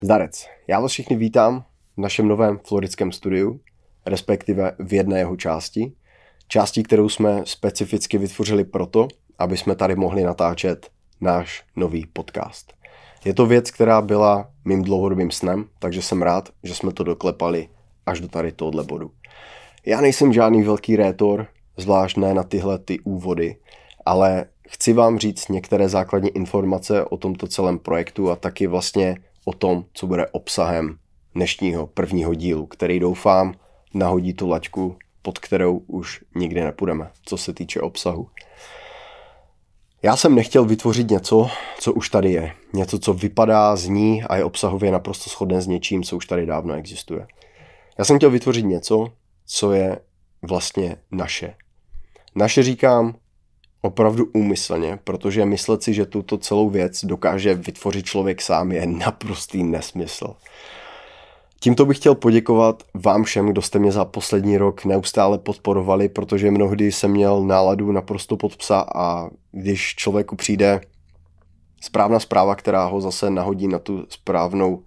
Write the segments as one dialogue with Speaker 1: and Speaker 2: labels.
Speaker 1: Zdarec, já vás všichni vítám v našem novém floridském studiu, respektive v jedné jeho části, kterou jsme specificky vytvořili proto, aby jsme tady mohli natáčet náš nový podcast. Je to věc, která byla mým dlouhodobým snem, takže jsem rád, že jsme to doklepali až do tady tohohle bodu. Já nejsem žádný velký rétor, zvlášť ne na tyhle úvody, ale chci vám říct některé základní informace o tomto celém projektu a taky vlastně o tom, co bude obsahem dnešního prvního dílu, který doufám nahodí tu laťku, pod kterou už nikdy nepůjdeme, co se týče obsahu. Já jsem nechtěl vytvořit něco, co už tady je. Něco, co vypadá, zní a je obsahově naprosto shodné s něčím, co už tady dávno existuje. Já jsem chtěl vytvořit něco, co je vlastně naše. Naše říkám opravdu úmyslně, protože myslet si, že tuto celou věc dokáže vytvořit člověk sám, je naprostý nesmysl. Tímto bych chtěl poděkovat vám všem, kdo jste mě za poslední rok neustále podporovali, protože mnohdy jsem měl náladu naprosto pod psa a když člověku přijde správná zpráva, která ho zase nahodí na tu správnou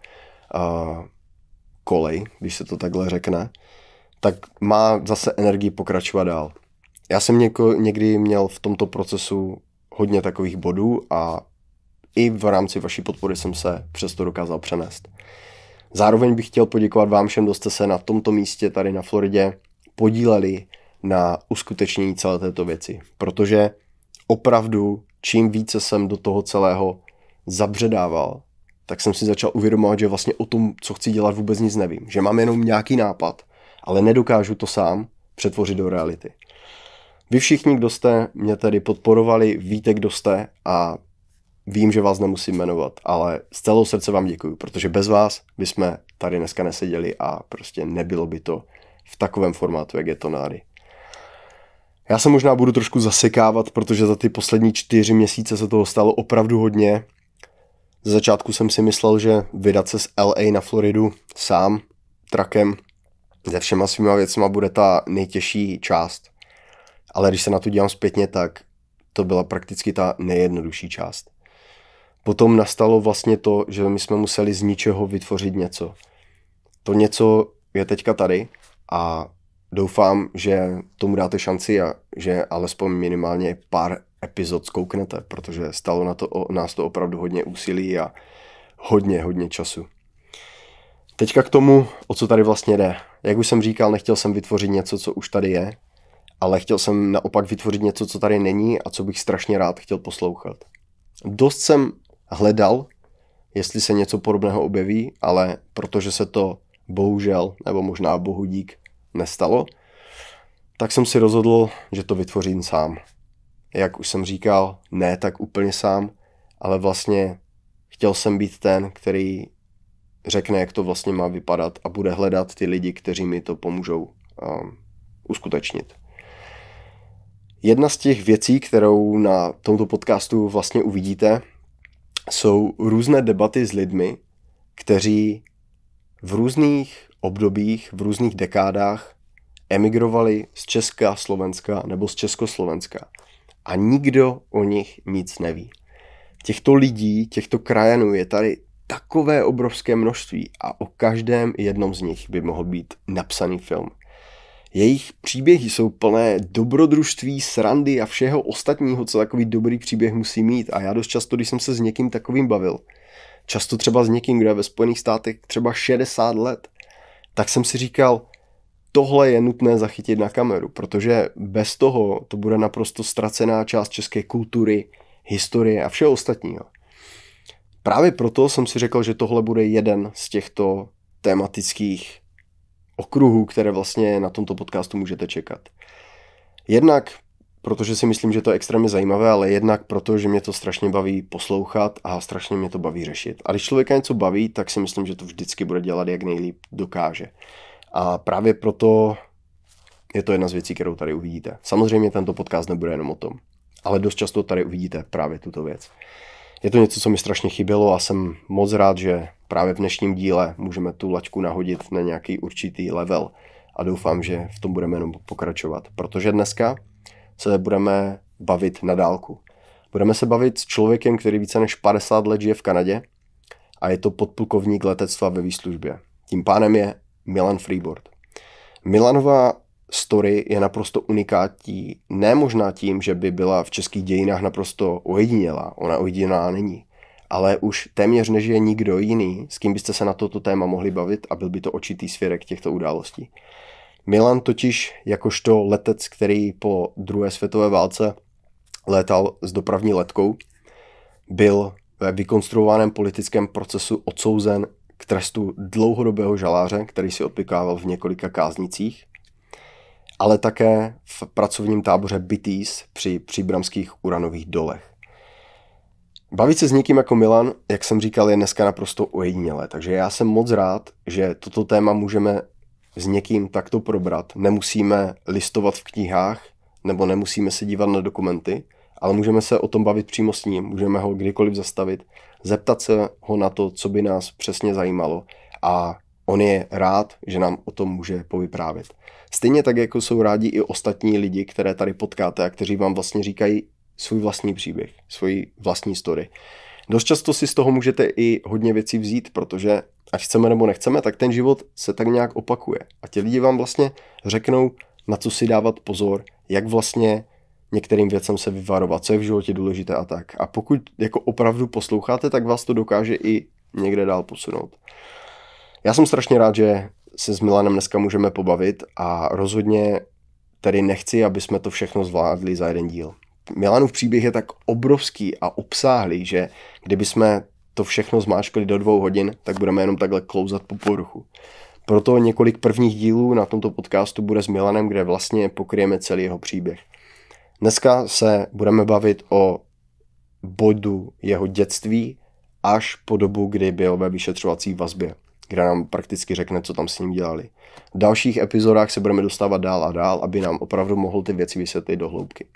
Speaker 1: kolej, když se to takhle řekne, tak má zase energii pokračovat dál. Já jsem někdy měl v tomto procesu hodně takových bodů a i v rámci vaší podpory jsem se přesto dokázal přenést. Zároveň bych chtěl poděkovat vám všem, kdo jste se na tomto místě tady na Floridě podíleli na uskutečnění celé této věci, protože opravdu čím více jsem do toho celého zabředával, tak jsem si začal uvědomovat, že vlastně o tom, co chci dělat, vůbec nic nevím. Že mám jenom nějaký nápad, ale nedokážu to sám přetvořit do reality. Vy všichni, kdo jste mě tedy podporovali, víte, kdo jste a vím, že vás nemusím jmenovat, ale z celého srdce vám děkuju, protože bez vás bychom tady dneska neseděli a prostě nebylo by to v takovém formátu, jak je to nády. Já se možná budu trošku zasekávat, protože za ty poslední 4 měsíce se toho stalo opravdu hodně. Ze začátku jsem si myslel, že vydat se z LA na Floridu sám, trakem, se všema svýma věcma bude ta nejtěžší část. Ale když se na to dívám zpětně, tak to byla prakticky ta nejjednodušší část. Potom nastalo vlastně to, že my jsme museli z ničeho vytvořit něco. To něco je teďka tady a doufám, že tomu dáte šanci a že alespoň minimálně pár epizod zkouknete, protože stalo na nás to opravdu hodně úsilí a hodně času. Teďka k tomu, o co tady vlastně jde. Jak už jsem říkal, nechtěl jsem vytvořit něco, co už tady je, ale chtěl jsem naopak vytvořit něco, co tady není a co bych strašně rád chtěl poslouchat. Dost jsem hledal, jestli se něco podobného objeví, ale protože se to bohužel, nebo možná bohudík, nestalo, tak jsem si rozhodl, že to vytvořím sám. Jak už jsem říkal, ne tak úplně sám, ale vlastně chtěl jsem být ten, který řekne, jak to vlastně má vypadat a bude hledat ty lidi, kteří mi to pomůžou uskutečnit. Jedna z těch věcí, kterou na tomto podcastu vlastně uvidíte, jsou různé debaty s lidmi, kteří v různých obdobích, v různých dekádách emigrovali z Česka, Slovenska nebo z Československa. A nikdo o nich nic neví. Těchto lidí, těchto krajanů je tady takové obrovské množství a o každém jednom z nich by mohl být napsaný film. Jejich příběhy jsou plné dobrodružství, srandy a všeho ostatního, co takový dobrý příběh musí mít. A já dost často, když jsem se s někým takovým bavil, často třeba s někým, kdo je ve Spojených státech třeba 60 let, tak jsem si říkal, tohle je nutné zachytit na kameru, protože bez toho to bude naprosto ztracená část české kultury, historie a všeho ostatního. Právě proto jsem si řekl, že tohle bude jeden z těchto tematických okruhů, které vlastně na tomto podcastu můžete čekat. Jednak, protože si myslím, že to je extrémně zajímavé, ale jednak proto, že mě to strašně baví poslouchat a strašně mě to baví řešit. A když člověka něco baví, tak si myslím, že to vždycky bude dělat, jak nejlíp dokáže. A právě proto je to jedna z věcí, kterou tady uvidíte. Samozřejmě tento podcast nebude jenom o tom, ale dost často tady uvidíte právě tuto věc. Je to něco, co mi strašně chybělo a jsem moc rád, že právě v dnešním díle můžeme tu laťku nahodit na nějaký určitý level a doufám, že v tom budeme jenom pokračovat, protože dneska se budeme bavit na dálku. Budeme se bavit s člověkem, který více než 50 let žije v Kanadě a je to podplukovník letectva ve výslužbě. Tím pánem je Milan Freeboard. Milanova story je naprosto unikátní, ne možná tím, že by byla v českých dějinách naprosto ojedinělá, ona ojedinělá není, ale už téměř nežije nikdo jiný, s kým byste se na toto téma mohli bavit a byl by to očitý svědek těchto událostí. Milan totiž jakožto letec, který po druhé světové válce létal s dopravní letkou, byl ve vykonstruovaném politickém procesu odsouzen k trestu dlouhodobého žaláře, který si odpykával v několika káznicích, ale také v pracovním táboře Bitís při příbramských uranových dolech. Bavit se s někým jako Milan, jak jsem říkal, je dneska naprosto ojedinělé, takže já jsem moc rád, že toto téma můžeme s někým takto probrat. Nemusíme listovat v knihách, nebo nemusíme se dívat na dokumenty, ale můžeme se o tom bavit přímo s ním, můžeme ho kdykoliv zastavit, zeptat se ho na to, co by nás přesně zajímalo a on je rád, že nám o tom může povyprávět. Stejně tak, jako jsou rádi i ostatní lidi, které tady potkáte a kteří vám vlastně říkají svůj vlastní příběh, svoji vlastní story. Dost často si z toho můžete i hodně věcí vzít, protože ať chceme nebo nechceme, tak ten život se tak nějak opakuje. A ti lidi vám vlastně řeknou, na co si dávat pozor, jak vlastně některým věcem se vyvarovat, co je v životě důležité a tak. A pokud jako opravdu posloucháte, tak vás to dokáže i někde dál posunout. Já jsem strašně rád, že se s Milanem dneska můžeme pobavit a rozhodně tedy nechci, aby jsme to všechno zvládli za jeden díl. Milanův příběh je tak obrovský a obsáhlý, že kdyby jsme to všechno zmáčkli do 2 hodin, tak budeme jenom takhle klouzat po povrchu. Proto několik prvních dílů na tomto podcastu bude s Milanem, kde vlastně pokryjeme celý jeho příběh. Dneska se budeme bavit o bodu jeho dětství až po dobu, kdy byl ve vyšetřovací vazbě, kde nám prakticky řekne, co tam s ním dělali. V dalších epizodách se budeme dostávat dál a dál, aby nám opravdu mohl ty věci vysvětlit do hloubky.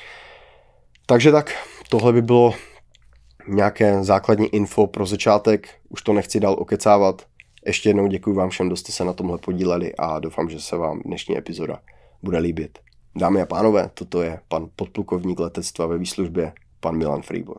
Speaker 1: Takže tak, tohle by bylo nějaké základní info pro začátek, už to nechci dál okecávat. Ještě jednou děkuji vám všem, kdo jste se na tomhle podíleli a doufám, že se vám dnešní epizoda bude líbit. Dámy a pánové, toto je pan podplukovník letectva ve výslužbě, pan Milan Freeboard.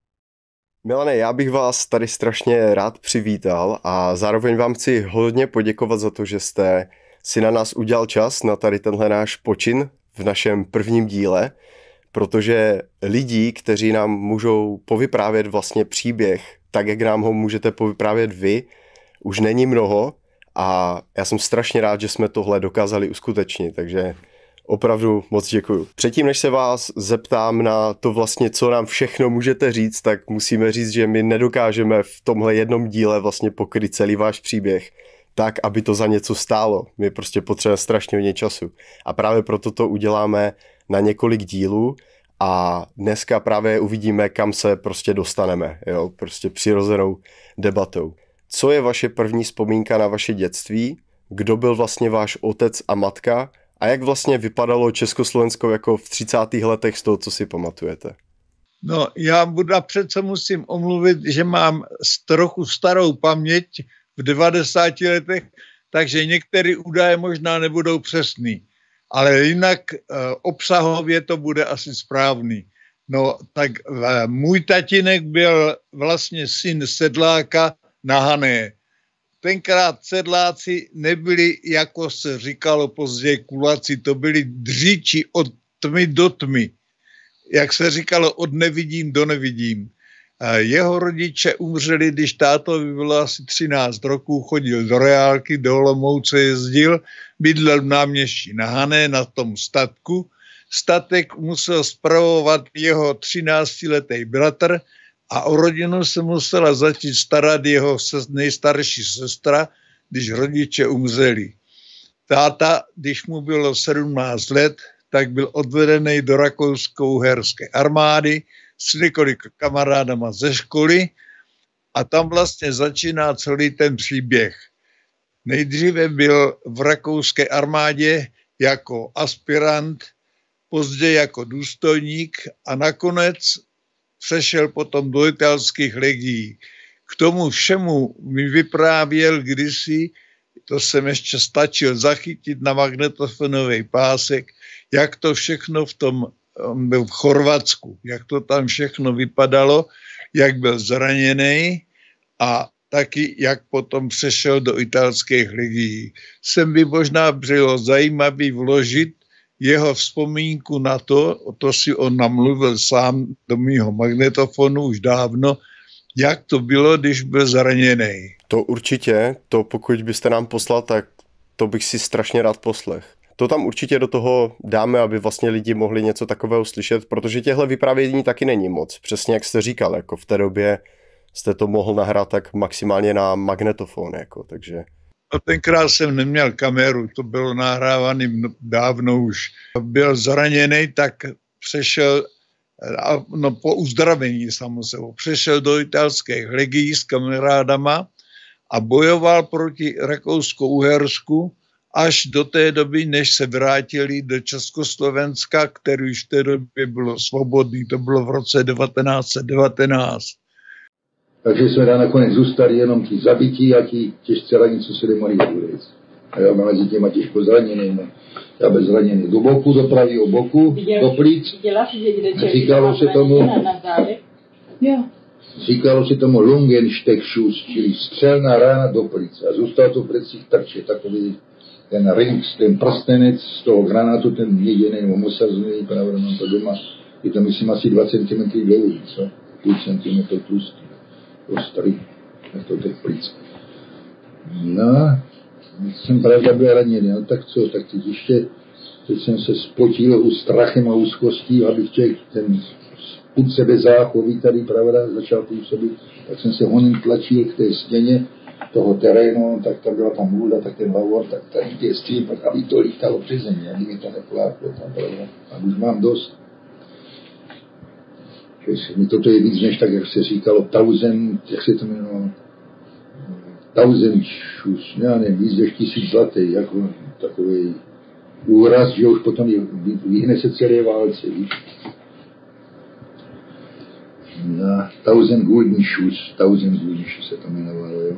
Speaker 1: Milane, já bych vás tady strašně rád přivítal a zároveň vám chci hodně poděkovat za to, že jste si na nás udělal čas, na tady tenhle náš počin v našem prvním díle, protože lidí, kteří nám můžou povyprávět vlastně příběh, tak jak nám ho můžete povyprávět vy, už není mnoho a já jsem strašně rád, že jsme tohle dokázali uskutečnit, takže opravdu moc děkuju. Předtím, než se vás zeptám na to vlastně, co nám všechno můžete říct, tak musíme říct, že my nedokážeme v tomhle jednom díle vlastně pokryt celý váš příběh tak, aby to za něco stálo. My prostě potřebujeme strašně hodně času. A právě proto to uděláme na několik dílů a dneska právě uvidíme, kam se prostě dostaneme, jo, prostě přirozenou debatou. Co je vaše první vzpomínka na vaše dětství? Kdo byl vlastně váš otec a matka? A jak vlastně vypadalo Československo jako v 30. letech z toho, co si pamatujete?
Speaker 2: No, já napřed se musím omluvit, že mám trochu starou paměť v 90 letech, takže některé údaje možná nebudou přesný. Ale jinak obsahově to bude asi správný. No, tak můj tatínek byl vlastně syn sedláka na Hané. Tenkrát sedláci nebyli, jako se říkalo později, kulaci, to byli dříči od tmy do tmy. Jak se říkalo, od nevidím do nevidím. Jeho rodiče umřeli, když tátovi bylo asi 13 roků, chodil do reálky, do Olomouce jezdil, bydlel v náměstí na Hané na tom statku. Statek musel spravovat jeho 13letý bratr a o rodinu se musela začít starat jeho nejstarší sestra, když rodiče umřeli. Táta, když mu bylo 17 let, tak byl odvedený do rakousko-uherské armády s několika kamarádama ze školy a tam vlastně začíná celý ten příběh. Nejdříve byl v rakouské armádě jako aspirant, později jako důstojník a nakonec přešel potom do italských legií. K tomu všemu mi vyprávěl kdysi, to jsem ještě stačil zachytit na magnetofonový pásek, jak to všechno on byl v Chorvatsku, jak to tam všechno vypadalo, jak byl zraněný a taky, jak potom přešel do italských legií. Sem by možná bylo zajímavý vložit jeho vzpomínku na to si on namluvil sám do mýho magnetofonu už dávno, jak to bylo, když byl zraněný.
Speaker 1: To určitě, to pokud byste nám poslal, tak to bych si strašně rád poslech. To tam určitě do toho dáme, aby vlastně lidi mohli něco takového slyšet, protože těchto vyprávění taky není moc. Přesně jak jste říkal, jako v té době jste to mohl nahrát tak maximálně na magnetofon, jako, takže...
Speaker 2: No, tenkrát jsem neměl kameru, to bylo nahrávané dávno už. Byl zraněný, tak přešel, no po uzdravení samozřejmě, přešel do italských legií s kamarádama a bojoval proti Rakousko-Uhersku až do té doby, než se vrátili do Československa, který už v té době bylo svobodný, to bylo v roce 1919.
Speaker 3: Takže jsme nakonec zůstali jenom ti zabití a ti těžce raní, co se nemohli vůbec. A já byl mezi těma těžko zraněnými. Já byl zraněný do boku, do pravého boku, do plic. Říkalo se tomu Lungensteckschuss, čili střelná rána do plic. A zůstal to v plicích trče, takový ten ring, ten prstenec z toho granátu, ten měděný, osazený, právě mám to doma. Je to myslím asi 2 cm dlouhý, co? Půl centimetr tlustý. Ostrý, jak to těch plic. No, jsem pravda byl raněný, no tak co, tak teď jsem se spotil strachem a úzkostí, abych ten pud sebezáchový tady, pravda, začal působit, tak jsem se honem tlačil k té stěně toho terénu, tak tam byla tam hůda, tak ten lavor, tak tady ty stříl, pak aby to lítalo přes země, aby mi to nepláklo tam, pravda, a už mám dost. Toto je víc než tak, jak se říkalo, jak se to jmenovalo, Schuss, já nevím, víc než 1000 zlatý, jako takový úraz, že už potom vyhne se celé válce, víš. Na 1000 Gulden Schuss se to jmenovalo, jo.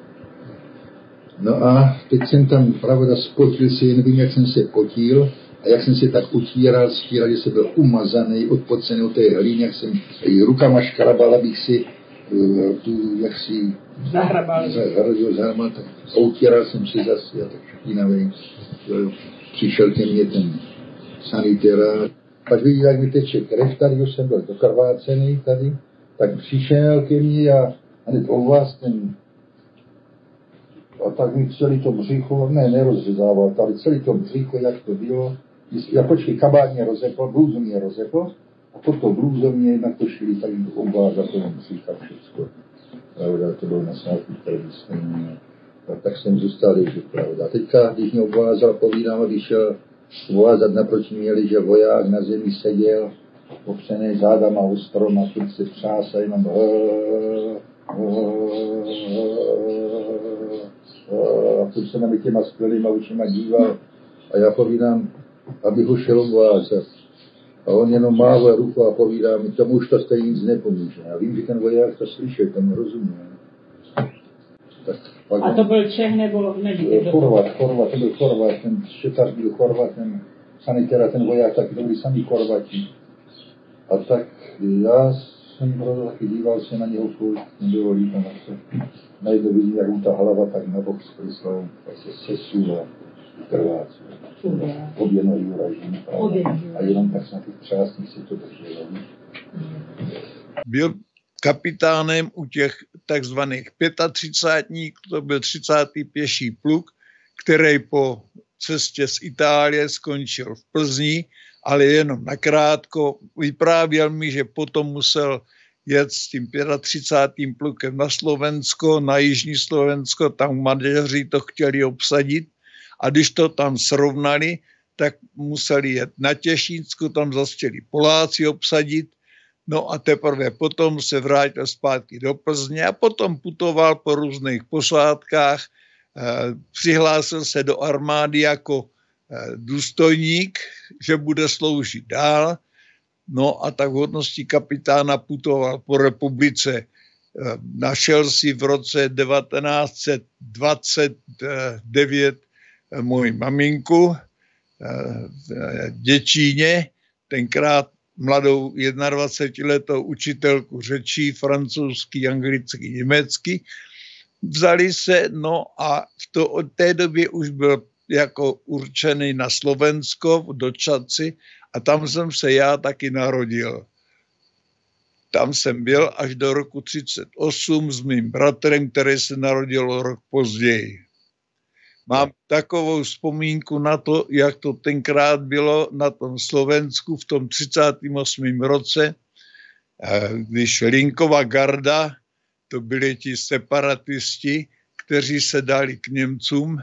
Speaker 3: No a teď jsem tam, pravda, spotil se, nevím, jak jsem se potil, a jak jsem se tak utíral, že jsem byl umazaný, odpocený od té hlíny, jak jsem rukama škrabal, abych si tu, jak si zahrabal, tak utíral jsem se zase a tak špinavý. Přišel ke mně ten sanitér, pak viděl, jak mi teče krev, tady už jsem byl dokrvácený tady, tak přišel ke mně a hned o vás ten a tak mi celý to břicho, nerozřezával, tady celý to břicho, jak to bylo, já počkej, kabát mě rozepl, blůzu mě rozepl, a potom blůzu mě jednak to šli tady do obváza toho břicha všecko. Pravda, to bylo na snátku televizní. Tak jsem zůstal ležet, pravda. Teďka, když mě obvázal, povídám, když šel vázat naproti mě, že voják na zemi seděl, opřený zádama o strom a furt se třásal, jenom a furt se na mě těma skvělýma očima díval a já povídám, abych ho šel obvázat. A on jenom mával ruku a povídá mi, tomu už to stejně nic nepomůže. Já vím, že ten voják to slyšel, tomu rozumí.
Speaker 4: A to byl Čech nebo nevíte?
Speaker 3: Chorvat, to byl Chorvat, ten šetař byl Chorvat, ten sanitér, ten voják, taky to byli sami Chorvati. A tak já jsem proto taky díval se na něho furt, nebylo líto na to. Najednou vidím, jak mu ta hlava tak na bok skryslou, tak se sesula, krvácí. Obě nohy uraží. A jenom tak na těch třásních si to drželo.
Speaker 2: Byl kapitánem u těch takzvaných 35, to byl 30. pěší pluk, který po cestě z Itálie skončil v Plzni, ale jenom nakrátko. Vyprávěl mi, že potom musel jet s tím 35. plukem na Slovensko, na jižní Slovensko, tam Maďaři to chtěli obsadit a když to tam srovnali, tak museli jet na Těšínsko, tam zase chtěli Poláci obsadit, no a teprve potom se vrátil zpátky do Plzně a potom putoval po různých posádkách, přihlásil se do armády jako důstojník, že bude sloužit dál, no a tak v hodnosti kapitána putoval po republice. Našel si v roce 1929 moji maminku v Děčíně, tenkrát mladou 21letou učitelku řečí, francouzsky, anglicky, německy. Vzali se, no a od té době už byl jako určený na Slovensko do Čadci a tam jsem se já taky narodil. Tam jsem byl až do roku 1938 s mým bratrem, který se narodil o rok později. Mám takovou vzpomínku na to, jak to tenkrát bylo na tom Slovensku v tom 38. roce, když Linkova garda, to byli ti separatisti, kteří se dali k Němcům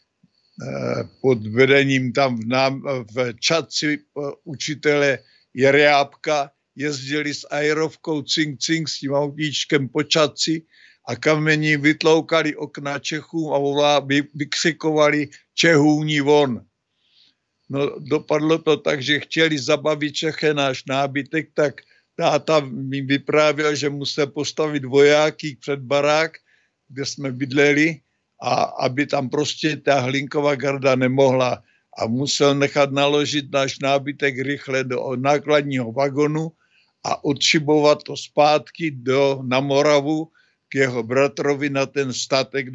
Speaker 2: pod vedením tam v Čadci učitele Jereábka, jezdili s aerovkou cink s tím autíčkem po Čadci a kamení vytloukali okna Čechům a vykřikovali Čehůni von. No, dopadlo to tak, že chtěli zabavit Čechy náš nábytek, tak táta mi vyprávěl, že musel postavit vojáky před barák, kde jsme bydleli, a aby tam prostě ta Hlinková garda nemohla. A musel nechat naložit náš nábytek rychle do nákladního vagonu a odšibovat to zpátky na Moravu k jeho bratrovi na ten statek,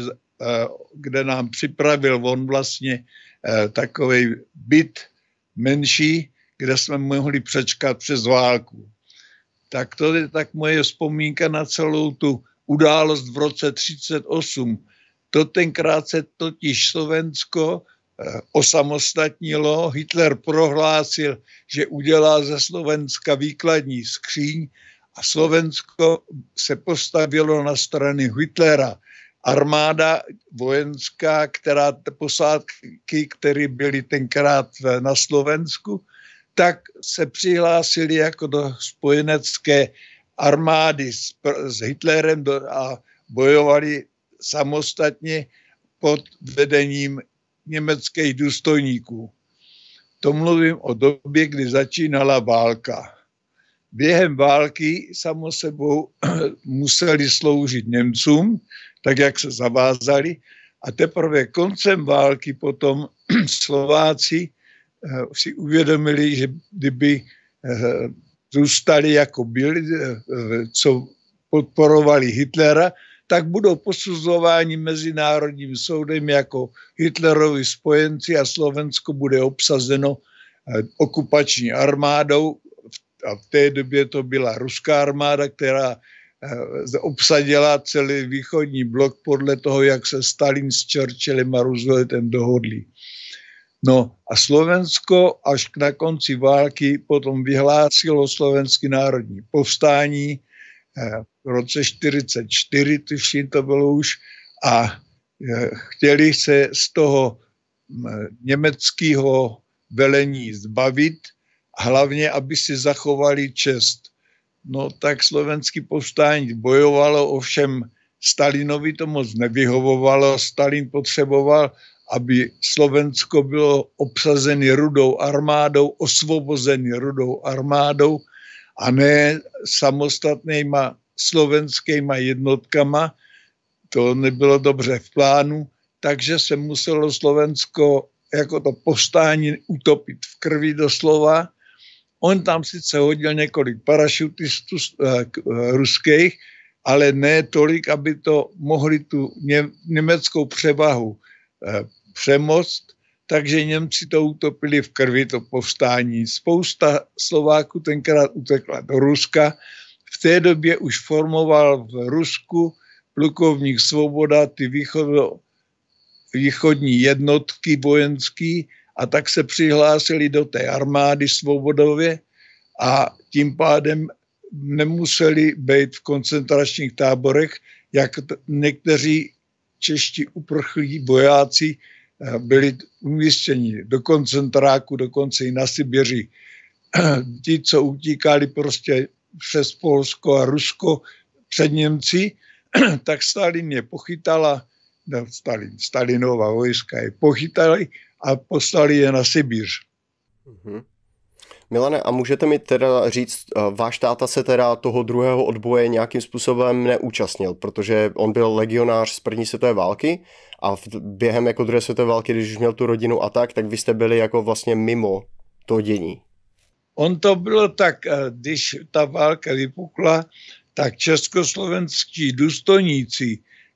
Speaker 2: kde nám připravil on vlastně takovej byt menší, kde jsme mohli přečkat přes válku. Tak to je tak moje vzpomínka na celou tu událost v roce 1938. To tenkrát se totiž Slovensko osamostatnilo. Hitler prohlásil, že udělá ze Slovenska výkladní skříň a Slovensko se postavilo na strany Hitlera. Armáda vojenská, posádky, které byly tenkrát na Slovensku, tak se přihlásili jako do spojenecké armády s Hitlerem a bojovali samostatně pod vedením německých důstojníků. To mluvím o době, kdy začínala válka. Během války samo sebou museli sloužit Němcům, tak jak se zavázali, a teprve koncem války potom Slováci si uvědomili, že kdyby zůstali jako byli, co podporovali Hitlera, tak budou posuzováni Mezinárodním soudem jako Hitlerovi spojenci a Slovensko bude obsazeno okupační armádou. A v té době to byla ruská armáda, která obsadila celý východní blok podle toho, jak se Stalin s Churchillem a Rooseveltem dohodli. No a Slovensko až na konci války potom vyhlásilo Slovenský národní povstání v roce 1944, tuším to bylo už, a chtěli se z toho německého velení zbavit, hlavně, aby si zachovali čest. No tak slovenský povstání bojovalo, ovšem Stalinovi to moc nevyhovovalo. Stalin potřeboval, aby Slovensko bylo obsazeno rudou armádou, osvobozeno rudou armádou a ne samostatnýma slovenskýma jednotkama. To nebylo dobře v plánu, takže se muselo Slovensko jako to povstání utopit v krvi doslova. On tam sice hodil několik parašutistů ruských, ale ne tolik, aby to mohli tu německou převahu přemoct, takže Němci to utopili v krvi, to povstání. Spousta Slováků tenkrát utekla do Ruska. V té době už formoval v Rusku plukovník Svoboda ty východní jednotky vojenský a tak se přihlásili do té armády Svobodově a tím pádem nemuseli být v koncentračních táborech, jak někteří čeští uprchlí vojáci byli umístěni do koncentráku, dokonce i na Sibiři. Ti, co utíkali prostě přes Polsko a Rusko před Němci, tak Stalin je pochytala, Stalinova vojska je pochytali a poslali je na Sibiř.
Speaker 1: Mm-hmm. Milane, a můžete mi teda říct, váš táta se teda toho druhého odboje nějakým způsobem neúčastnil, protože on byl legionář z první světové války a během jako druhé světové války, když už měl tu rodinu a tak vy jste byli jako vlastně mimo to dění.
Speaker 2: On to bylo tak, když ta válka vypukla, tak českoslovenští důstojníci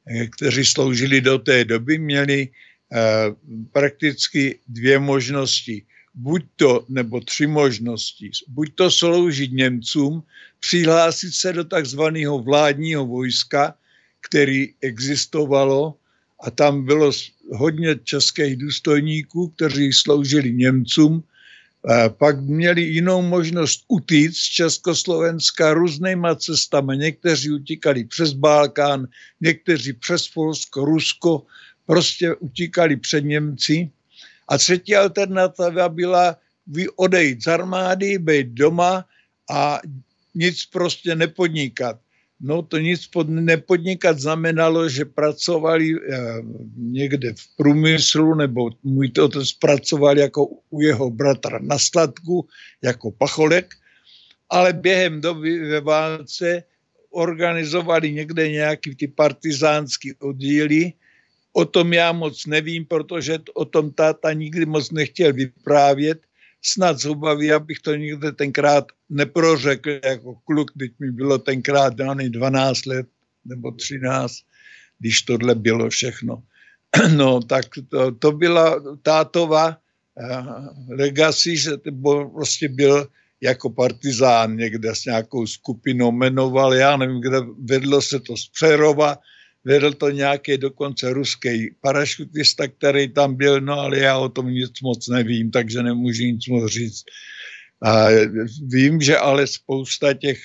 Speaker 2: kteří sloužili do té doby, měli prakticky dvě možnosti. Nebo tři možnosti. Buď to sloužit Němcům, přihlásit se do takzvaného vládního vojska, který existovalo, a tam bylo hodně českých důstojníků, kteří sloužili Němcům. Pak měli jinou možnost utíct z Československa různýma cestami. Někteří utíkali přes Balkán, někteří přes Polsko, Rusko, prostě utíkali před Němci. A třetí alternativa byla odejít z armády, být doma a nic prostě nepodnikat. No to nic nepodnikat znamenalo, že pracovali někde v průmyslu, nebo můj otec pracoval jako u jeho bratra na statku, jako pacholek, ale během doby ve válce organizovali někde nějaký ty partizánský oddíly. O tom já moc nevím, protože o tom táta nikdy moc nechtěl vyprávět. Snad z obavy, abych to nikdy tenkrát neprořekl jako kluk, teď mi bylo tenkrát dány 12 let nebo 13, když tohle bylo všechno. No tak to byla tátova legacy, že prostě byl jako partizán někde s nějakou skupinou, jmenoval, já nevím, kde vedlo se to z Přerova, vedl to nějaký dokonce ruský parašutista, který tam byl, no ale já o tom nic moc nevím, takže nemůžu nic moc říct. A vím, že ale spousta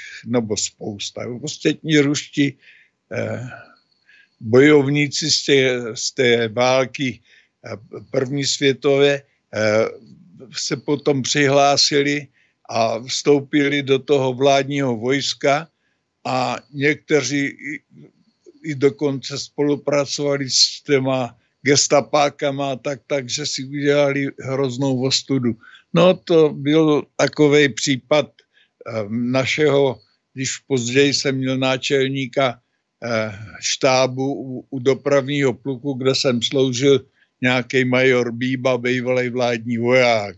Speaker 2: ostatní ruští bojovníci z té války první světové se potom přihlásili a vstoupili do toho vládního vojska a někteří i dokonce spolupracovali s těma gestapákama, takže si udělali hroznou ostudu. No to byl takovej případ našeho, když později jsem měl náčelníka štábu u dopravního pluku, kde jsem sloužil, nějaký major Bíba, bývalý vládní voják.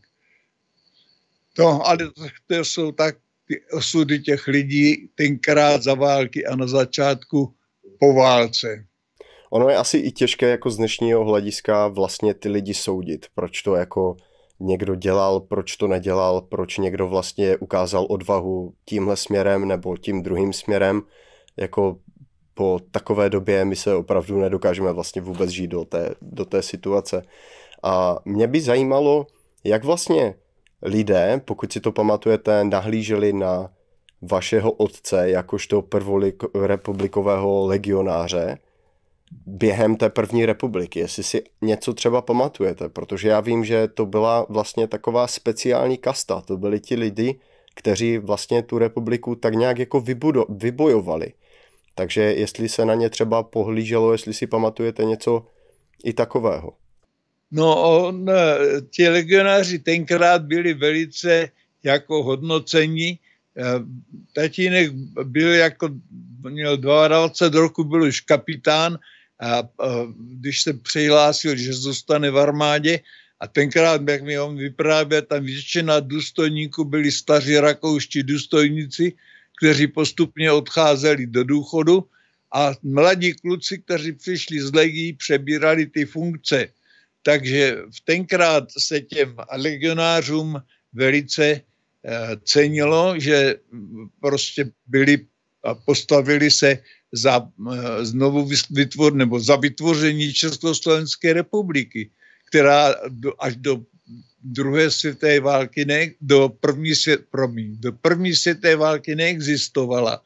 Speaker 2: No, ale to jsou tak ty osudy těch lidí tenkrát za války a na začátku po válce.
Speaker 1: Ono je asi i těžké jako z dnešního hlediska vlastně ty lidi soudit. Proč to jako někdo dělal, proč to nedělal, proč někdo vlastně ukázal odvahu tímhle směrem nebo tím druhým směrem. Jako po takové době my se opravdu nedokážeme vlastně vůbec žít do té situace. A mě by zajímalo, jak vlastně lidé, pokud si to pamatujete, nahlíželi na vašeho otce jakožto prvorepublikového legionáře během té první republiky, jestli si něco třeba pamatujete, protože já vím, že to byla vlastně taková speciální kasta, to byli ti lidi, kteří vlastně tu republiku tak nějak jako vybojovali. Takže jestli se na ně třeba pohlíželo, jestli si pamatujete něco i takového.
Speaker 2: No, ti legionáři tenkrát byli velice jako hodnocení. Tatínek byl měl 22 roku, byl už kapitán a když se přihlásil, že zůstane v armádě a tenkrát, jak mi on vyprávěl, tam většina důstojníků byli staří rakouští důstojníci, kteří postupně odcházeli do důchodu a mladí kluci, kteří přišli z legií, přebírali ty funkce. Takže tenkrát se těm legionářům velice cenilo, že prostě byli a postavili se za za vytvoření Československé republiky, která až do druhé světové války do první světové války neexistovala.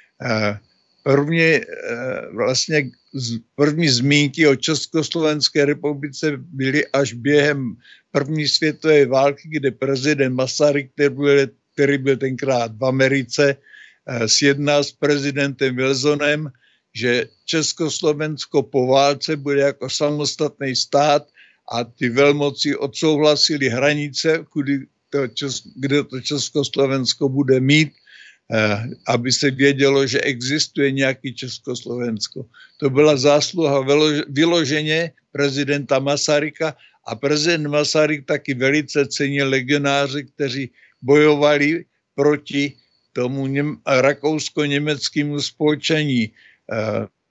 Speaker 2: První zmínky o Československé republice byly až během první světové války, kde prezident Masaryk, který byl tenkrát v Americe, sjednal s prezidentem Wilsonem, že Československo po válce bude jako samostatný stát a ty velmoci odsouhlasili hranice, kde to Československo bude mít, aby se vědělo, že existuje nějaký Československo. To byla zásluha vyloženě prezidenta Masaryka a prezident Masaryk taky velice cenil legionáře, kteří bojovali proti tomu rakousko-německému spolčení.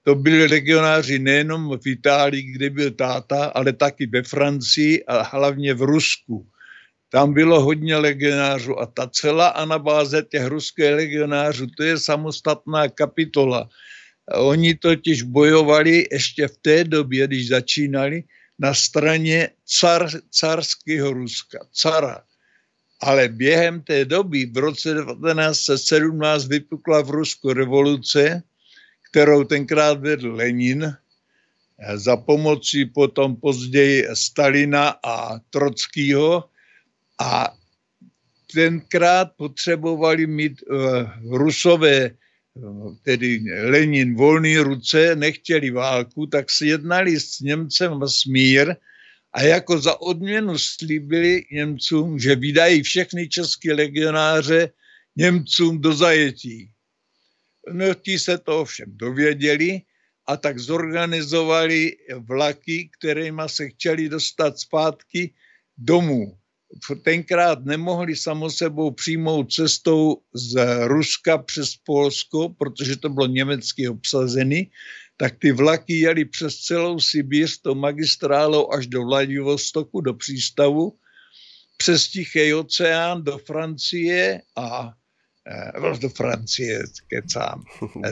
Speaker 2: to byli legionáři nejenom v Itálii, kde byl táta, ale taky ve Francii a hlavně v Rusku. Tam bylo hodně legionářů a ta celá anabáze těch ruských legionářů, to je samostatná kapitola. Oni totiž bojovali ještě v té době, když začínali, na straně carského Ruska, cara. Ale během té doby, v roce 1917, vypukla v Rusku revoluce, kterou tenkrát vedl Lenin, za pomoci potom později Stalina a Trockýho. A tenkrát potřebovali mít Rusové, tedy Lenin, volné ruce, nechtěli válku, tak si jednali s Němcem smír a jako za odměnu slíbili Němcům, že vydají všechny české legionáře Němcům do zajetí. No, ti se to ovšem dověděli a tak zorganizovali vlaky, kterými se chtěli dostat zpátky domů. Tenkrát nemohli samo sebou přijmout cestou z Ruska přes Polsko, protože to bylo německy obsazený, tak ty vlaky jeli přes celou Sibíř, to magistrálou až do Vladivostoku, do přístavu, přes Tichý oceán do Francie a do Francie, kecám,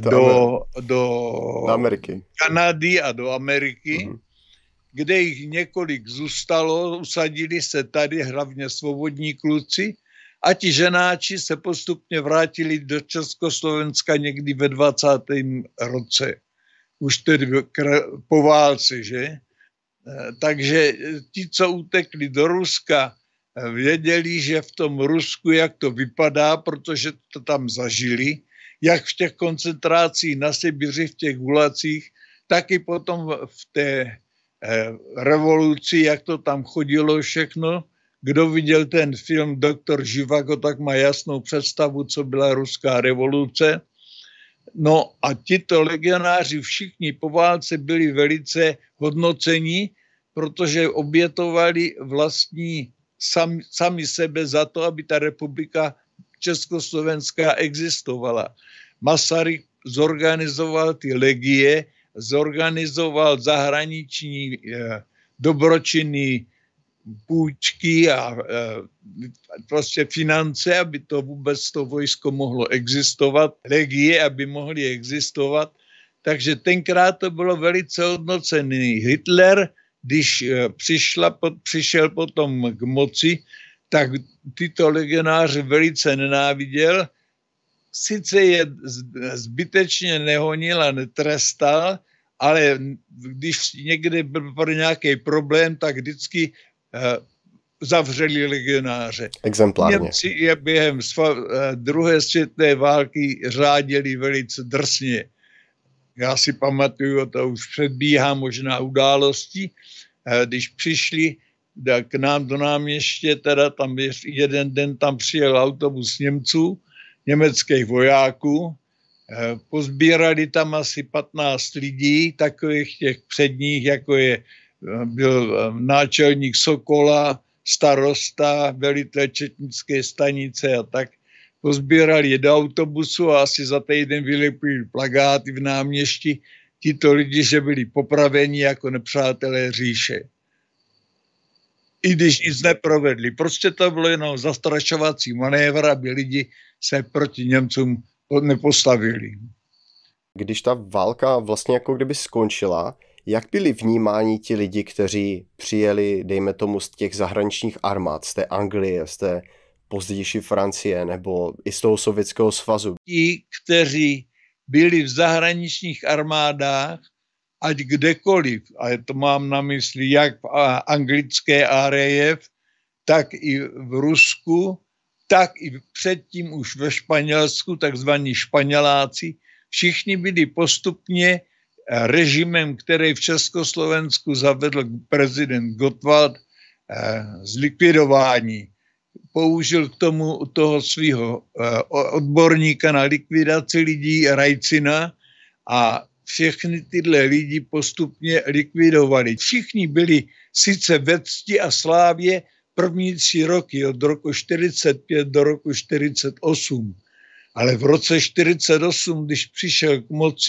Speaker 2: do
Speaker 1: Ameriky.
Speaker 2: Kanady a do Ameriky, kde jich několik zůstalo, usadili se tady, hlavně svobodní kluci, a ti ženáči se postupně vrátili do Československa někdy ve 20. roce. Už tedy po válce, že? Takže ti, co utekli do Ruska, věděli, že v tom Rusku, jak to vypadá, protože to tam zažili, jak v těch koncentrácích na Sibiři, v těch gulacích, tak i potom v té revoluci, jak to tam chodilo všechno. Kdo viděl ten film Doktor Živago, tak má jasnou představu, co byla ruská revoluce. No a tito legionáři všichni po válce byli velice hodnocení, protože obětovali vlastní sami sebe za to, aby ta republika československá existovala. Masaryk zorganizoval ty legie, zorganizoval zahraniční dobročinný půjčky a prostě finance, aby to vůbec to vojsko mohlo existovat, legie, aby mohly existovat. Takže tenkrát to bylo velice hodnocený. Hitler, když přišel potom k moci, tak tyto legionáře velice nenáviděl. Sice je zbytečně nehonil a netrestal, ale když někde byl pro nějaký problém, tak vždycky zavřeli legionáře.
Speaker 1: Exemplárně.
Speaker 2: Němci je během druhé světové války řádili velice drsně. Já si pamatuju, to už předbíhá možná události, když přišli k nám do náměstě, teda tam jeden den tam přijel autobus Němců, německých vojáků, pozbírali tam asi 15 lidí, takových těch předních, jako byl náčelník Sokola, starosta, velitel četnické stanice a tak. Pozbírali je do autobusu a asi za týden vylepili plakáty v náměstí tito lidi, že byli popraveni jako nepřátelé říše. I když nic neprovedli. Prostě to bylo jenom zastrašovací manévr, aby lidi se proti Němcům nepostavili.
Speaker 1: Když ta válka vlastně jako kdyby skončila, jak byli vnímáni ti lidi, kteří přijeli, dejme tomu, z těch zahraničních armád, z té Anglie, z té pozdější Francie nebo i z toho Sovětského svazu?
Speaker 2: Ti, kteří byli v zahraničních armádách, ať kdekoliv, a to mám na mysli jak v anglické RAF, tak i v Rusku, tak i předtím už ve Španělsku, takzvaní Španěláci, všichni byli postupně režimem, který v Československu zavedl prezident Gottwald, zlikvidování. Použil k tomu toho svého odborníka na likvidaci lidí, Rajcina, a všechny tyhle lidi postupně likvidovali. Všichni byli sice ve cti a slávě první 3 roky, od roku 45 do roku 48. Ale v roce 48, když přišel k moci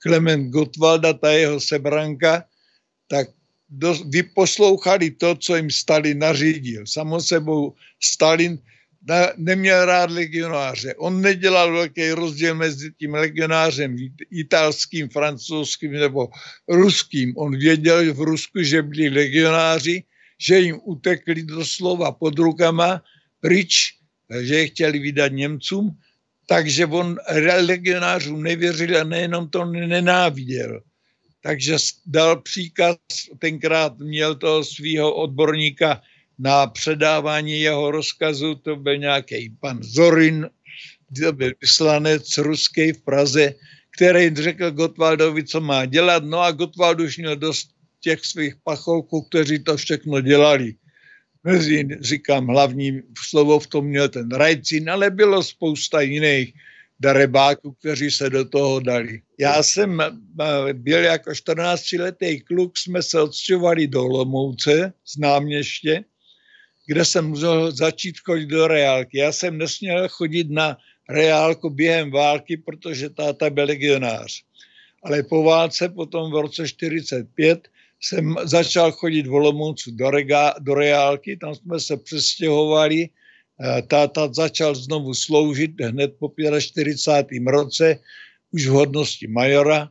Speaker 2: Klement Gottwalda, ta jeho sebranka, tak vyposlouchali to, co jim Stalin nařídil. Samo sebou Stalin neměl rád legionáře. On nedělal velký rozdíl mezi tím legionářem italským, francouzským nebo ruským. On věděl v Rusku, že byli legionáři, že jim utekli doslova pod rukama pryč, že je chtěli vydat Němcům, takže on legionářům nevěřil a nejenom to nenáviděl. Takže dal příkaz, tenkrát měl toho svého odborníka na předávání jeho rozkazu, to byl nějaký pan Zorin, to byl vyslanec ruský v Praze, který řekl Gottwaldovi, co má dělat, no a Gottwald už měl dost těch svých pacholků, kteří to všechno dělali. Mezi, říkám, hlavní slovo v tom měl ten Rajcin, ale bylo spousta jiných darebáků, kteří se do toho dali. Já jsem byl jako 14letý kluk, jsme se odstěhovali do Olomouce z Náměště, kde jsem musel začít chodit do reálky. Já jsem nesměl chodit na reálku během války, protože táta byl legionář. Ale po válce, potom v roce 1945, jsem začal chodit v Olomoucu do reálky, tam jsme se přestěhovali. Táta začal znovu sloužit hned po 45. roce, už v hodnosti majora.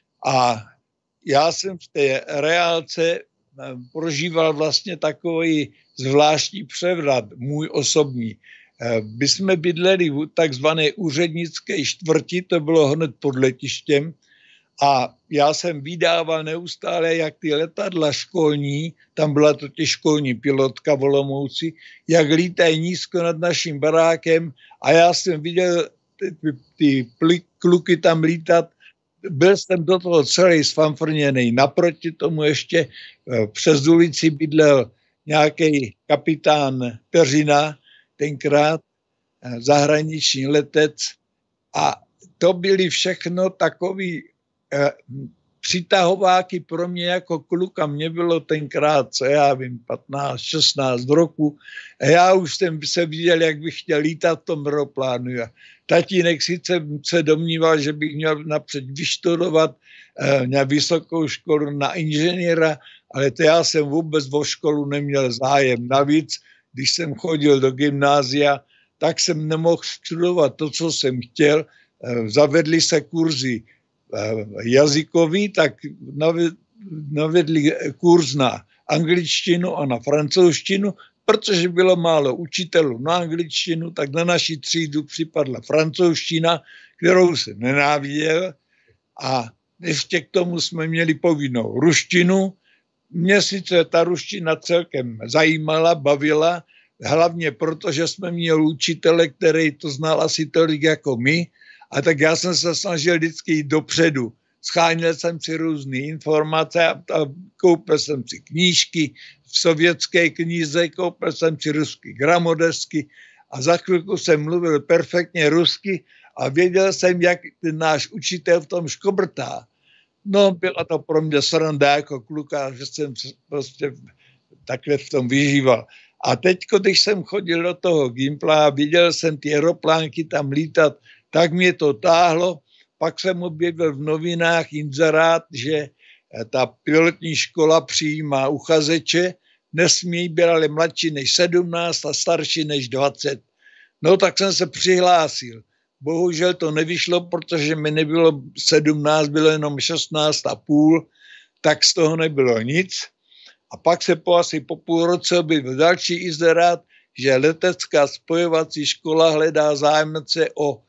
Speaker 2: A já jsem v té reálce prožíval vlastně takový zvláštní převrat, můj osobní. My jsme bydleli v takzvané úřednické čtvrti, to bylo hned pod letištěm, a já jsem vydával neustále, jak ty letadla školní, tam byla totiž školní pilotka v Olomouci, jak lítají nízko nad naším barákem, a já jsem viděl ty kluky tam lítat. Byl jsem do toho celý sfanfrněnej. Naproti tomu ještě přes ulici bydlel nějaký kapitán Peřina, tenkrát zahraniční letec, a to byly všechno takový přitahováky pro mě jako kluka. Mně bylo tenkrát, co já vím, 15, 16 roku, a já už jsem se viděl, jak bych chtěl lítat v tom aeroplánu. A tatínek sice se domníval, že bych měl napřed vystudovat na vysokou školu na inženýra, ale to já jsem vůbec o školu neměl zájem. Navíc, když jsem chodil do gymnázia, tak jsem nemohl studovat to, co jsem chtěl. Zavedli se kurzy jazykový, tak navedli kurz na angličtinu a na francouzštinu, protože bylo málo učitelů na angličtinu, tak na naši třídu připadla francouzština, kterou jsem nenáviděl, a ještě k tomu jsme měli povinnou ruštinu. Mě sice ta ruština celkem zajímala, bavila, hlavně proto, že jsme měli učitele, který to znal asi tolik jako my, a tak já jsem se snažil vždycky jít dopředu. Scháněl jsem si různé informace a koupil jsem si knížky v sovětské knize, koupil jsem si ruský gramodesky a za chvilku jsem mluvil perfektně rusky a věděl jsem, jak ten náš učitel v tom škobrtá. No, byla to pro mě sranda jako kluka, že jsem prostě takhle v tom vyžíval. A teď, když jsem chodil do toho Gimpla a viděl jsem ty aeroplánky tam lítat, tak mě to táhlo. Pak jsem objevil v novinách inzerát, že ta pilotní škola přijímá uchazeče, nesmí být ale mladší než 17 a starší než 20. No tak jsem se přihlásil. Bohužel to nevyšlo, protože mi nebylo 17, bylo jenom 16,5, tak z toho nebylo nic. A pak se asi po půl roce objevil další inzerát, že letecká spojovací škola hledá zájemce o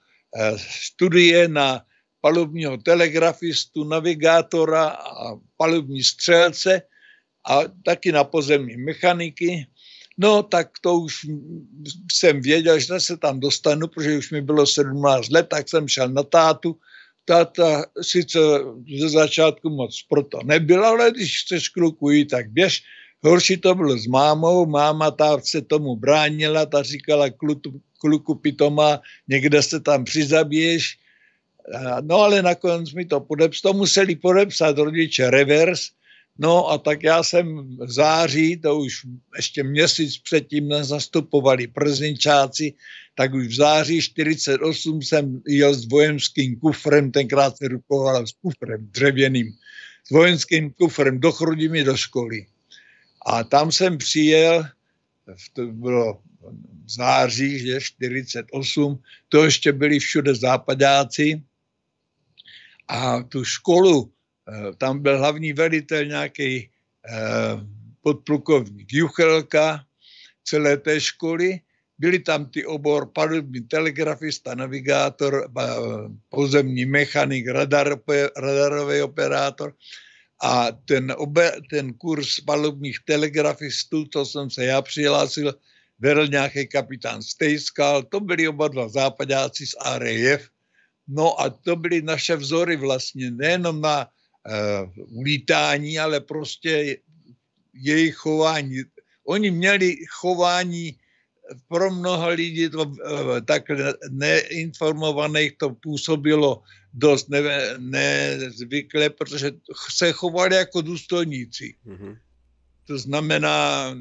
Speaker 2: studie na palubního telegrafistu, navigátora a palubní střelce a taky na pozemní mechaniky. No tak to už jsem věděl, že se tam dostanu, protože už mi bylo 17 let, tak jsem šel na tátu. Táta sice ze začátku moc proto nebyla, ale když chceš kluku jít, tak běž. Horší to bylo s mámou, máma ta se tomu bránila, ta říkala kluku pitoma, někde se tam přizabiješ. No ale nakonec mi to museli podepsat rodiče revers. No a tak já jsem v září, to už ještě měsíc předtím nezastupovali prezenčáci, tak už v září 48 jsem jel s vojenským kufrem, tenkrát se rukoval s kufrem dřevěným, s vojenským kufrem do Chrudimi do školy. A tam jsem přijel, to bylo v září, že 48, to ještě byli všude západáci a tu školu, tam byl hlavní velitel nějaký podplukovník Juchelka celé té školy. Byli tam ty obor palubní telegrafista, navigátor, pozemní mechanik, radarový operátor. A ten kurz palubních telegrafistů, co jsem se já přihlásil, vedl nějaký kapitán Stejskal, to byli oba dva západáci z RAF. No a to byly naše vzory vlastně, nejenom na ulítání, ale prostě jejich chování. Oni měli chování, pro mnoha lidí to tak neinformovaných to působilo dost nezvykle, protože se chovali jako důstojníci. Mm-hmm. To znamená,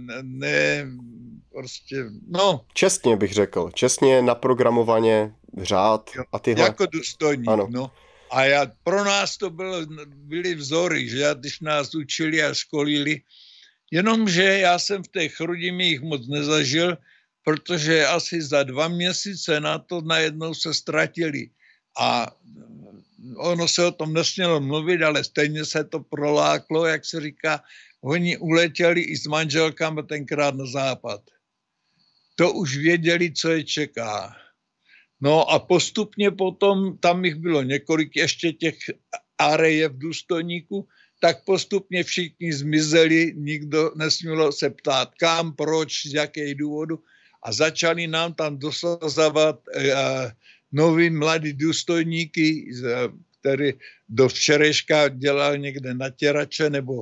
Speaker 1: Čestně bych řekl, čestně naprogramovaně, řád a tyhle.
Speaker 2: Jako důstojník, ano. No. A pro nás to byly vzory, že když nás učili a školili, jenomže já jsem v těch Chrudimích moc nezažil, protože asi za 2 měsíce na to najednou se ztratili. A ono se o tom nesmělo mluvit, ale stejně se to proláklo, jak se říká, oni uletěli i s manželkami tenkrát na západ. To už věděli, co je čeká. No a postupně potom, tam jich bylo několik ještě těch RAF důstojníků, tak postupně všichni zmizeli, nikdo nesmělo se ptát kam, proč, z jakého důvodu. A začali nám tam dosazovat noví mladí důstojníky, který do včerejška dělal někde na těrače nebo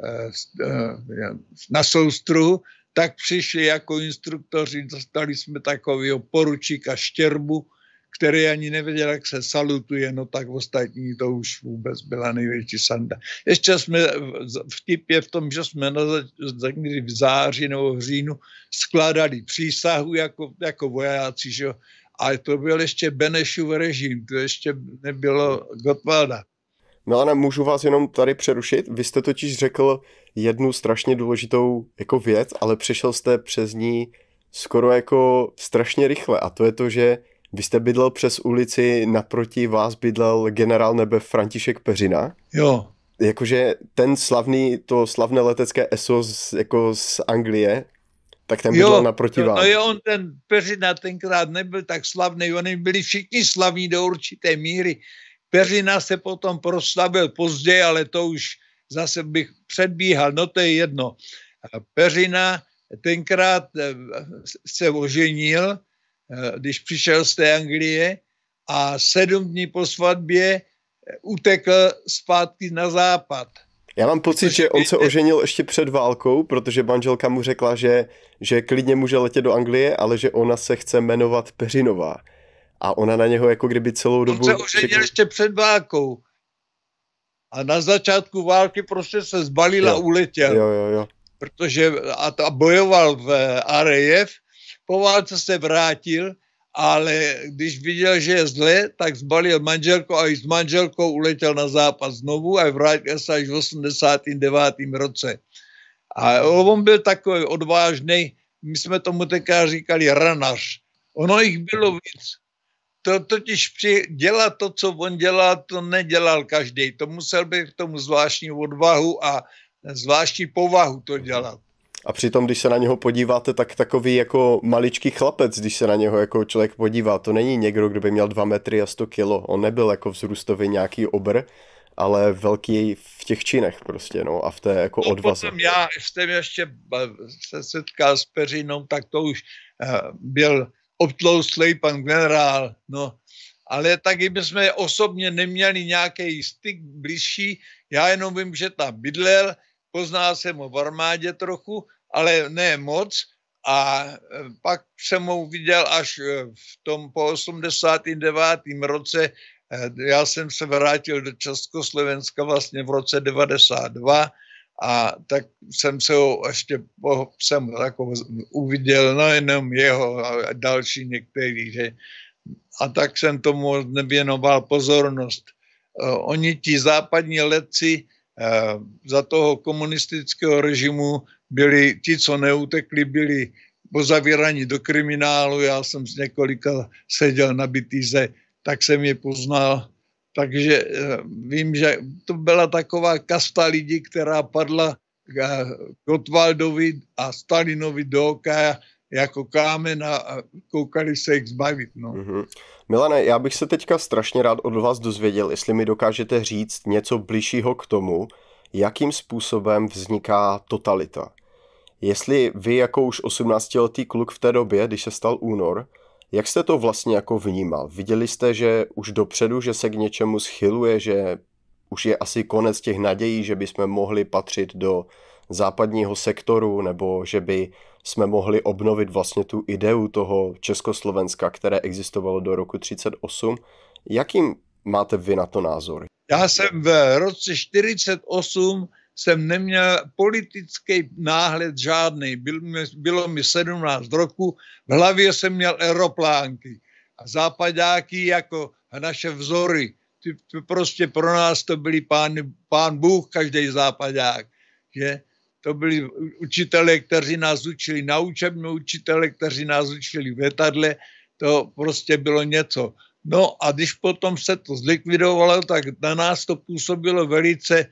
Speaker 2: na soustruhu, tak přišli jako instruktoři, dostali jsme takového poručíka Štěrbu, který ani nevěděl, jak se salutuje, no tak ostatní to už vůbec byla největší sanda. Ještě jsme vtip je v tom, že jsme někdy v září nebo v říjnu skládali přísahu jako vojáci, že jo. Ale to byl ještě Benešův režim, to ještě nebylo Gottwalda.
Speaker 1: Milane, můžu vás jenom tady přerušit? Vy jste totiž řekl jednu strašně důležitou jako věc, ale přešel jste přes ní skoro jako strašně rychle a to je to, že vy jste bydlel přes ulici, naproti vás bydlel generál nebe František Peřina.
Speaker 2: Jo.
Speaker 1: Jakože to slavné letecké ESO jako z Anglie, tak ten bydlel naproti vám.
Speaker 2: No jo, on ten Peřina tenkrát nebyl tak slavný, oni byli všichni slavní do určité míry. Peřina se potom proslavil později, ale to už zase bych předbíhal, no to je jedno. Peřina tenkrát se oženil, když přišel z té Anglie a 7 dní po svatbě utekl zpátky na západ.
Speaker 1: Já mám pocit, že on se oženil ještě před válkou, protože manželka mu řekla, že klidně může letět do Anglie, ale že ona se chce jmenovat Peřinová. A ona na něho jako kdyby celou dobu...
Speaker 2: On se oženil ještě před válkou. A na začátku války prostě se zbalil a uletěl.
Speaker 1: Jo.
Speaker 2: Protože a bojoval v RAF, po válce se vrátil, ale když viděl, že je zle, tak zbalil manželku a i s manželkou uletěl na západ znovu a vrátil se až v 89. roce. A on byl takový odvážný, my jsme tomu teďka říkali ranař. Ono jich bylo víc. To totiž dělat to, co on dělal, to nedělal každý. To musel být k tomu zvláštní odvahu a zvláštní povahu to dělat.
Speaker 1: A přitom, když se na něho podíváte, tak takový jako maličký chlapec, když se na něho jako člověk podívá, to není někdo, kdo by měl 2 metry a 100 kilo. On nebyl jako vzrůstový nějaký obr, ale velký v těch činech prostě, no, a v té jako odvaze.
Speaker 2: Potom já jsem ještě se setkal s Peřinou, tak to už byl obtloustlej pan generál, no. Ale taky bychom osobně neměli nějaký styk blížší. Já jenom vím, že tam bydlel, poznal jsem ho v armádě trochu, ale ne moc. A pak jsem ho viděl až v tom po 89. roce. Já jsem se vrátil do Československa vlastně v roce 92 a tak jsem se ho ještě uviděl, no jenom jeho a další některý, že? A tak jsem tomu nevěnoval pozornost. Oni ti západní letci za toho komunistického režimu byli, ti, co neutekli, byli pozavíraní do kriminálu. Já jsem s několika seděl na Bitýze, tak jsem je poznal. Takže vím, že to byla taková kasta lidí, která padla Gottwaldovi a Stalinovi do oka jako kámen a koukali se jich zbavit. No.
Speaker 1: Mm-hmm. Milane, já bych se teďka strašně rád od vás dozvěděl, jestli mi dokážete říct něco bližšího k tomu, jakým způsobem vzniká totalita. Jestli vy jako už 18letý kluk v té době, když se stal únor, jak jste to vlastně jako vnímal? Viděli jste, že už dopředu, že se k něčemu schyluje, že už je asi konec těch nadějí, že bychom mohli patřit do západního sektoru, nebo že by jsme mohli obnovit vlastně tu ideu toho Československa, které existovalo do roku 1938. Jakým máte vy na to názor?
Speaker 2: Já jsem v roce 1948 jsem neměl politický náhled žádný. Bylo mi 17 roku, v hlavě jsem měl aeroplánky a západáky jako naše vzory. Ty prostě pro nás to byli pán Bůh, každý západák. Že? To byli učitelé, kteří nás učili na učebnu, učitelé, kteří nás učili v letadle. To prostě bylo něco. No a když potom se to zlikvidovalo, tak na nás to působilo velice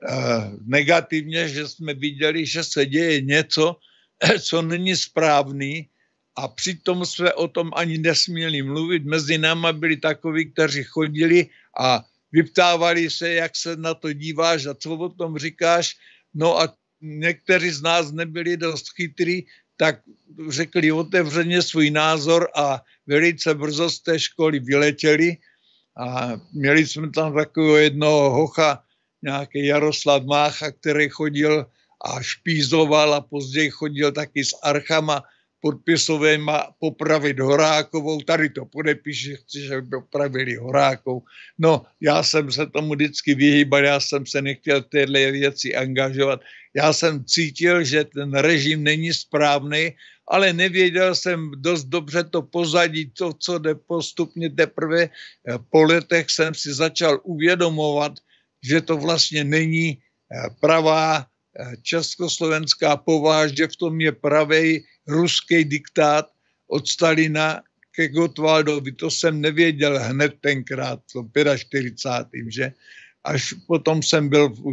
Speaker 2: negativně, že jsme viděli, že se děje něco, co není správný a přitom jsme o tom ani nesměli mluvit. Mezi náma byli takoví, kteří chodili a vyptávali se, jak se na to díváš a co o tom říkáš. No a někteří z nás nebyli dost chytrý, tak řekli otevřeně svůj názor a velice brzo z té školy vyletěli a měli jsme tam takového jednoho hocha, nějaký Jaroslav Mácha, který chodil a špízoval a později chodil taky s archama podpisovýma popravit Horákovou. Tady to podepíši, chci, že by opravili Horákovou. No, já jsem se tomu vždycky vyhýbal, já jsem se nechtěl v téhle věci angažovat. Já jsem cítil, že ten režim není správný, ale nevěděl jsem dost dobře to pozadí, to, co jde postupně teprve. Po letech jsem si začal uvědomovat, že to vlastně není pravá československá povaha, že v tom je pravý ruský diktát od Stalina ke Gottwaldovi. To jsem nevěděl hned tenkrát, to 45. že? Až potom jsem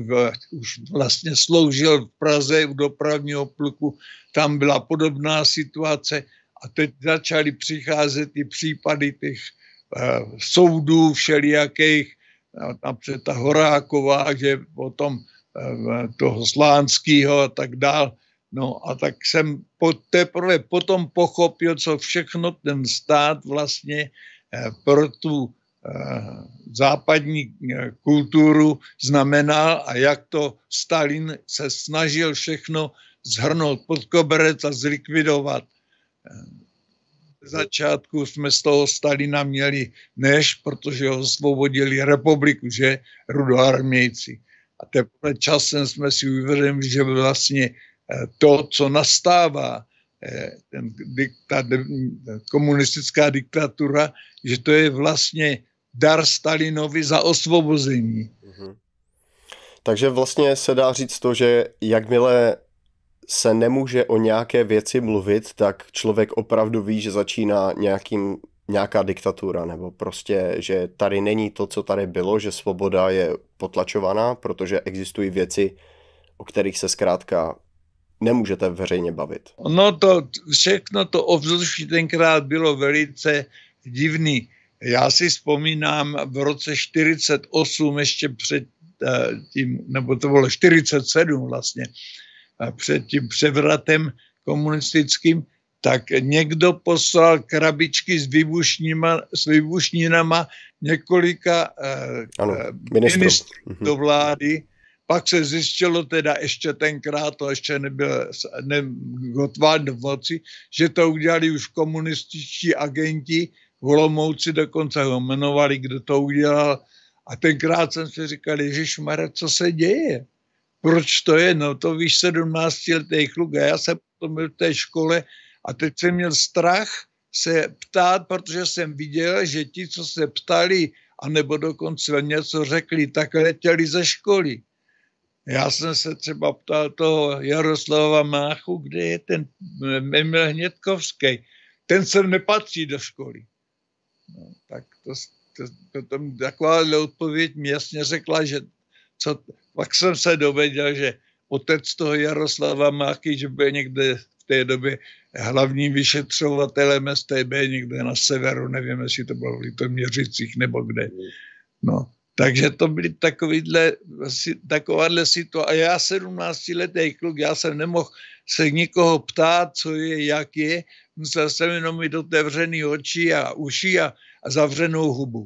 Speaker 2: už vlastně sloužil v Praze u dopravního pluku, tam byla podobná situace a teď začaly přicházet i případy těch soudů všelijakých, například ta Horáková, že potom toho Slánského a tak dál. No a tak jsem teprve potom pochopil, co všechno ten stát vlastně pro tu západní kulturu znamenal a jak to Stalin se snažil všechno zhrnout pod koberec a zlikvidovat. V začátku jsme z toho Stalina měli protože ho osvobodili republiku, že rudoarmějci. A teprve časem jsme si uvědomili, že vlastně to, co nastává, ta komunistická diktatura, že to je vlastně dar Stalinovi za osvobození.
Speaker 1: Mhm. Takže vlastně se dá říct to, že jakmile se nemůže o nějaké věci mluvit, tak člověk opravdu ví, že začíná nějaká diktatura, nebo prostě, že tady není to, co tady bylo, že svoboda je potlačovaná, protože existují věci, o kterých se zkrátka nemůžete veřejně bavit.
Speaker 2: No to všechno to ovzduší tenkrát bylo velice divný. Já si vzpomínám v roce 48 ještě před tím, nebo to bylo 47 vlastně, před tím převratem komunistickým, tak někdo poslal krabičky s výbušninama několika ministrů do vlády. Pak se zjistilo teda ještě tenkrát, to ještě nebyl Gottwald v moci, že to udělali už komunističtí agenti, v Olomouci dokonce ho jmenovali, kdo to udělal. A tenkrát jsem si říkal, ježišmarja, co se děje? Proč to je? No to víš, 17letý kluk a já jsem potom byl v té škole a teď jsem měl strach se ptát, protože jsem viděl, že ti, co se ptali, anebo dokonce něco řekli, tak letěli ze školy. Já jsem se třeba ptal toho Jaroslava Máchu, kde je ten Emil Hnědkovský. Ten sem nepatří do školy. No, tak to taková odpověď mi jasně řekla, že pak jsem se dověděl, že otec toho Jaroslava Máchy, že byl někde v té době hlavním vyšetřovatelem StB někde na severu, nevím, jestli to bylo v Litoměřicích nebo kde. No, takže to byly takováhle situace. A já 17letý kluk, já jsem nemohl se nikoho ptát, co je, jak je. Musel jsem jenom mít otevřený oči a uši a zavřenou hubu.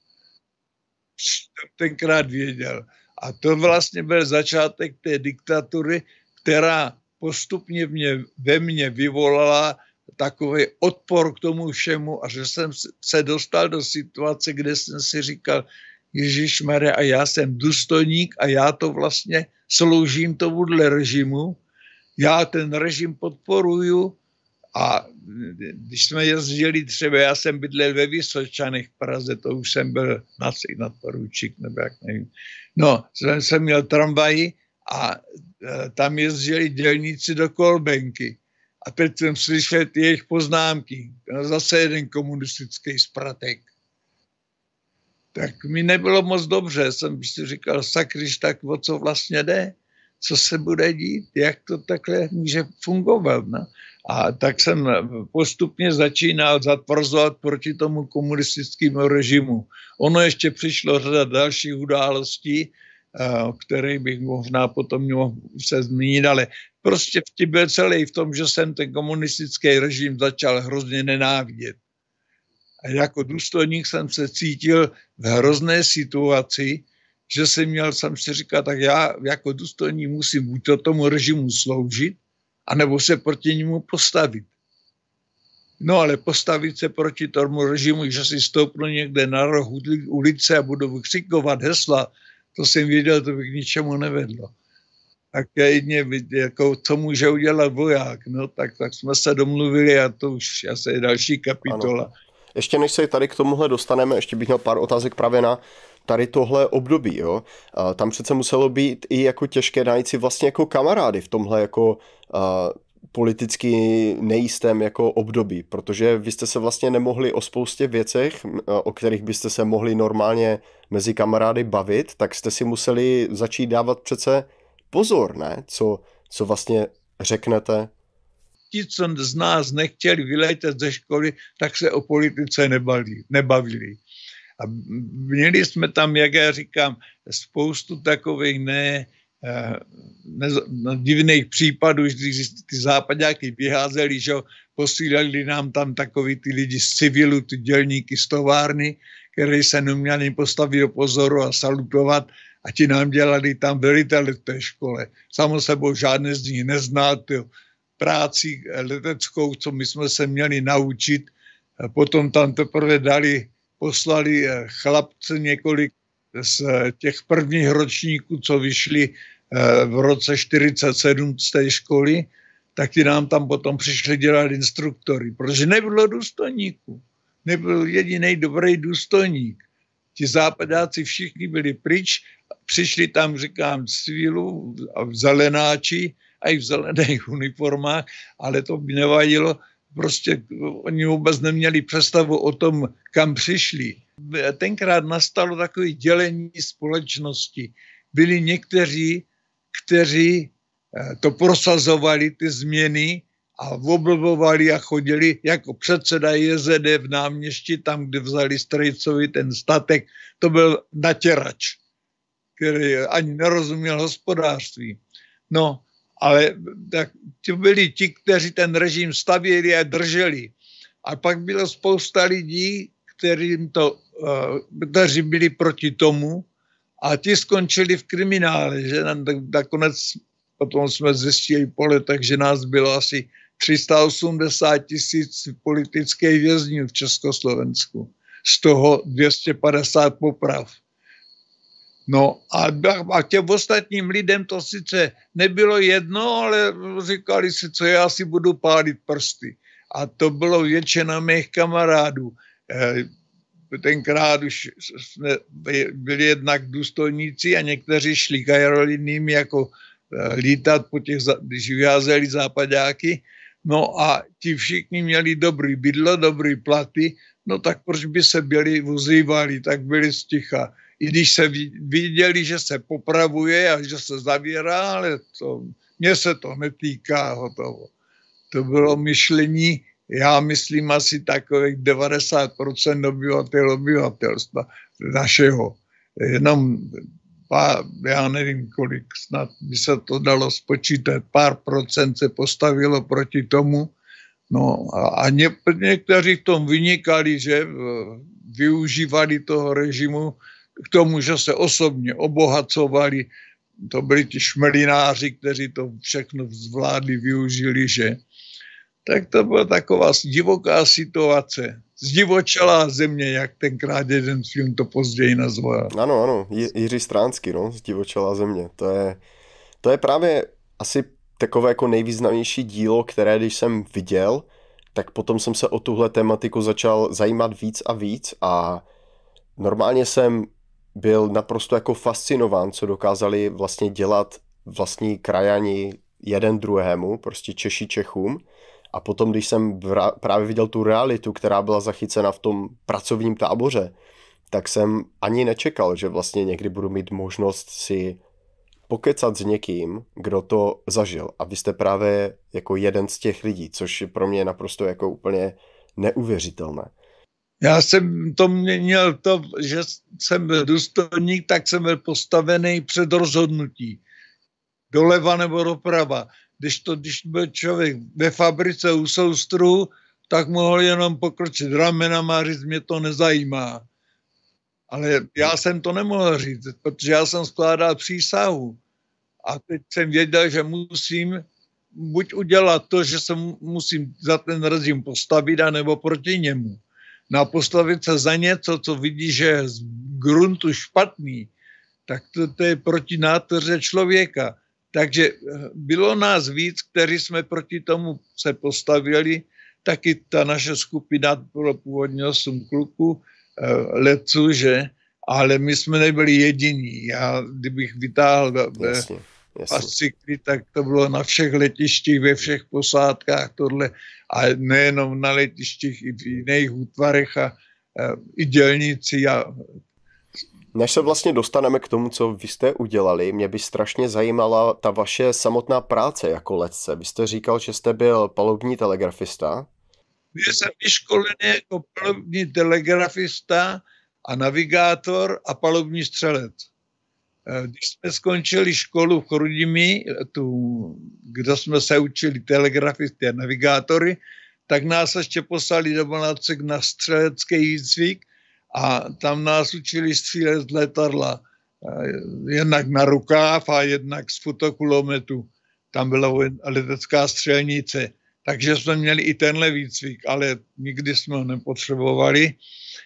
Speaker 2: Tenkrát věděl. A to vlastně byl začátek té diktatury, která postupně ve mně vyvolala takový odpor k tomu všemu a že jsem se dostal do situace, kde jsem si říkal, Ježišmarja, a já jsem důstojník a já to vlastně sloužím tomuhle režimu. Já ten režim podporuju a když jsme jezdili třeba, já jsem bydlel ve Vysočanech v Praze, to už jsem byl nadporučík, nebo jak nevím. No, jsem měl tramvaji a tam jezdili dělníci do Kolbenky. A teď jsem slyšel ty jejich poznámky. Zase jeden komunistický spratek. Tak mi nebylo moc dobře. Jsem si říkal, sakryš, tak o co vlastně jde? Co se bude dít? Jak to takhle může fungovat? No? A tak jsem postupně začínal zatvrzovat proti tomu komunistickému režimu. Ono ještě přišlo řada dalších událostí, o kterých bych možná potom mohl se zmínit, ale prostě vtip byl celý v tom, že jsem ten komunistický režim začal hrozně nenávidět. A jako důstojník jsem se cítil v hrozné situaci, že jsem si říkal, tak já jako důstojník musím buď to tomu režimu sloužit, anebo se proti němu postavit. No ale postavit se proti tomu režimu, že si stoupnu někde na rohu ulice a budu vykřikovat hesla, to jsem věděl, to by k ničemu nevedlo. Tak jedně, jako, co může udělat voják, no, tak jsme se domluvili a to už asi je další kapitola.
Speaker 1: Ano. Ještě než se tady k tomuhle dostaneme, ještě bych měl pár otázek právě na tady tohle období, jo. Tam přece muselo být i jako těžké najít si vlastně jako kamarády v tomhle jako politicky nejistém jako období, protože vy jste se vlastně nemohli o spoustě věcech, o kterých byste se mohli normálně mezi kamarády bavit, tak jste si museli začít dávat přece pozor, ne? Co vlastně řeknete?
Speaker 2: Ti, co z nás nechtěli vyletět ze školy, tak se o politice nebavili. A měli jsme tam, jak já říkám, spoustu takových divných případů, že ty západáky vyházeli, že posílali nám tam takový ty lidi z civilu, ty dělníky z továrny, který se neměli postavit do pozoru a salutovat a ti nám dělali tam velitele v té škole. Samo sebou žádné z nich neznal práci leteckou, co my jsme se měli naučit. Potom tam teprve poslali chlapce několik z těch prvních ročníků, co vyšli v roce 1947 z té školy, tak ti nám tam potom přišli dělat instruktory, protože nebylo důstojníků. Nebyl jediný dobrý důstojník. Ti západáci všichni byli pryč, přišli tam, říkám, civilu a v zelenáči a i v zelených uniformách, ale to by nevadilo, prostě oni vůbec neměli představu o tom, kam přišli. Tenkrát nastalo takové dělení společnosti. Byli někteří, kteří to prosazovali, ty změny, a oblbovali a chodili jako předseda JZD v náměstí, tam, kde vzali Strejcovi ten statek. To byl natěrač, který ani nerozuměl hospodářství. No, ale tak to byli ti, kteří ten režim stavěli a drželi. A pak bylo spousta lidí, kteří byli proti tomu a ti skončili v kriminále, že nakonec potom jsme zjistili po letech, že nás bylo asi 380 000 politických vězňů v Československu. Z toho 250 poprav. No a těm ostatním lidem to sice nebylo jedno, ale říkali si, co já si budu pálit prsty. A to bylo většina mých kamarádů. Tenkrát už jsme byli jednak důstojníci a někteří šli aerolinijím jako lítat po těch, když vyházeli západáky. No a ti všichni měli dobrý bydlo, dobrý platy, no tak proč by se byli ozývali, tak byli sticha. I když se viděli, že se popravuje a že se zavírá, ale mně se to netýká, hotovo. To bylo myšlení, já myslím asi takových 90% obyvatelstva našeho. Jenom já nevím kolik, snad by se to dalo spočítat, pár procent se postavilo proti tomu. No a někteří v tom vynikali, že využívali toho režimu k tomu, že se osobně obohacovali. To byli ti šmelináři, kteří to všechno zvládli, využili, že. Tak to byla taková divoká situace. Zdivočelá země, jak tenkrát jeden film to později nazval.
Speaker 1: Ano, Jiří Stránský, no, Zdivočelá země. To je právě asi takové jako nejvýznamnější dílo, které když jsem viděl, tak potom jsem se o tuhle tematiku začal zajímat víc a víc a normálně jsem byl naprosto jako fascinován, co dokázali vlastně dělat vlastní krajani jeden druhému, prostě Češi Čechům. A potom, když jsem právě viděl tu realitu, která byla zachycena v tom pracovním táboře, tak jsem ani nečekal, že vlastně někdy budu mít možnost si pokecat s někým, kdo to zažil. A vy jste právě jako jeden z těch lidí, což je pro mě naprosto jako úplně neuvěřitelné.
Speaker 2: Já jsem to měl to, že jsem byl důstojník, tak jsem byl postavený před rozhodnutí. Doleva nebo doprava. Když byl člověk ve fabrice u soustru, tak mohl jenom pokročit ramenama a říct, mě to nezajímá. Ale já jsem to nemohl říct, protože já jsem skládal přísahu. A teď jsem věděl, že musím buď udělat to, že se musím za ten režim postavit, anebo proti němu. No a postavit se za něco, co vidí, že je z gruntu špatný, tak to je proti nátoře člověka. Takže bylo nás víc, kteří jsme proti tomu se postavili. Taky ta naše skupina bylo původně 8 kluků, letců, že? Ale my jsme nebyli jediní. Já, kdybych vytáhl fascikly, tak to bylo na všech letištích, ve všech posádkách tohle. A nejenom na letištích, i v jiných útvarech a i dělníci.
Speaker 1: Než se vlastně dostaneme k tomu, co vy jste udělali, mě by strašně zajímala ta vaše samotná práce jako letce. Vy jste říkal, že jste byl palubní telegrafista.
Speaker 2: Já jsem vyškolený jako palubní telegrafista a navigátor a palubní střelec. Když jsme skončili školu v Chrudimi, kde jsme se učili telegrafisty a navigátory, tak nás ještě poslali do Malancek na střelecký výcvik a tam nás učili střílet z letadla. Jednak na rukáv a jednak z fotokulometu. Tam byla letecká střelnice. Takže jsme měli i tenhle výcvik, ale nikdy jsme ho nepotřebovali.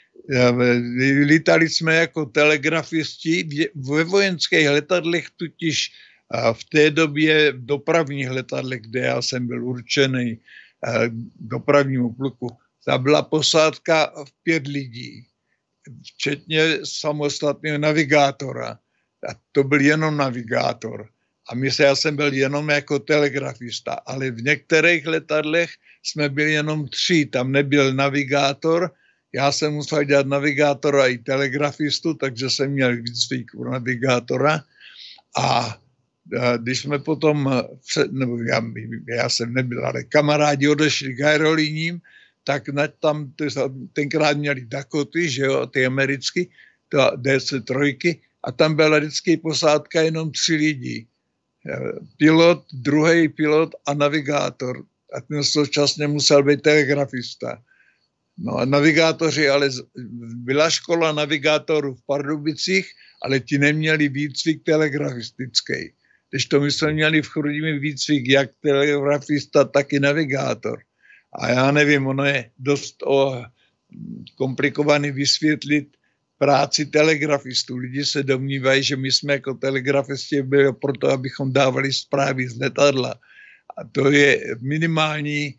Speaker 2: Lítali jsme jako telegrafisti ve vojenských letadlech, totiž v té době v dopravních letadlech, kde já jsem byl určený dopravnímu pluku. Ta byla posádka v 5 lidí, včetně samostatného navigátora. A to byl jenom navigátor. A já jsem byl jenom jako telegrafista, ale v některých letadlech jsme byli jenom 3, tam nebyl navigátor. Já jsem musel dělat navigátora i telegrafistu, takže jsem měl výcvik pro navigátora. A když jsme potom, nebo já jsem nebyl, ale kamarádi odešli k aerolinijím, tak tam tenkrát měli Dakoty, že jo, ty americky, to DC-3, a tam byla vždycky posádka jenom 3 lidi. Pilot, druhý pilot a navigátor. A ten současně musel být telegrafista. No a navigátoři, ale byla škola navigátorů v Pardubicích, ale ti neměli výcvik telegrafistický. Když to my jsme měli v Chrudimi výcvik jak telegrafista, tak i navigátor. A já nevím, ono je dost komplikovaný vysvětlit práci telegrafistů. Lidi se domnívají, že my jsme jako telegrafisti byli proto, abychom dávali zprávy z letadla. A to je minimální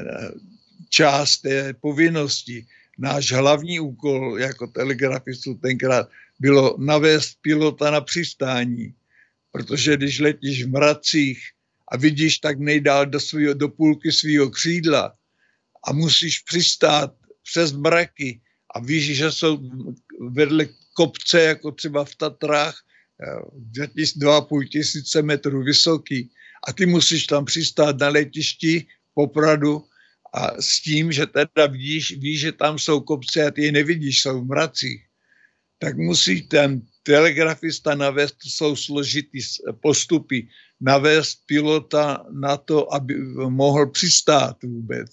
Speaker 2: část té povinnosti. Náš hlavní úkol jako telegrafistů tenkrát bylo navést pilota na přistání. Protože když letíš v mracích a vidíš tak nejdál do půlky svého křídla a musíš přistát přes mraky a víš, že jsou vedle kopce, jako třeba v Tatrách, 2,5 tisíce metrů vysoký, a ty musíš tam přistát na letišti Popradu a s tím, že teda víš, že tam jsou kopce a ty je nevidíš, jsou v mracích, tak musí ten telegrafista navést, to jsou složitý postupy, navést pilota na to, aby mohl přistát vůbec.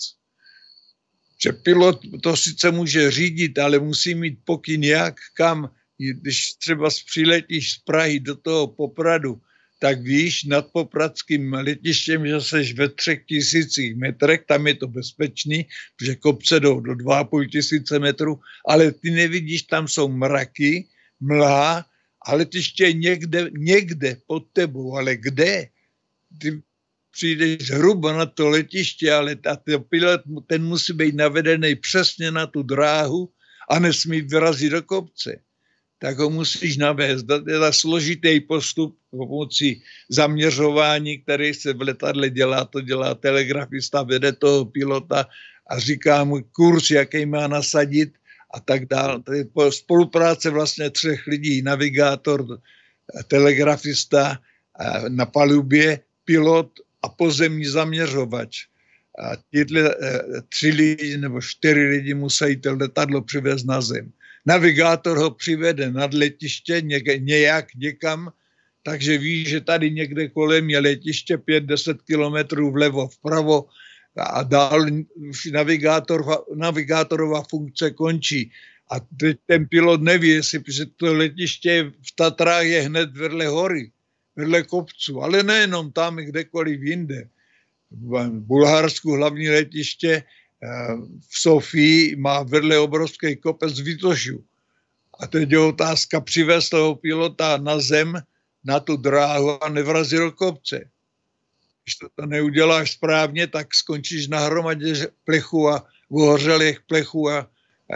Speaker 2: Že pilot to sice může řídit, ale musí mít pokyn jak, kam. Když třeba přiletíš z Prahy do toho Popradu, tak víš nad popradským letištěm, že seš ve 3000 metrech, tam je to bezpečný, protože kopce jdou do 2500 metrů, ale ty nevidíš, tam jsou mraky, mlha a letiště někde pod tebou, ale kde? Ty přijdeš hrubo na to letiště, ale ten pilot, ten musí být navedený přesně na tu dráhu a nesmí vyrazit do kopce. Tak ho musíš navést. To je složitý postup pomocí zaměřování, který se v letadle dělá, to dělá telegrafista, vede toho pilota a říká mu kurz, jaký má nasadit a tak dále. To je spolupráce vlastně 3 lidí, navigátor, telegrafista na palubě, pilot a pozemní zaměřovač. A tyhle 3 lidi nebo 4 lidi musí to letadlo přivést na zem. Navigátor ho přivede nad letiště nějak někam, takže ví, že tady někde kolem je letiště 5-10 kilometrů vlevo, vpravo a dál už navigátorová funkce končí. A teď ten pilot neví, jestli to letiště v Tatrách je hned vedle hory, vedle kopců, ale nejenom tam, kdekoliv jinde. V Bulharsku hlavní letiště v Sofii má vedle obrovský kopec Vitošu. A teď je otázka přivést toho pilota na zem, na tu dráhu a nevrazit do kopce. Když to neuděláš správně, tak skončíš na hromadě plechu a uhořelých plechů a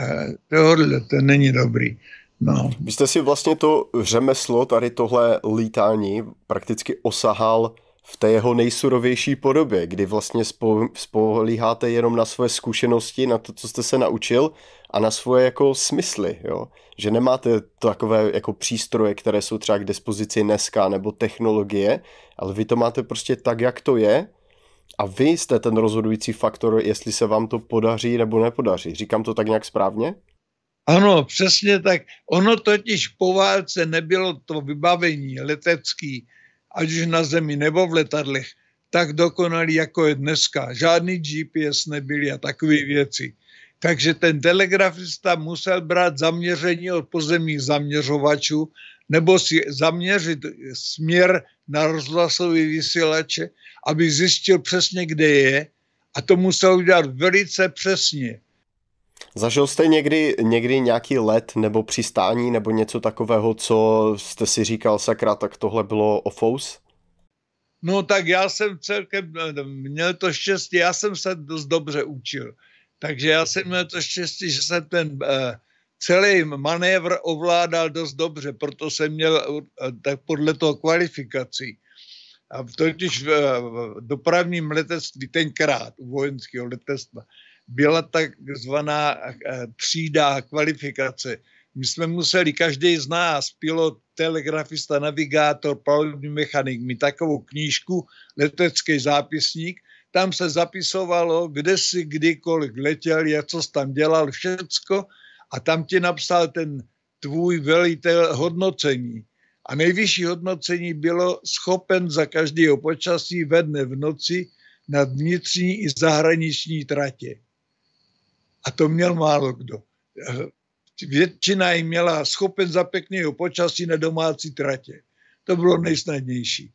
Speaker 2: to není dobrý. No.
Speaker 1: Vy jste si vlastně to řemeslo, tady tohle lítání, prakticky osahal v té jeho nejsurovější podobě, kdy vlastně spoléháte jenom na svoje zkušenosti, na to, co jste se naučil a na svoje jako smysly, jo? Že nemáte takové jako přístroje, které jsou třeba k dispozici dneska nebo technologie, ale vy to máte prostě tak, jak to je a vy jste ten rozhodující faktor, jestli se vám to podaří nebo nepodaří. Říkám to tak nějak správně?
Speaker 2: Ano, přesně tak. Ono totiž po válce nebylo to vybavení letecký, ať už na zemi nebo v letadlech, tak dokonalý, jako je dneska. Žádný GPS nebyly a takové věci. Takže ten telegrafista musel brát zaměření od pozemních zaměřovačů nebo si zaměřit směr na rozhlasové vysílače, aby zjistil přesně, kde je, a to musel udělat velice přesně.
Speaker 1: Zažil jste někdy nějaký let nebo přistání nebo něco takového, co jste si říkal, sakra, tak tohle bylo ofous?
Speaker 2: No tak já jsem celkem měl to štěstí, já jsem se dost dobře učil. Takže já jsem měl to štěstí, že jsem ten celý manévr ovládal dost dobře, proto jsem měl tak podle toho kvalifikací. A totiž v dopravním letectví tenkrát u vojenského letectva byla takzvaná třída kvalifikace. My jsme museli, každý z nás, pilot, telegrafista, navigátor, palubní mechanik, mít takovou knížku, letecký zápisník. Tam se zapisovalo, kde si kdykoliv letěl, co jsi tam dělal, všecko. A tam ti napsal ten tvůj velitel hodnocení. A nejvyšší hodnocení bylo schopen za každého počasí ve dne v noci nad vnitřní i zahraniční tratě. A to měl málo kdo. Většina jim měla schopen za pěkného počasí na domácí tratě. To bylo nejsnadnější.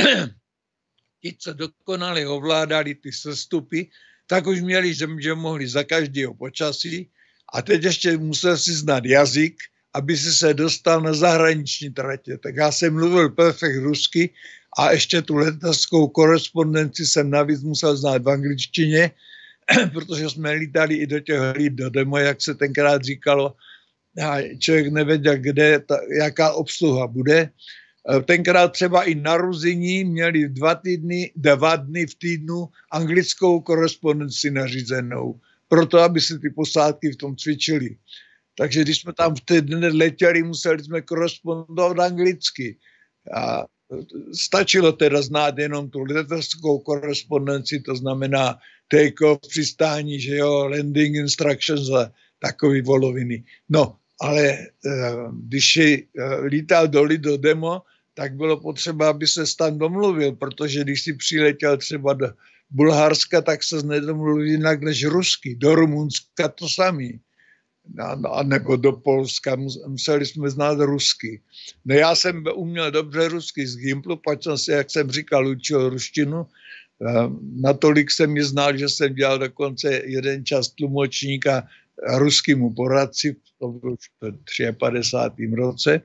Speaker 2: Ti, co dokonale ovládali ty sestupy, tak už měli, že mohli za každého počasí a teď ještě musel si znát jazyk aby si se dostal na zahraniční tratě. Tak já jsem mluvil perfekt rusky a ještě tu leteckou korespondenci jsem navíc musel znát v angličtině, protože jsme lítali i do těch hlíd do demo, jak se tenkrát říkalo. A člověk nevěděl, jaká obsluha bude. Tenkrát třeba i na Ruziní měli 2 dny v týdnu anglickou korespondenci nařízenou, proto aby se ty posádky v tom cvičili. Takže když jsme tam v té dne letěli, museli jsme korespondovat anglicky. A stačilo teda znát jenom tu leteckou korespondenci, to znamená take-off, přistání, že jo, landing instructions a takový voloviny. No, ale když lítal do demo, tak bylo potřeba, aby se tam domluvil, protože když si přiletěl třeba do Bulharska, tak se nedomluvil jinak než rusky, do Rumunska to samý. A nebo do Polska, museli jsme znát rusky. No já jsem uměl dobře rusky z Gimplu, pak jsem si, jak jsem říkal, učil ruštinu. Natolik jsem ji znal, že jsem dělal dokonce jeden čas tlumočníka ruskému poradci, to bylo v 53. roce.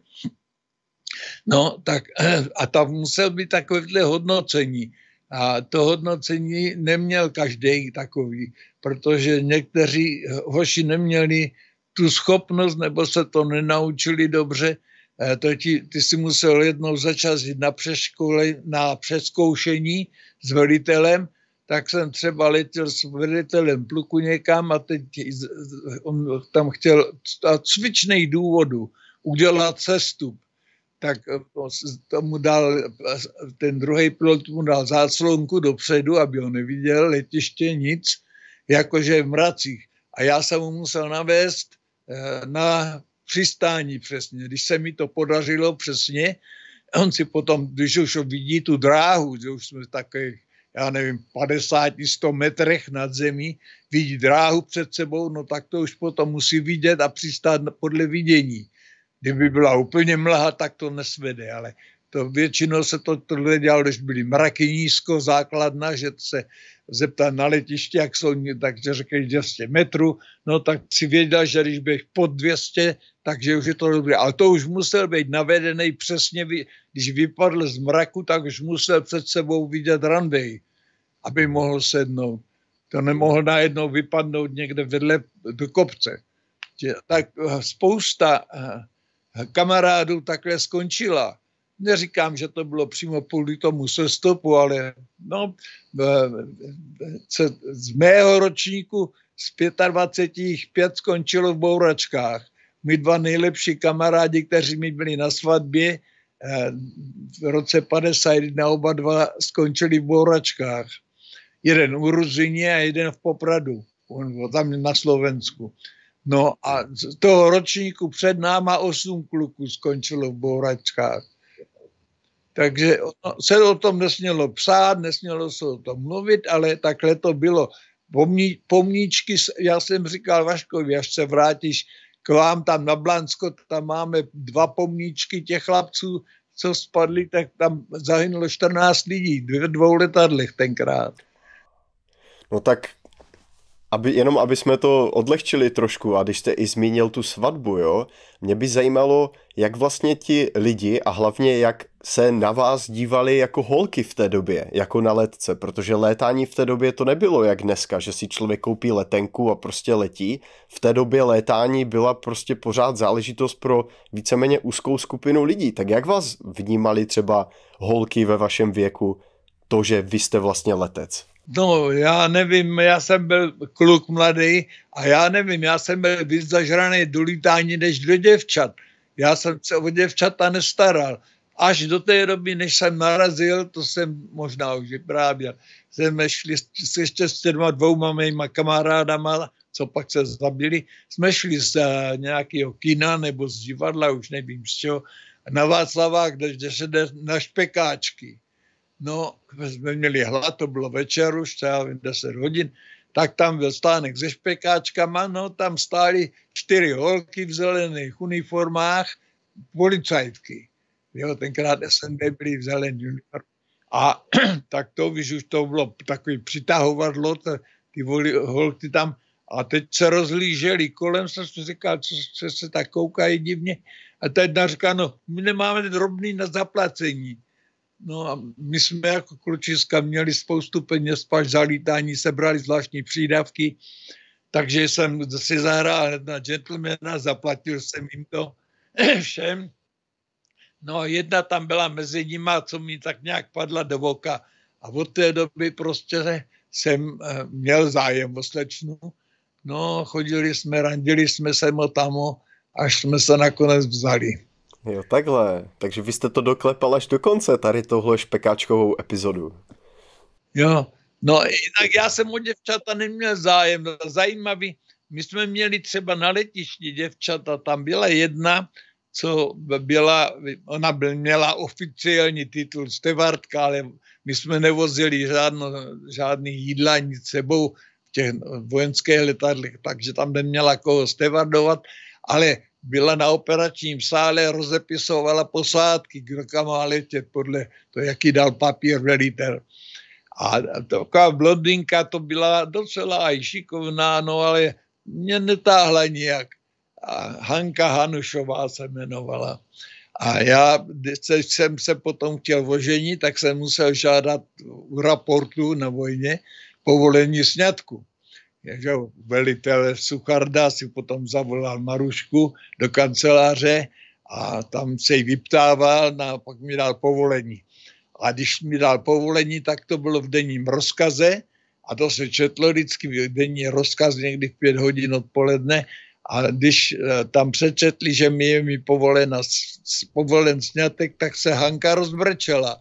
Speaker 2: No, tak a tam musel být takovéhle hodnocení. A to hodnocení neměl každý takový, protože někteří hoši neměli tu schopnost, nebo se to nenaučili dobře. Ty si musel jednou začas jít na přezkoušení s velitelem, tak jsem třeba letěl s velitelem pluku někam a teď on tam chtěl cvičných důvodů udělat cestu. Tak tomu dal, ten druhý pilot mu dal záclonku dopředu, aby ho neviděl, letiště, nic, jakože v mracích. A já jsem mu musel navést na přistání přesně. Když se mi to podařilo přesně, on si potom, když už vidí tu dráhu, že už jsme takových, já nevím, 50-100 metrech nad zemí, vidí dráhu před sebou, no tak to už potom musí vidět a přistát podle vidění. Kdyby byla úplně mlha, tak to nesvede, ale to většinou se tohle dělalo, když byly mraky nízko, základna, že se zeptal na letiště, jak jsou, takže řekli 200 metrů, no tak si věděl, že když bych pod 200, takže už je to dobré. Ale to už musel být navedený přesně, když vypadl z mraku, tak už musel před sebou vidět runway, aby mohl sednout. To nemohl najednou vypadnout někde vedle do kopce. Tak spousta kamarádů takhle skončila. Neříkám, že to bylo přímo kvůli tomu sestupu, ale no, z mého ročníku z 25 5 skončilo v bouračkách. My 2 nejlepší kamarádi, kteří mi byli na svatbě, v roce 51 oba 2 skončili v bouračkách. Jeden u Ruzině a jeden v Popradu, tam na Slovensku. No a z toho ročníku před náma 8 kluků skončilo v bouračkách. Takže se o tom nesmělo psát, nesmělo se o tom mluvit, ale takhle to bylo. Pomníčky, já jsem říkal Vaškovi, až se vrátíš k vám tam na Blansko, tam máme 2 pomníčky těch chlapců, co spadli, tak tam zahynulo 14 lidí, 2 letadlech tenkrát.
Speaker 1: No tak, aby jsme to odlehčili trošku, a když jste i zmínil tu svatbu, jo, mě by zajímalo, jak vlastně ti lidi a hlavně jak se na vás dívali jako holky v té době, jako na letce, protože létání v té době to nebylo jak dneska, že si člověk koupí letenku a prostě letí. V té době létání byla prostě pořád záležitost pro víceméně úzkou skupinu lidí. Tak jak vás vnímali třeba holky ve vašem věku, to, že vy jste vlastně letec?
Speaker 2: No, já nevím, já jsem byl kluk mladý a já nevím, já jsem byl víc zažraný do lítání než do děvčat. Já jsem se o děvčata nestaral. Až do té doby, než jsem narazil, to jsem možná už vyprávěl, jsme šli ještě s 2 mýma kamarádama, co pak se zabili, jsme šli z nějakého kina nebo z divadla, už nevím z čeho, na Václavách, kde se jde na špekáčky. No, jsme měli hlad, to bylo večer už, třeba 10 hodin, tak tam byl stánek se špekáčkama, no tam stály 4 holky v zelených uniformách, policajtky. Jo, tenkrát SND byly v zelený uniform. A tak to, víš, už to bylo takový přitahovadlo, ty holky tam, A teď se rozlíželi kolem, jsem si říkal, co se tak koukají divně. A ta jedna říká, no, my nemáme drobný na zaplacení. No a my jsme jako klučiska měli spoustu peněz, pač za lítání, sebrali zvláštní přídavky, takže jsem si zahrál na gentlemana, zaplatil jsem jim to všem. No a jedna tam byla mezi nima, co mi tak nějak padla do voka. A od té doby prostě jsem měl zájem o slečnu. No, chodili jsme, randili jsme se tamo, až jsme se nakonec vzali.
Speaker 1: Jo, takhle. Takže vy jste to doklepal až do konce, tady tohle špekáčkovou epizodu.
Speaker 2: Jo, no jinak já jsem o děvčata neměl zájem. Zajímavý, my jsme měli třeba na letišti děvčata, tam byla jedna, co byla, ona měla oficiální titul stevardka, ale my jsme nevozili žádný jídla, nic sebou v těch vojenských letadlech, takže tam neměla koho stevardovat, ale byla na operačním sále, rozepisovala posádky, kdo kam má letět podle toho, jaký dal papír velitel. A taková blondinka to byla docela i šikovná, no ale mě netáhla nijak. A Hanka Hanušová se jmenovala. A já, když jsem se potom chtěl oženit, tak jsem musel žádat u raportu na vojně povolení sňatku. Takže velitel Sucharda si potom zavolal Marušku do kanceláře a tam se jí vyptával, a pak mi dal povolení. A když mi dal povolení, tak to bylo v denním rozkaze a to se četlo vždycky v denní rozkaz někdy v 5 hodin odpoledne. A když tam přečetli, že mi je povolen sňatek, tak se Hanka rozbrčela.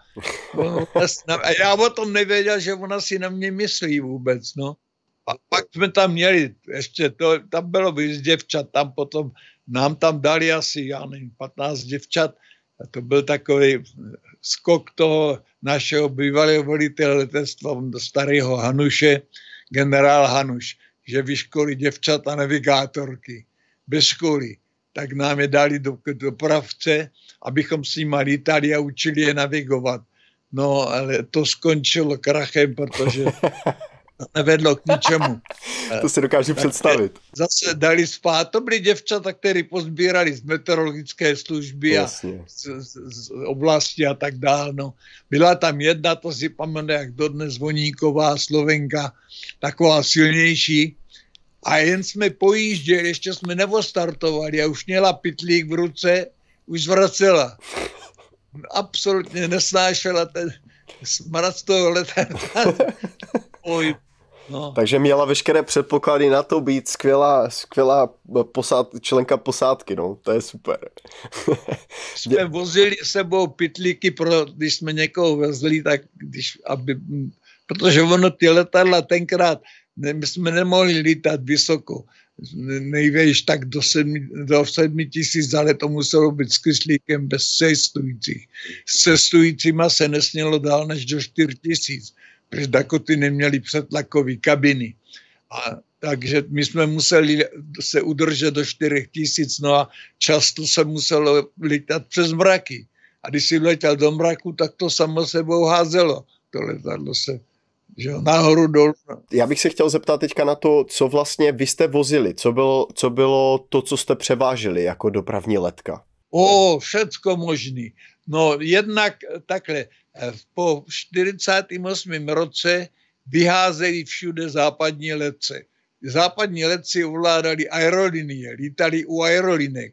Speaker 2: A já o tom nevěděl, že ona si na mě myslí vůbec, no. A pak jsme tam měli, ještě to, tam bylo víc děvčat, tam potom nám tam dali asi, já nevím, 15 děvčat. A to byl takový skok toho našeho bývalého velitele letectva, starého Hanuše, generál Hanuš, že vyškolí děvčata navigátorky bez školy. Tak nám je dali do dopravce, abychom s nimi lítali a učili je navigovat. No, ale to skončilo krachem, protože to nevedlo k ničemu.
Speaker 1: To si dokážu představit.
Speaker 2: Zase dali spát. To byly děvčata, které pozbírali z meteorologické služby a z oblasti a tak dále. No. Byla tam jedna, to si pamatuju, jak dodnes Voníková, Slovenka, taková silnější. A jen jsme pojížděli, ještě jsme nevostartovali a už měla pytlík v ruce, už zvracela. Absolutně nesnášela ten smrad z toho letadla. No.
Speaker 1: Takže měla veškeré předpoklady na to být skvělá členka posádky, no, to je super.
Speaker 2: Jsme vozili sebou pytlíky, když jsme někoho vezli, tak protože ono ty letadla tenkrát, my jsme nemohli lítat vysoko, nejvíš tak do 7 000, ale to muselo být s kyslíkem bez cestujících. S cestujícíma se nesmělo dál než do 4 000. Protože Dakoty neměly přetlakové kabiny. A takže my jsme museli se udržet do 4 000, no a často se muselo lítat přes mraky. A když si letěl do mraku, tak to samo sebou házelo. To letadlo se, že nahoru dolů.
Speaker 1: Já bych se chtěl zeptat teďka na to, co vlastně vy jste vozili. Co bylo to, co jste převáželi jako dopravní letka?
Speaker 2: Všecko možný. No jednak takhle, po 48. roce vyházeli všude západní letce. Západní letci ovládali aerolinie, lítali u aerolinek.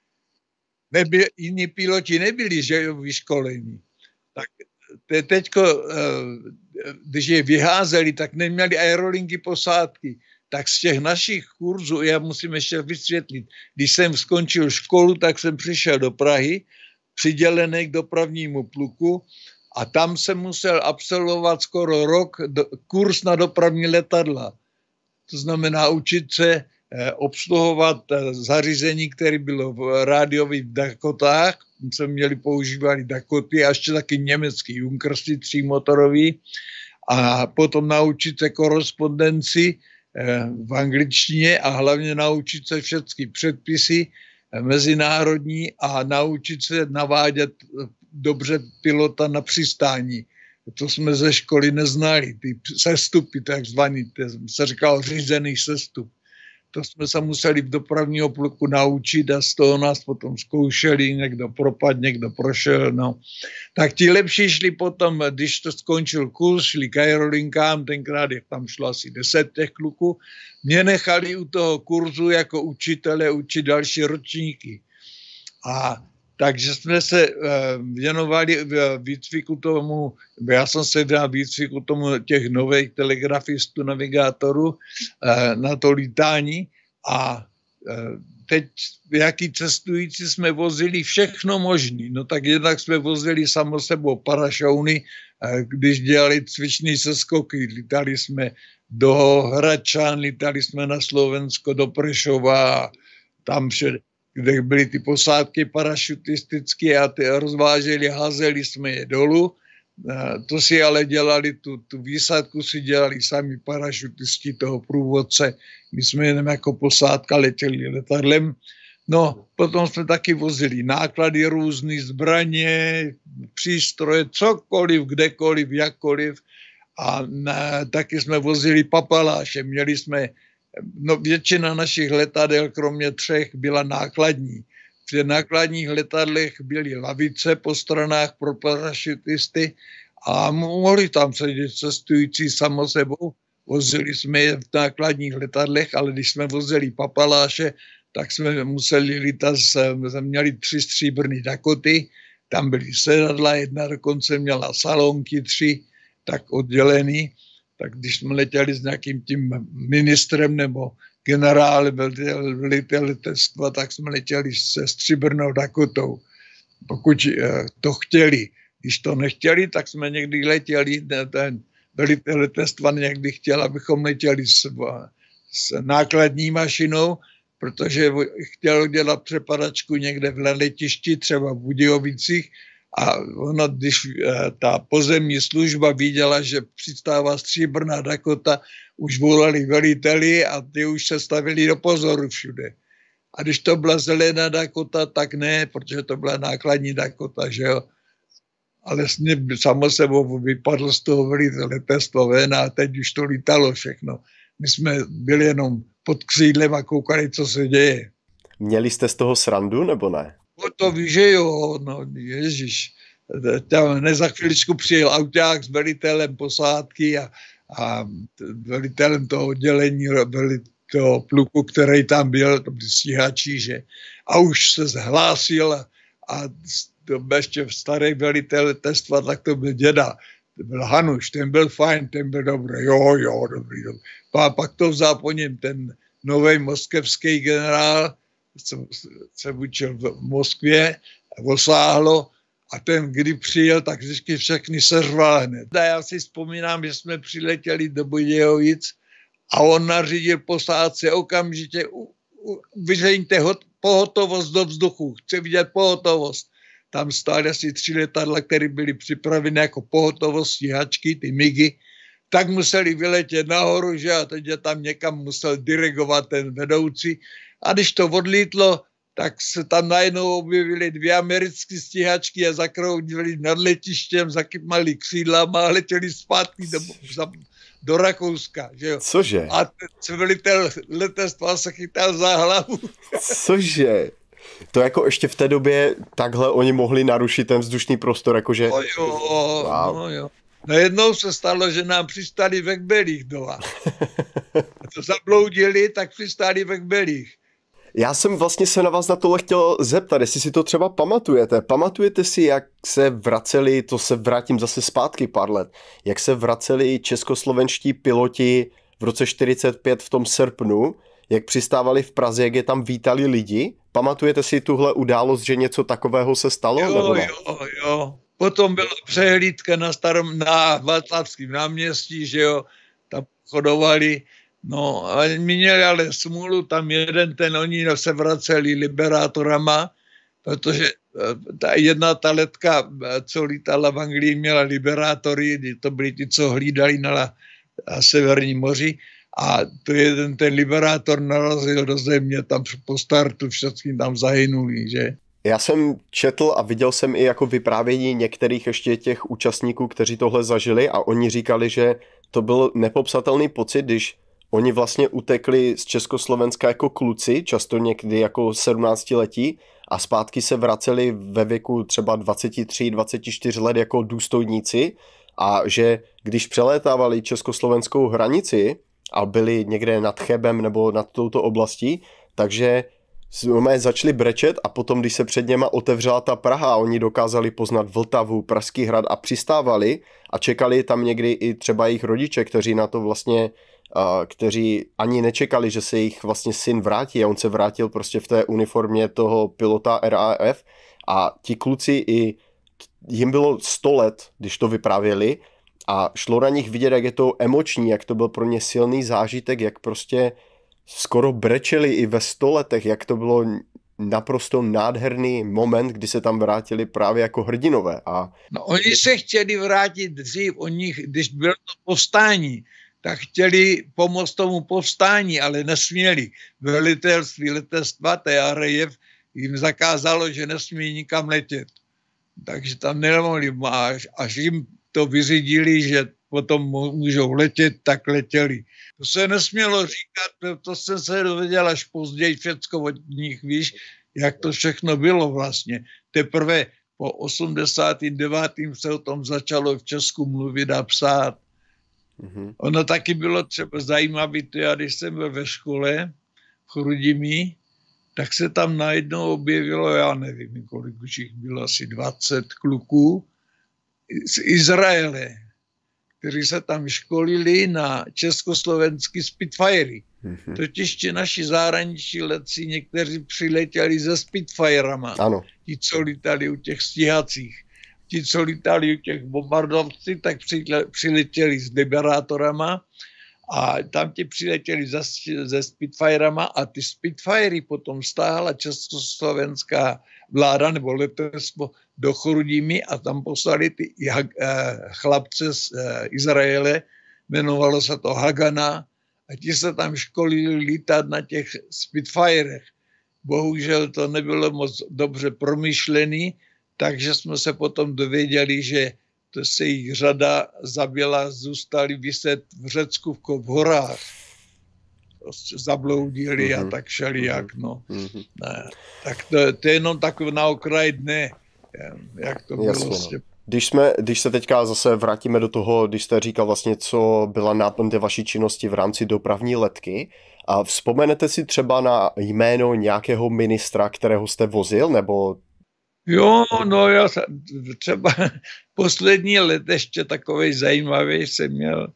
Speaker 2: Jiní piloti nebyli vyškolení. Tak teďko, když je vyházeli, tak neměli aerolinky posádky. Tak z těch našich kurzů, já musím ještě vysvětlit, když jsem skončil školu, tak jsem přišel do Prahy, přidělený k dopravnímu pluku a tam jsem musel absolvovat skoro rok kurz na dopravní letadla. To znamená učit se obsluhovat zařízení, které bylo v rádiových Dakotách. Jsme měli používali Dakoty a ještě taky německý Junkersy 3motorový a potom naučit se korespondenci v angličtině a hlavně naučit se všechny předpisy mezinárodní a naučit se navádět dobře pilota na přistání. To jsme ze školy neznali, ty sestupy takzvaný, se říkal řízený sestup. to jsme se museli v dopravního pluku naučit a z toho nás potom zkoušeli, někdo propadl, někdo prošel, no. Tak ti lepší šli potom, když to skončil kurz, šli k aerolinkám, tenkrát je tam šlo asi 10 těch kluků, mě nechali u toho kurzu jako učitele učit další ročníky. A takže jsme se věnovali výcviku tomu, já jsem se věnoval výcviku tomu těch nových telegrafistů, navigátorů na to lítání a teď jaký cestující jsme vozili všechno možný. No tak jednak jsme vozili samo sebou parašouny, když dělali cvičný seskoky, lítali jsme do Hradčan, lítali jsme na Slovensko, do Prešova, tam všude, kde byly ty posádky parašutistické a ty rozváželi, házeli jsme je dolů. To si ale dělali, tu výsadku si dělali sami parašutisti toho průvodce. My jsme jenom jako posádka letěli letadlem. No, potom jsme taky vozili náklady různý, zbraně, přístroje, cokoliv, kdekoliv, jakkoliv. A taky jsme vozili papaláše. Měli jsme, no většina našich letadel, kromě 3, byla nákladní. V těch nákladních letadlech byly lavice po stranách pro parašutisty a mohli tam sedět cestující samo sebou. Vozili jsme je v nákladních letadlech, ale když jsme vozili papaláše, tak jsme museli lítat, jsme měli 3 stříbrný Dakoty, tam byly sedadla, jedna dokonce měla salonky 3, tak oddělený. Tak když jsme letěli s nějakým tím ministrem nebo generálem velitel letectva, tak jsme letěli se stříbrnou Dakotou, pokud to chtěli. Když to nechtěli, tak jsme někdy letěli, ten velitel letectva někdy chtěl, abychom letěli s nákladní mašinou, protože chtěl dělat přepadačku někde v letišti, třeba v Budějovicích, a ono, když ta pozemní služba viděla, že přistává stříbrná Dakota, už volali veliteli a ty už se stavili do pozoru všude. A když to byla zelená Dakota, tak ne, protože to byla nákladní Dakota, že jo. Ale samo sebou vypadlo z toho letectva ven a teď už to lítalo všechno. My jsme byli jenom pod křídlem a koukali, co se děje.
Speaker 1: Měli jste z toho srandu, nebo ne?
Speaker 2: No to víš, že jo, no ježiš. Tam za chviličku přijel auták s velitelem posádky a velitelem toho oddělení, toho pluku, který tam byl, to byl stíhačí, že? A už se zhlásil a to ještě starý velitel letectva, tak to byl děda. To byl Hanuš, ten byl fajn, ten byl dobrý, jo, dobrý. A pak to vzal po něm ten nový moskevský generál, se učil v Moskvě, osáhlo a ten, kdy přijel, tak vždycky všechny seřval hned. Já si vzpomínám, že jsme přiletěli do Budějovic a on nařídil posádce okamžitě vyřeňte pohotovost do vzduchu, chci vidět pohotovost. Tam stály asi 3 letadla, které byly připraveny jako pohotovost, stíhačky, ty MIGy, tak museli vyletět nahoru, že a teď tam někam musel dirigovat ten vedoucí. A když to odlítlo, tak se tam najednou objevily 2 americké stíhačky a zakroudili nad letištěm, zakymali křídlama a letěli zpátky do Rakouska. Že jo?
Speaker 1: Cože?
Speaker 2: A ten velitel letectva se chytal za hlavu.
Speaker 1: Cože? To jako ještě v té době takhle oni mohli narušit ten vzdušný prostor, jakože...
Speaker 2: No jo, wow. No jo. Najednou se stalo, že nám přistali ve Kbelích doma. A to zabloudili, tak přistali ve Kbelích.
Speaker 1: Já jsem vlastně se na vás na tohle chtěl zeptat, jestli si to třeba pamatujete. Pamatujete si, jak se vraceli, to se vrátím zase zpátky pár let, jak se vraceli českoslovenští piloti v roce 45 v tom srpnu, jak přistávali v Praze, jak je tam vítali lidi? Pamatujete si tuhle událost, že něco takového se stalo?
Speaker 2: Jo. Potom byla přehlídka na Václavském náměstí, že jo, tam chodovali. No, a měli ale smůlu, tam oni se vraceli liberátorama, protože ta letka, co lítala v Anglii, měla liberátory, to byli ti, co hlídali na Severním moři, a to ten liberátor narazil do země, tam po startu všichni tam zahynuli, že?
Speaker 1: Já jsem četl a viděl jsem i jako vyprávění některých ještě těch účastníků, kteří tohle zažili, a oni říkali, že to byl nepopsatelný pocit, když oni vlastně utekli z Československa jako kluci, často někdy jako 17letí a zpátky se vraceli ve věku třeba 23, 24 let jako důstojníci a že když přelétávali československou hranici a byli někde nad Chebem nebo nad touto oblastí, takže začali brečet a potom, když se před něma otevřela ta Praha a oni dokázali poznat Vltavu, Pražský hrad a přistávali a čekali tam někdy i třeba jejich rodiče, kteří na to vlastně, kteří ani nečekali, že se jejich vlastně syn vrátí a on se vrátil prostě v té uniformě toho pilota RAF a ti kluci i jim bylo 100 let, když to vyprávěli a šlo na nich vidět, jak je to emoční, jak to byl pro ně silný zážitek, jak prostě skoro brečeli i ve 100 letech, jak to bylo naprosto nádherný moment, kdy se tam vrátili právě jako hrdinové.
Speaker 2: No, oni se chtěli vrátit dřív, když bylo to povstání, tak chtěli pomoct tomu povstání, ale nesměli. Velitelství letectva TRF jim zakázalo, že nesmí nikam letět. Takže tam nemohli, až jim to vyřídili, že potom můžou letět, tak letěli. To se nesmělo říkat, to jsem se dověděl až později, všecko od nich, víš, jak to všechno bylo vlastně. Teprve po 89. se o tom začalo v Česku mluvit a psát. Mm-hmm. Ono taky bylo třeba zajímavé, já když jsem byl ve škole v Chrudimi, tak se tam najednou objevilo, já nevím, kolik už jich bylo, asi 20 kluků z Izraele, kteří se tam školili na československý Spitfirey. Mm-hmm. Totiž ti naši zahraniční letci někteří přiletěli se Spitfirama.
Speaker 1: Ano.
Speaker 2: Ti, co lítali u těch stíhacích. Ti, co lítali u těch bombardovců, tak přiletěli s Liberátorama a tam ti přiletěli se Spitfirama a ty Spitfiry potom stáhla československá vláda nebo letectvo do Chrudimi a tam poslali ty chlapce z Izraele, jmenovalo se to Hagana a ti se tam školili lítat na těch Spitfirech. Bohužel to nebylo moc dobře promyšlený, takže jsme se potom dověděli, že to se jich řada zabila, zůstali vyset v Řecku v horách. Prostě zabloudili a tak šeli jak, no. Ne. Tak to je jenom takové na okraj dne, jak to bylo. Vlastně.
Speaker 1: Když se teďka zase vrátíme do toho, když jste říkal vlastně, co byla náplň té vaší činnosti v rámci dopravní letky, a vzpomenete si třeba na jméno nějakého ministra, kterého jste vozil, nebo...
Speaker 2: Jo, no já třeba poslední let ještě takovej zajímavý jsem měl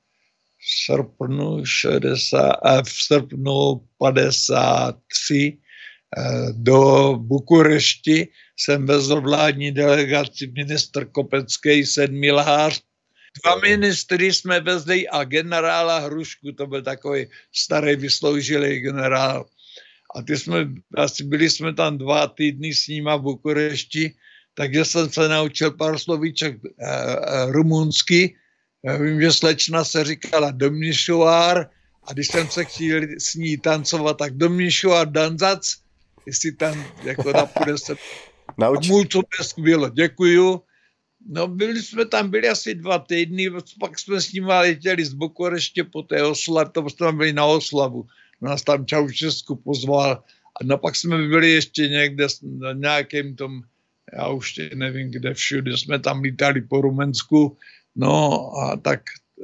Speaker 2: v srpnu 53 do Bukurešti jsem vezl vládní delegaci ministr Kopecký, Sedmý Lhář. 2 ministry jsme vezli a generála Hrušku, to byl takový starý vysloužilý generál. A byli jsme tam 2 týdny s nima v Bukurešti, takže jsem se naučil pár slovíček rumunsky. Já vím, že slečna se říkala Domnišoár a když jsem se chtěl s ní tancovat, tak Domnišoár danzac, jestli tam jako napůjde se mulcopesk bylo, děkuju. No byli asi 2 týdny, pak jsme s nimi letěli z Bukureště po té oslavě, to jsme byli na oslavu. Nás tam Čaušesku pozval a pak jsme byli ještě někde na nějakém tom, já už nevím kde všude, jsme tam lítali po Rumensku, no a tak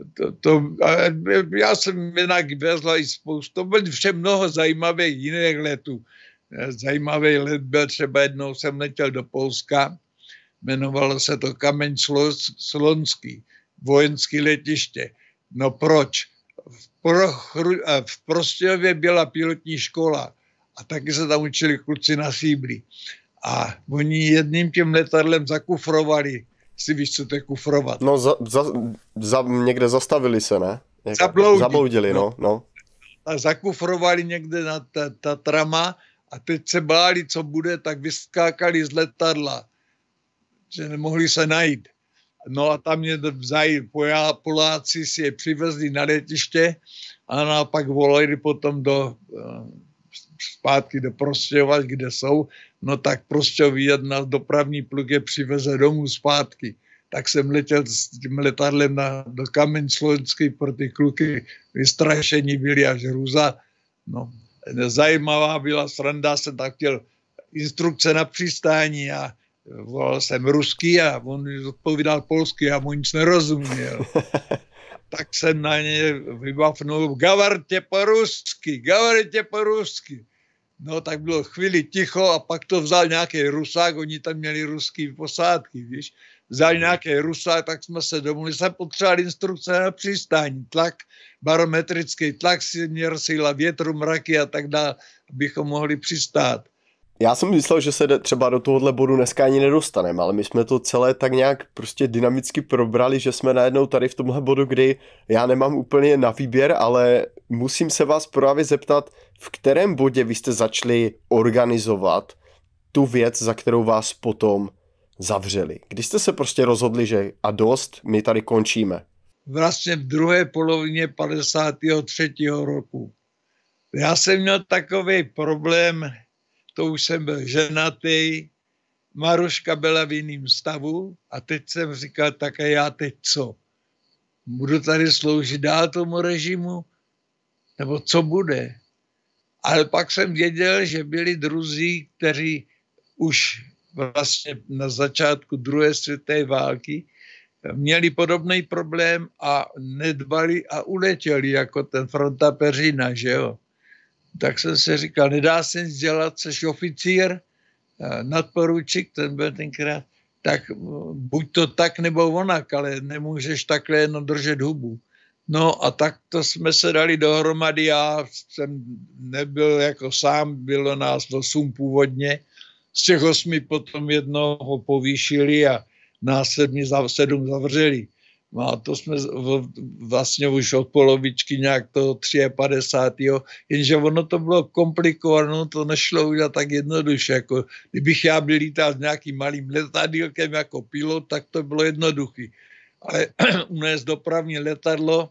Speaker 2: já jsem jinak vezla i spoustu, to bylo vše mnoho zajímavých jiných letů. Zajímavý let byl třeba jednou jsem letěl do Polska, jmenovalo se to Kameň Slonský, vojenské letiště. No proč? V Prostějově byla pilotní škola a taky se tam učili kluci na síbli. A oni jedním tím letadlem zakufrovali. Si víš, co to je kufrovat?
Speaker 1: No někde zastavili se, ne? Zabloudili, no.
Speaker 2: A zakufrovali někde na Tatrama a teď se báli, co bude, tak vyskákali z letadla, že nemohli se najít. No a tam mě vzali Poláci, si je přivezli na letiště a pak volali potom zpátky do Prostějova, kde jsou. No tak Prostějov jedna dopravní pluk je přiveze domů zpátky. tak jsem letěl s tím letadlem do Kamen Slovenský, pro ty kluky vystrašení byli až hrůza. No, zajímavá byla sranda, jsem tak chtěl instrukce na přistání a volal jsem rusky a on mi odpovídal polsky a mu nic nerozuměl. Tak jsem na ně vybavnul, gavartě po rusky. No tak bylo chvíli ticho a pak to vzal nějaký Rusák, oni tam měli ruský posádky, víš. Vzal nějaký Rusák, tak jsme se domluvili, jsem potřeboval instrukce na přistání, tlak, barometrický tlak, směr, síla větru, mraky a tak dále, abychom mohli přistát.
Speaker 1: Já jsem myslel, že se třeba do tohohle bodu dneska ani nedostaneme, ale my jsme to celé tak nějak prostě dynamicky probrali, že jsme najednou tady v tomhle bodu, kdy já nemám úplně na výběr, ale musím se vás právě zeptat, v kterém bodě vy jste začali organizovat tu věc, za kterou vás potom zavřeli. Kdy jste se prostě rozhodli, že a dost, my tady končíme?
Speaker 2: Vlastně v druhé polovině 53. roku. Já jsem měl takový problém, to už jsem byl ženatý, Maruška byla v jiném stavu a teď jsem říkal, tak a já teď co? Budu tady sloužit dál tomu režimu? Nebo co bude? Ale pak jsem věděl, že byli druzí, kteří už vlastně na začátku druhé světové války měli podobný problém a nedbali a uletěli jako ten Fronta Peřina, že jo? Tak jsem si říkal, nedá se nic dělat, seš oficír, nadporučík, ten byl tenkrát, tak buď to tak nebo onak, ale nemůžeš takhle jenom držet hubu. No a tak to jsme se dali dohromady, já jsem nebyl jako sám, bylo nás 8 původně, z těch 8 potom jednoho povýšili a nás 7 zavřeli. No a to jsme vlastně už od polovičky nějak toho 53. Jenže ono to bylo komplikované, to nešlo udělat tak jednoduše. Jako, kdybych já byl lítal s nějakým malým letadílkem jako pilot, tak to bylo jednoduché. Ale unést dopravní letadlo,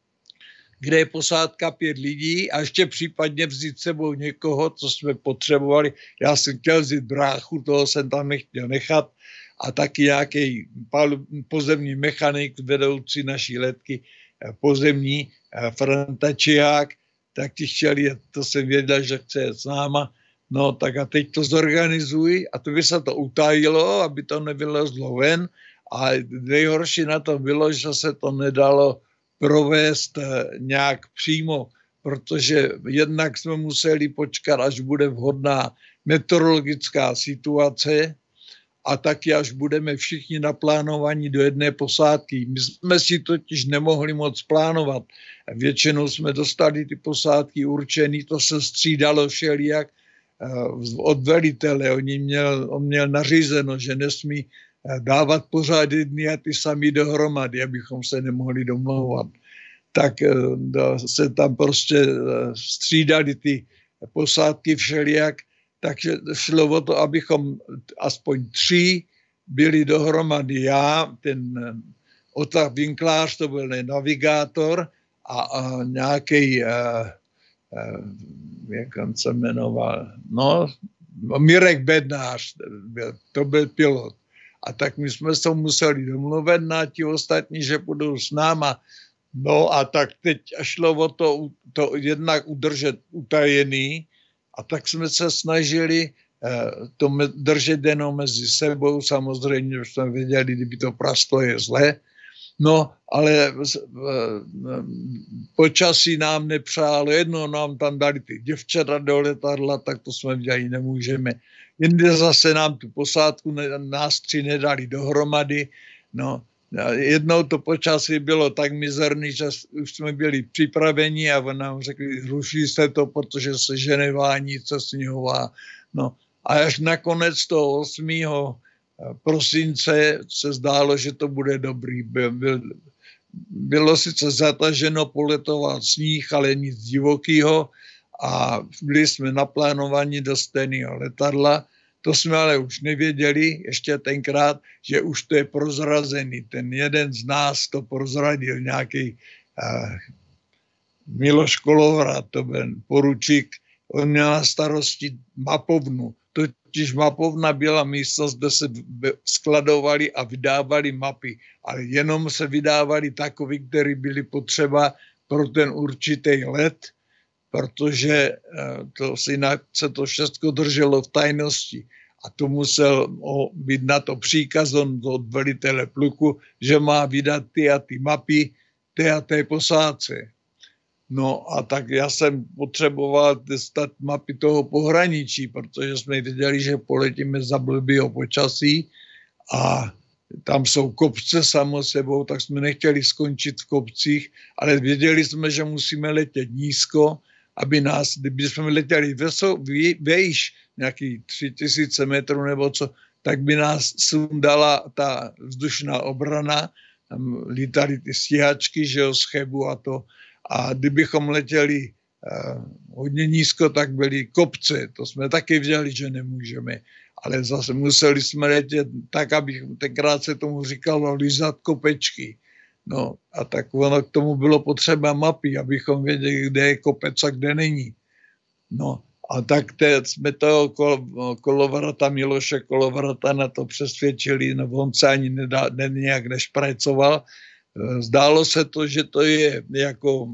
Speaker 2: kde je posádka 5 lidí a ještě případně vzít sebou někoho, co jsme potřebovali. Já jsem chtěl vzít bráchu, toho jsem tam nechtěl nechat, a taky nějaký pozemní mechanik, vedoucí naší letky, pozemní, Franta Čihák, tak ti chtěli, to jsem věděl, že chce jet s náma, no tak a teď to zorganizuj a to by se to utajilo, aby to nevylezlo ven a nejhorší na to bylo, že se to nedalo provést nějak přímo, protože jednak jsme museli počkat, až bude vhodná meteorologická situace, a taky až budeme všichni naplánovaní do jedné posádky. My jsme si totiž nemohli moc plánovat. Většinou jsme dostali ty posádky určený, to se střídalo všelijak od velitele. On měl nařízeno, že nesmí dávat pořád jedny a ty sami dohromady, abychom se nemohli domlouvat. Tak se tam prostě střídali ty posádky všelijak. Takže šlo o to, abychom aspoň 3 byli dohromady. Já, ten Otak Vinklář, to byl navigátor a nějaký, jak on se jmenoval, no, Mirek Bednář, to byl pilot. A tak my jsme se museli domluvit na ti ostatní, že budou s náma. No a tak teď šlo o to jednak udržet utajený, a tak jsme se snažili to držet jenom mezi sebou, samozřejmě, že jsme věděli, kdyby to prasklo, je zlé. No, ale počasí nám nepřálo, jedno nám tam dali ty děvčata do letadla, tak to jsme viděli, nemůžeme. Jinde zase nám tu posádku, nás 3 nedali dohromady, no. Jednou to počasí bylo tak mizerný, že už jsme byli připraveni a nám řekli, ruší se to, protože se žene vánice sněhová. No a až nakonec toho 8. prosince se zdálo, že to bude dobrý. Bylo sice zataženo, poletoval sníh, ale nic divokýho a byli jsme naplánovaní do stejného letadla. To jsme ale už nevěděli ještě tenkrát, že už to je prozrazený. Ten jeden z nás to prozradil, nějaký Miloš Kolovrat, to byl poručík, on měl na starosti mapovnu. totiž mapovna byla místnost, kde se skladovaly a vydávaly mapy, ale jenom se vydávaly takové, které byly potřeba pro ten určitý let, protože jinak se to všechno drželo v tajnosti. A to musel být na to příkaz od velitele pluku, že má vydat ty a ty mapy té a té posádce. No a tak já jsem potřeboval dostat mapy toho pohraničí, protože jsme věděli, že poletíme za blbýho počasí a tam jsou kopce samo sebou, tak jsme nechtěli skončit v kopcích, ale věděli jsme, že musíme letět nízko, aby nás, kdyby jsme letěli vejš, nějaký 3000 metrů nebo co, tak by nás sundala ta vzdušná obrana, tam lítali ty stíhačky, že jo, z Chebu a to. A kdybychom letěli hodně nízko, tak byly kopce. To jsme taky věděli, že nemůžeme. Ale zase museli jsme letět tak, aby tenkrát se tomu říkalo lízat kopečky. No a tak ono k tomu bylo potřeba mapy, abychom věděli, kde je kopec a kde není. No a tak jsme toho Kolovrata, Miloše Kolovrata na to přesvědčili, no on se ani nějak nešprajcoval. Zdálo se to, že to je jako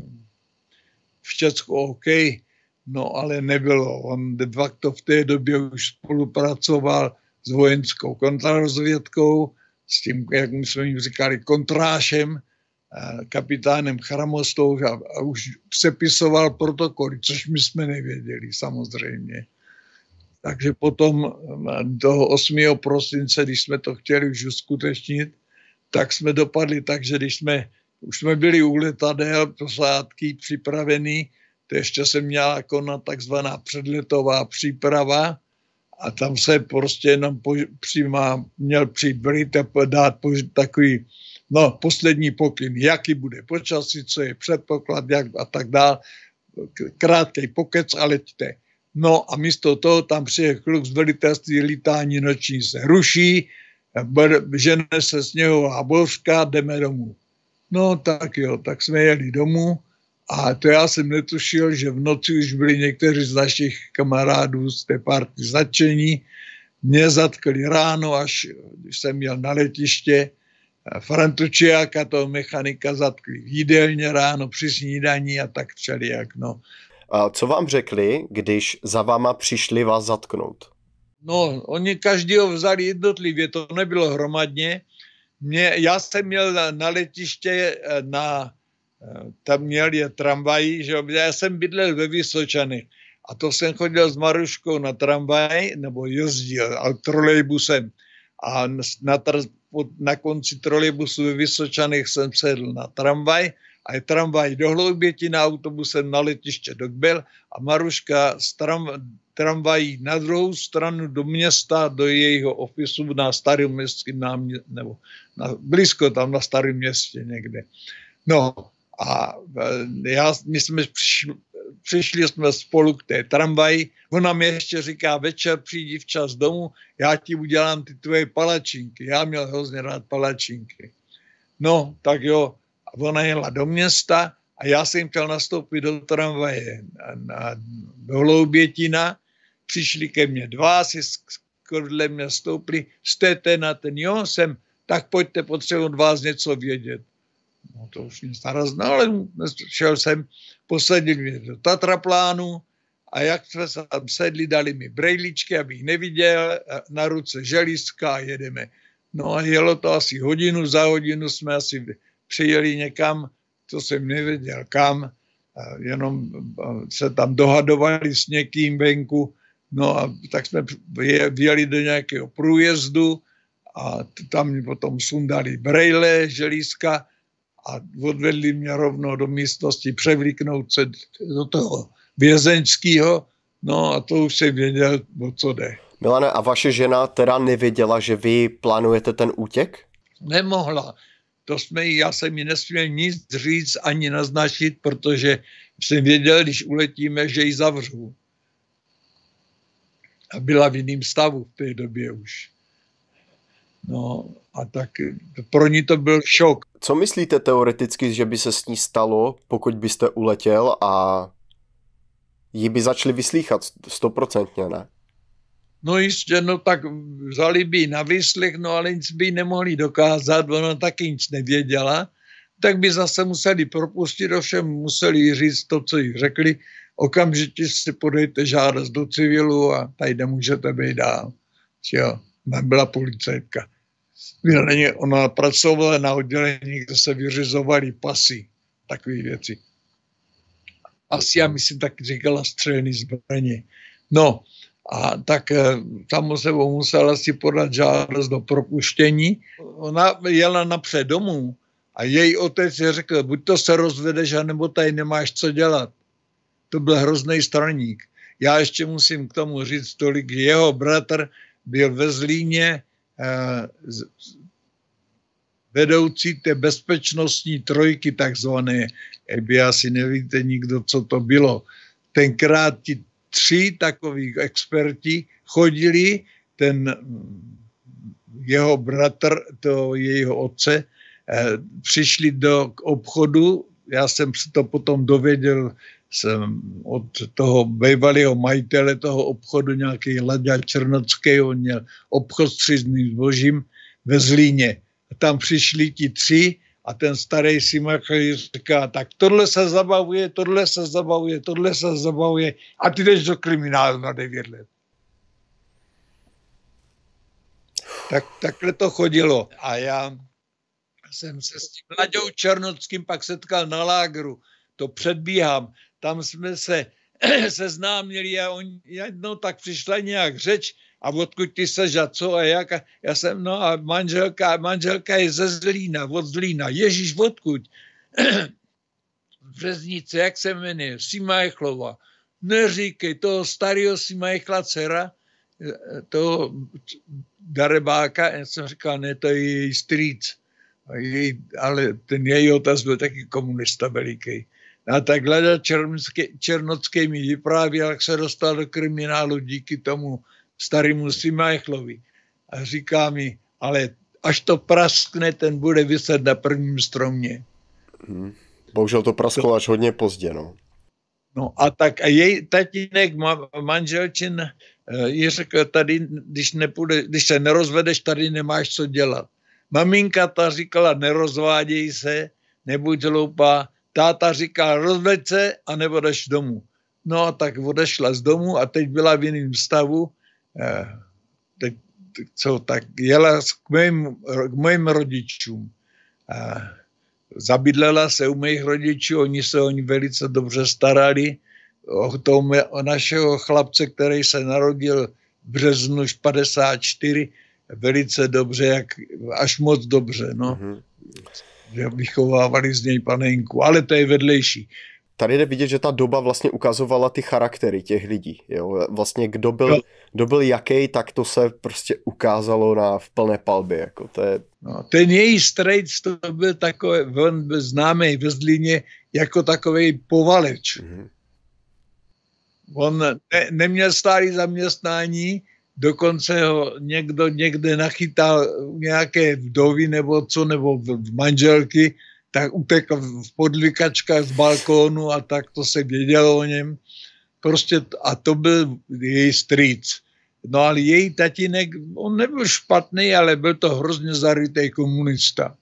Speaker 2: v Česku OK, no ale nebylo. On de facto v té době už spolupracoval s vojenskou kontrarozvědkou, s tím, jak my jsme jim říkali, kontrášem, kapitánem Chramostou a už sepisoval protokoly, což my jsme nevěděli samozřejmě. Takže potom toho 8. prosince, když jsme to chtěli už uskutečnit, tak jsme dopadli tak, že už jsme byli u letadel, posádky připravený, to ještě se měla konat takzvaná předletová příprava a tam se prostě jenom měl přijít Brit a dát takový poslední pokyn, jaký bude počasí, co je předpoklad, jak a tak dál, krátkej pokec a leďte. No a místo toho tam přijde kluk z velitelství, lítání noční se ruší, žene se sněhová bouřka, jdeme domů. No tak jo, tak jsme jeli domů a to já jsem netušil, že v noci už byli někteří z našich kamarádů z té party zatčení. Mě zatkli ráno, až když jsem jel na letiště, Frantučiáka, toho mechanika, zatkli v jídelně ráno při snídaní a tak všelijak, no.
Speaker 1: A co vám řekli, když za váma přišli vás zatknout?
Speaker 2: No, oni každýho vzali jednotlivě, to nebylo hromadně. Já jsem měl na letiště, tam měl je tramvají, že já jsem bydlel ve Vysočanech a to jsem chodil s Maruškou na tramvaj, nebo jezdil trolejbusem a na konci trolejbusu ve Vysočanech jsem sedl na tramvaj a je tramvaj do Hloubětina, autobusem na letiště do Kbel a Maruška z tramvají na druhou stranu do města, do jejího ofisu na Starém městském náměstí, nebo blízko tam na Starém městě někde. No a my jsme přišli jsme spolu k té tramvaji, ona mi ještě říká, večer přijdi včas domů, já ti udělám ty tvoje palačinky, já měl hrozně rád palačinky. No, tak jo, a ona jela do města a já jsem chtěl nastoupit do tramvaje do Hloubětina, přišli ke mně dva, si vedle mě stoupli, jste na ten, jo, jsem, tak pojďte, potřebuji od vás něco vědět. No to už nic narazno, ale šel jsem, posadili mě do Tatraplánu a jak jsme tam sedli, dali mi brejličky, abych neviděl, na ruce želízka a jedeme. No a jelo to asi hodinu, za hodinu jsme asi přijeli někam, co jsem nevěděl kam, jenom se tam dohadovali s někým venku, no a tak jsme vyjeli do nějakého průjezdu a tam mi potom sundali brejle, želízka a odvedli mě rovnou do místnosti převlíknout se do toho vězeňského, no a to už jsem věděl, o co jde.
Speaker 1: Milane, a vaše žena teda nevěděla, že vy plánujete ten útěk?
Speaker 2: Nemohla. Já jsem jí nesměl nic říct ani naznačit, protože jsem věděl, když uletíme, že ji zavřu. A byla v jiném stavu v té době už. No a tak pro ní to byl šok.
Speaker 1: Co myslíte teoreticky, že by se s ní stalo, pokud byste uletěl a ji by začali vyslýchat 100%, ne?
Speaker 2: No jistě, no tak vzali by ji na výslech, no ale nic by nemohli dokázat, ona taky nic nevěděla, tak by zase museli propustit, ovšem museli říct to, co jí řekli, okamžitě si podejte žádost do civilu a tady nemůžete být dál. Jo, byla policajtka. Ona pracovala na oddělení, kde se vyřizovaly pasy, takové věci. Asi já myslím, tak říkala střelné zbraně. No, a tak samozřejmě musela si podat žádost do propuštění. Ona jela napřed domů a její otec je řekl, buď to se rozvedeš, anebo tady nemáš co dělat. To byl hrozný straník. Já ještě musím k tomu říct tolik, že jeho bratr byl ve Zlíně vedoucí té bezpečnostní trojky takzvané. Vy asi nevíte nikdo, co to bylo. Tenkrát ti 3 takoví experti chodili, ten jeho bratr, to jejího otce, přišli k obchodu, já jsem se to potom dověděl od toho bývalého majitele toho obchodu, nějaký Laďa Černocký, on měl obchod s třízným zbožím ve Zlíně. A tam přišli ti 3 a ten starý Simachaj říká, tak tohle se zabavuje, tohle se zabavuje, tohle se zabavuje a ty jdeš do kriminálu na 9 let. Takhle to chodilo. A já jsem se s tím Laďou Černockým pak setkal na lágru. To předbíhám. Tam jsme se seznámili a on jednou tak přišla nějak řeč a odkud ty seš a co a jak. A já jsem, no a manželka je ze Zlína, od Zlína. Ježíš, odkud? Březnice, jak se jmenuje? Simajchlova. Neříkej, toho starého Simajchla dcera, toho darebáka. Já jsem říkal, ne, to je její strýc. Ale ten její otec byl taky komunista veliký. A tak Lada Černocký mi vyprávěl, jak se dostal do kriminálu díky tomu starému Simajchlovi. A říká mi, ale až to praskne, ten bude vyset na prvním stromě.
Speaker 1: Bohužel to prasklo až hodně pozdě, no.
Speaker 2: No a tak a její tatínek, manželčin, jí řekl, tady, když se nerozvedeš, tady nemáš co dělat. Maminka ta říkala, nerozváděj se, nebuď hloupá. Táta říkal, rozveď se a nebo jdeš domů. No a tak odešla z domu a teď byla v jiném stavu. Tak jela k mým rodičům. Zabydlela se u mých rodičů, oni se o ní velice dobře starali. O našeho chlapce, který se narodil v březnu 54, velice dobře, až moc dobře, no. Že vychovávali z něj panenku, ale to je vedlejší.
Speaker 1: Tady jde vidět, že ta doba vlastně ukazovala ty charaktery těch lidí. Jo? Vlastně kdo byl jaký, tak to se prostě ukázalo v plné palbě. Jako to je...
Speaker 2: No, ten její strejc, to byl takový, on byl známý ve Zlíně jako takový povaleč. On neměl stálý zaměstnání, dokonce ho někdo někde nachytal nějaké vdovy nebo co, nebo manželky, tak utekl v podvikačkách z balkónu a tak to se vědělo o něm. Prostě, a to byl její strýc. No ale její tatínek, on nebyl špatný, ale byl to hrozně zarytý komunista.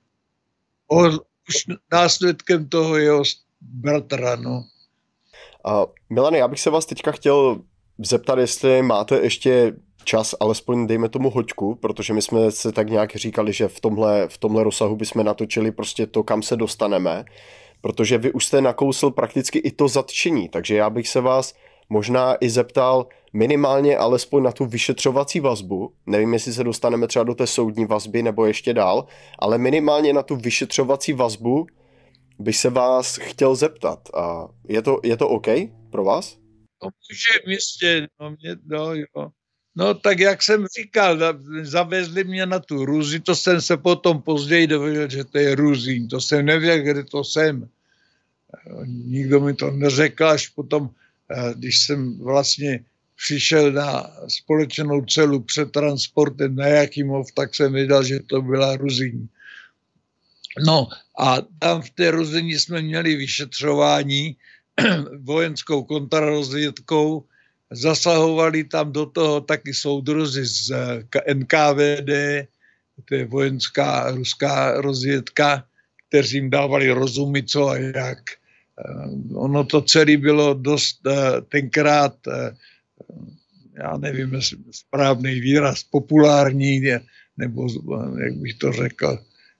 Speaker 2: Už následkem toho jeho bratra, no.
Speaker 1: Milane, já bych se vás teďka chtěl zeptat, jestli máte ještě čas, alespoň dejme tomu hoďku, protože my jsme se tak nějak říkali, že v tomhle rozsahu bychom natočili prostě to, kam se dostaneme, protože vy už jste nakousl prakticky i to zatčení, takže já bych se vás možná i zeptal minimálně alespoň na tu vyšetřovací vazbu, nevím, jestli se dostaneme třeba do té soudní vazby nebo ještě dál, ale minimálně na tu vyšetřovací vazbu bych se vás chtěl zeptat. A je to OK pro vás?
Speaker 2: To může jistě, jo. No tak jak jsem říkal, zavezli mě na tu Ruzi, to jsem se potom později dověděl, že to je Ruzín, to jsem nevěděl, kde to jsem. Nikdo mi to neřekl, až potom, když jsem vlastně přišel na společnou celu před transportem na Jakimov, tak jsem věděl, že to byla Ruzín. No a tam v té Ruzíni jsme měli vyšetřování vojenskou kontrarozvědkou, zasahovali tam do toho taky soudruzi z NKVD, to je vojenská ruská rozvědka, kteří jim dávali rozumy, co a jak. Ono to celé bylo dost tenkrát, já nevím, jestli správný výraz, populární, nebo jak bych to řekl,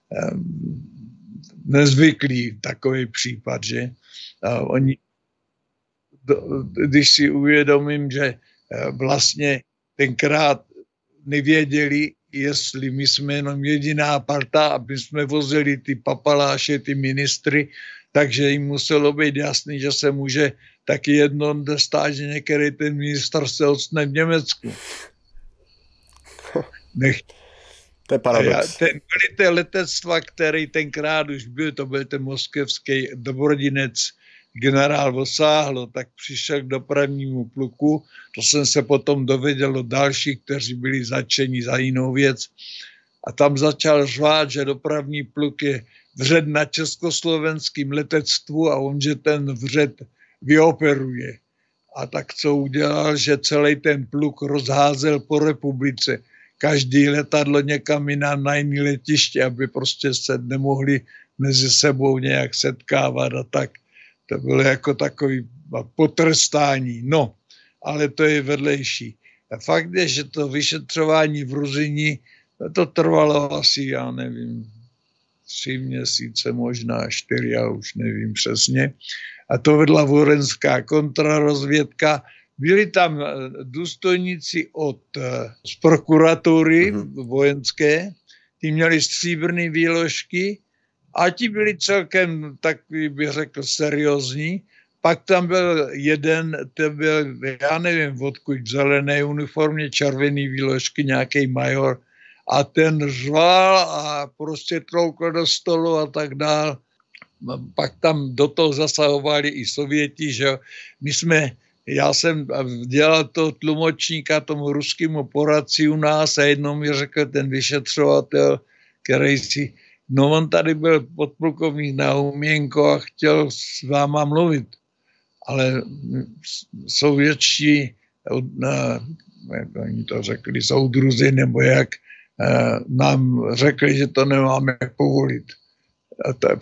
Speaker 2: nezvyklý takový případ, že oni, když si uvědomím, že vlastně tenkrát nevěděli, jestli my jsme jenom jediná parta, aby jsme vozili ty papaláše, ty ministry, takže jim muselo být jasný, že se může taky jednou stát, že některý ten ministr se odstne v Německu.
Speaker 1: To je paradox.
Speaker 2: Ten velitel letectva, který tenkrát už byl, to byl ten moskevský dobrodinec generál Vosáhlo, tak přišel k dopravnímu pluku. To jsem se potom dověděl od dalších, kteří byli zatčeni za jinou věc. A tam začal řvát, že dopravní pluk je vřet na československém letectvu a on, že ten vřet vyoperuje. A tak co udělal, že celý ten pluk rozházel po republice. Každý letadlo někam jinam na jiné letiště, aby prostě se nemohli mezi sebou nějak setkávat a tak. To bylo jako takový potrestání. No, ale to je vedlejší. A fakt je, že to vyšetřování v Ruzyni, to trvalo asi, já nevím, 3 měsíce, možná 4, já už nevím přesně. A to vedla vojenská kontrarozvědka. Byli tam důstojníci z prokuratury vojenské, ty měli stříbrné výložky a ti byli celkem takový, bych řekl, seriózní. Pak tam byl jeden, to byl, já nevím odkud, v zelené uniformě, červený výložky, nějaký major, a ten řval a prostě troukl do stolu a tak dál. Pak tam do toho zasahovali i Sověti, že já jsem dělal toho tlumočníka tomu ruskému poradci u nás a jednou mi řekl ten vyšetřovatel, který si, no on tady byl podplukovník Nauměnko a chtěl s váma mluvit, ale sovětští, jak oni to řekli, soudruzi nebo jak, nám řekli, že to nemáme povolit. A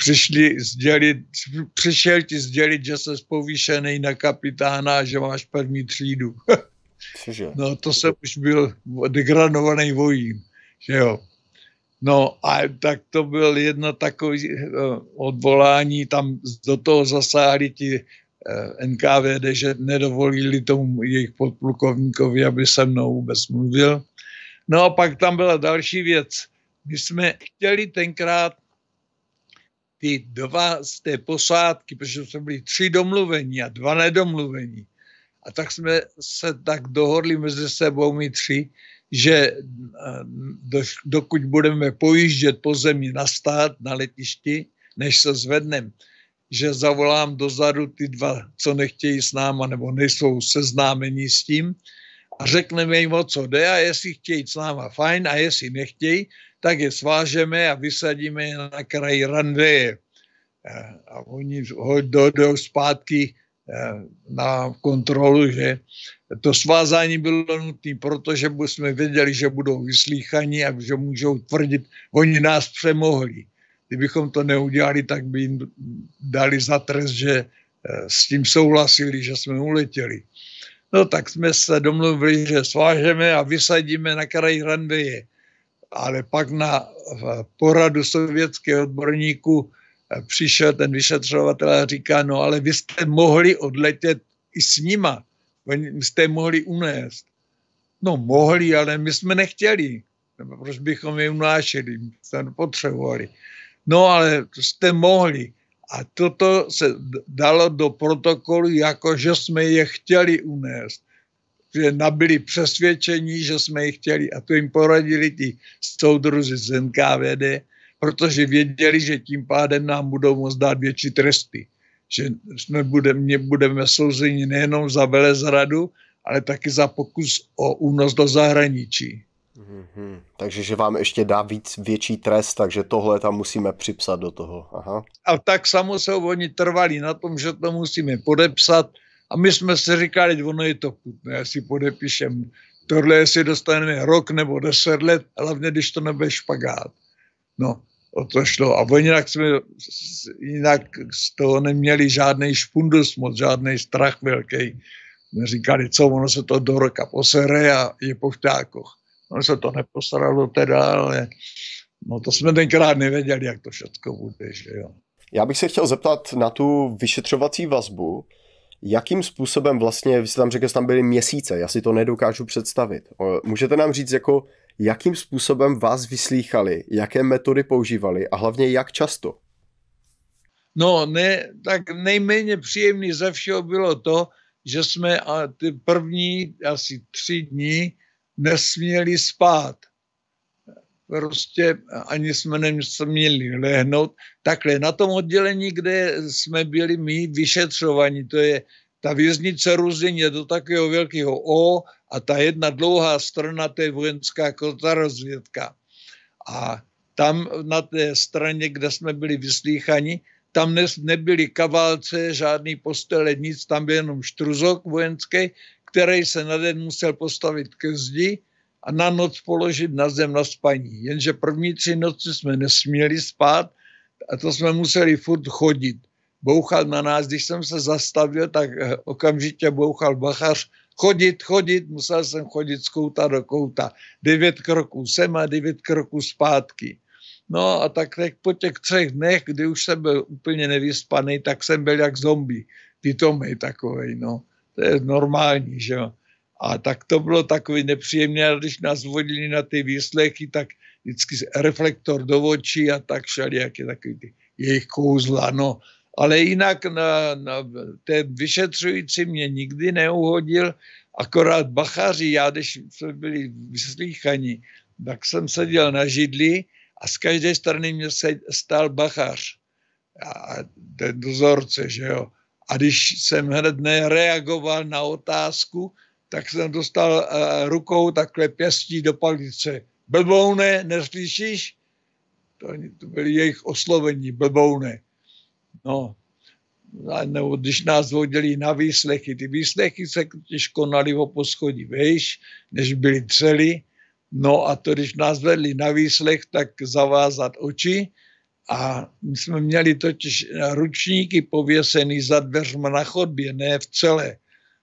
Speaker 2: přišel ti sdělit, že jsi povýšený na kapitána a že máš 1. třídu. No to jsem už byl degradovaný vojín, že jo. No a tak to byl jedno takové odvolání, tam do toho zasáhli ti NKVD, že nedovolili tomu jejich podplukovníkovi, aby se mnou vůbec mluvil. No a pak tam byla další věc. My jsme chtěli tenkrát ty 2 z té posádky, protože jsme byli 3 domluvení a 2 nedomluvení. A tak jsme se tak dohodli mezi sebou my 3, že dokud budeme pojíždět po zemi na stát, na letišti, než se zvedneme, že zavolám dozadu ty 2, co nechtějí s náma nebo nejsou seznámení s tím a řekneme jim, o co jde a jestli chtějí s náma, fajn, a jestli nechtějí, tak je svážeme a vysadíme je na kraji ranveje. A oni dojdou zpátky na kontrolu, že to svázání bylo nutné, protože jsme věděli, že budou vyslýchaní a že můžou tvrdit, oni nás přemohli. Kdybychom to neudělali, tak by jim dali za trest, že s tím souhlasili, že jsme uletěli. No tak jsme se domluvili, že svážeme a vysadíme na kraji ranveje. Ale pak na poradu sovětského odborníku přišel ten vyšetřovatel a říká, no ale vy jste mohli odletět i s nima, vy jste mohli unést. No mohli, ale my jsme nechtěli. Proč bychom je unášeli, jsme potřebovali. No ale jste mohli. A toto se dalo do protokolu, jako že jsme je chtěli unést. Že nabili přesvědčení, že jsme je chtěli. A to jim poradili ti soudruzi z NKVD, protože věděli, že tím pádem nám budou moct dát větší tresty. Že budeme souzeni nejenom za velezradu, ale taky za pokus o únos do zahraničí.
Speaker 1: Takže že vám ještě dá větší trest, takže tohle tam musíme připsat do toho. Aha.
Speaker 2: A tak samozřejmě oni trvali na tom, že to musíme podepsat A my jsme si říkali, ono je to putné, jestli podepíšem tohle, jestli dostaneme rok nebo 10 let, hlavně když to nebude špagát. No, o to šlo. A jinak jsme z toho neměli žádný špundus moc, žádný strach velký. My říkali, co, ono se to do roka posere a je po vtákoch. Ono se to neposralo teda, ale no to jsme tenkrát nevěděli, jak to všechno bude, že jo.
Speaker 1: Já bych se chtěl zeptat na tu vyšetřovací vazbu. Jakým způsobem vlastně, vy jste tam řekl, že tam byly měsíce, já si to nedokážu představit. Můžete nám říct, jako, jakým způsobem vás vyslýchali, jaké metody používali a hlavně jak často?
Speaker 2: No, ne, tak nejméně příjemný ze všeho bylo to, že jsme ty první asi 3 dny nesměli spát. Prostě ani jsme neměli lehnout. Takhle na tom oddělení, kde jsme byli my vyšetřovaní, to je ta věznice Ruzyň, je do takového velkého O a ta jedna dlouhá strana, to je vojenská kontrarozvědka. A tam na té straně, kde jsme byli vyslýchani, tam nebyly kavalce, žádný postele, nic, tam byl jenom štruzok vojenský, který se na den musel postavit ke zdi a na noc položit na zem na spaní. Jenže první 3 noci jsme nesměli spát a to jsme museli furt chodit. Bouchal na nás, když jsem se zastavil, tak okamžitě bouchal bachař. Chodit, musel jsem chodit z kouta do kouta. 9 kroků sem a 9 kroků zpátky. No a tak po těch 3 dnech, kdy už jsem byl úplně nevyspaný, tak jsem byl jak zombie. Pitomej takovej, no. To je normální, že jo. A tak to bylo takový nepříjemné, a když nás vodili na ty výslechy, tak vždycky reflektor do očí a tak šali, jak je takový ty jejich kouzla, no. Ale jinak ten vyšetřující mě nikdy neuhodil, akorát bachaři, já když jsme byli vyslýchani, tak jsem seděl na židli a z každé strany mě stál bachař, a ten dozorce, že jo. A když jsem hned nereagoval na otázku, tak jsem dostal rukou takhle pěstí do palice. Blboune, neslyšíš? To byly jejich oslovení, blboune. No, nebo když nás vodili na výslechy, ty výslechy se totiž konaly o poschodí vejš, než byly třely. No a to, když nás vedli na výslech, tak zavázat oči a my jsme měli totiž ručníky pověsený za dveřma na chodbě, ne v celé.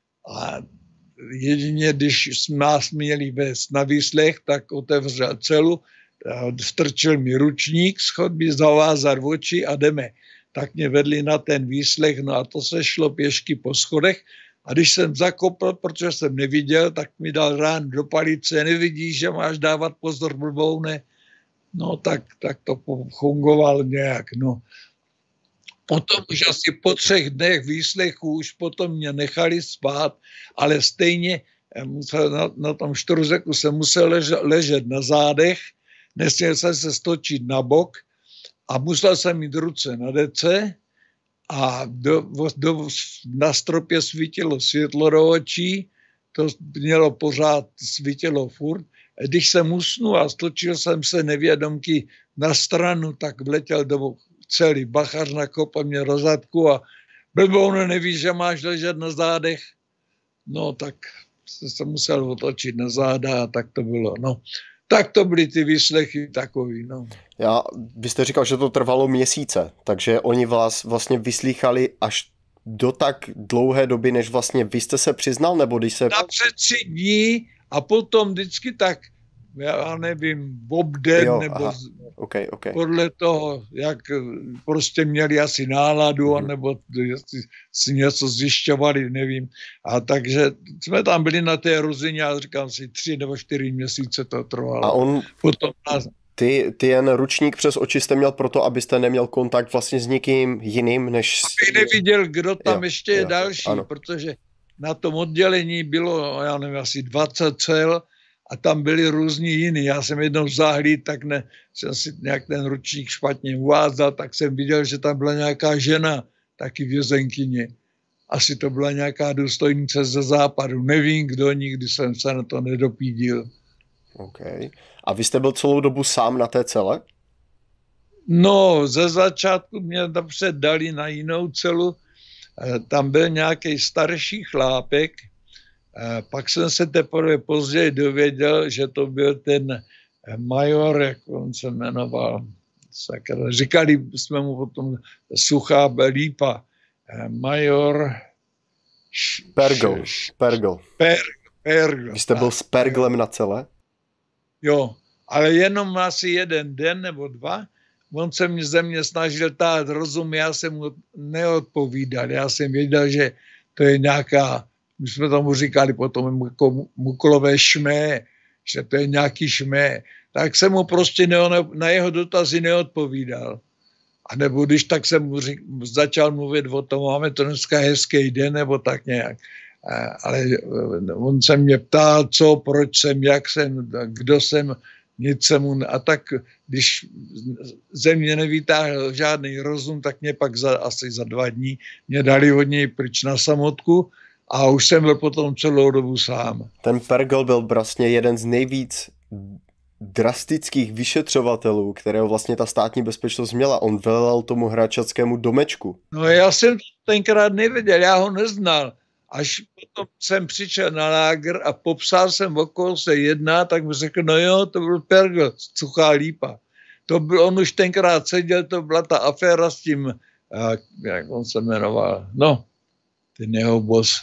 Speaker 2: A jedině, když nás měli vést na výslech, tak otevřel celu, vtrčil mi ručník z chodby, zavázat oči a jdeme. Tak mě vedli na ten výslech, no a to se šlo pěšky po schodech. A když jsem zakopl, protože jsem neviděl, tak mi dal rán do palice, nevidíš, že máš dávat pozor, blboune. No tak to fungovalo nějak, no. Potom už asi po 3 dnech výslechu už potom mě nechali spát, ale stejně na tom štruzeku jsem musel ležet na zádech, nesměl jsem se stočit na bok a musel jsem mít ruce na dece a na stropě svítilo světlo do očí, to mělo pořád svítilo furt. A když jsem usnul a stočil jsem se nevědomky na stranu, tak vletěl do celý bachař, nakopal mě do zadku a blboune, nevíš, že máš ležet na zádech? No tak se musel otočit na záda a tak to bylo, no. Tak to byly ty výslechy takový, no.
Speaker 1: Vy jste říkal, že to trvalo měsíce, takže oni vás vlastně vyslýchali až do tak dlouhé doby, než vlastně vy jste se přiznal, nebo když se...
Speaker 2: Napřed 3 dní a potom vždycky tak, já nevím, obden,
Speaker 1: jo,
Speaker 2: nebo
Speaker 1: okay.
Speaker 2: podle toho, jak prostě měli asi náladu, nebo jestli si něco zjišťovali, nevím. A takže jsme tam byli na té Ruzyni a říkám si 3 nebo 4 měsíce to trvalo.
Speaker 1: A on...
Speaker 2: Potom nás...
Speaker 1: Ty jen ručník přes oči jste měl proto, abyste neměl kontakt vlastně s nikým jiným, než...
Speaker 2: Abych neviděl, kdo tam ještě je další, ano. Protože na tom oddělení bylo, já nevím, asi 20 cel a tam byli různí jiní. Já jsem jednou zahlídl, tak jsem si nějak ten ručník špatně uvázal, tak jsem viděl, že tam byla nějaká žena, taky vězenkyně. Asi to byla nějaká důstojnice ze západu. Nevím, kdo, nikdy jsem se na to nedopídil.
Speaker 1: Okay. A vy jste byl celou dobu sám na té cele?
Speaker 2: No, ze začátku mě napřed dali na jinou celu Tam byl nějaký starší chlápek, pak jsem se teprve později dověděl, že to byl ten major, jak on se jmenoval, sakra, říkali jsme mu potom Suchá Lípa, major
Speaker 1: Pergl. Vy jste byl s Perglem na celé?
Speaker 2: Jo, ale jenom asi jeden den nebo dva. On se ze mě snažil tát rozum, já jsem mu neodpovídal. Já jsem věděl, že to je nějaká, my jsme tomu říkali potom jako Muklové šmé, že to je nějaký šmé. Tak jsem mu prostě na jeho dotazy neodpovídal. A nebo když tak jsem mu začal mluvit o tom, máme to dneska hezký den, nebo tak nějak. Ale on se mě ptal, co, proč jsem, jak jsem, kdo jsem, nic jsem mu... A tak, když ze mě nevytáhl žádný rozum, tak mě pak asi za 2 dní mě dali od něj pryč na samotku a už jsem byl potom celou dobu sám.
Speaker 1: Ten Pergl byl vlastně jeden z nejvíc drastických vyšetřovatelů, kterého vlastně ta státní bezpečnost měla. On velel tomu hráčatskému domečku.
Speaker 2: No já jsem tenkrát nevěděl, já ho neznal. Až potom jsem přišel na lágr a popsal jsem, o koho se jedná, tak mi řekl, no jo, to byl Pergl, Suchá Lípa. To byl, on už tenkrát seděl, to byla ta aféra s tím, jak on se jmenoval, no, ten jeho boss.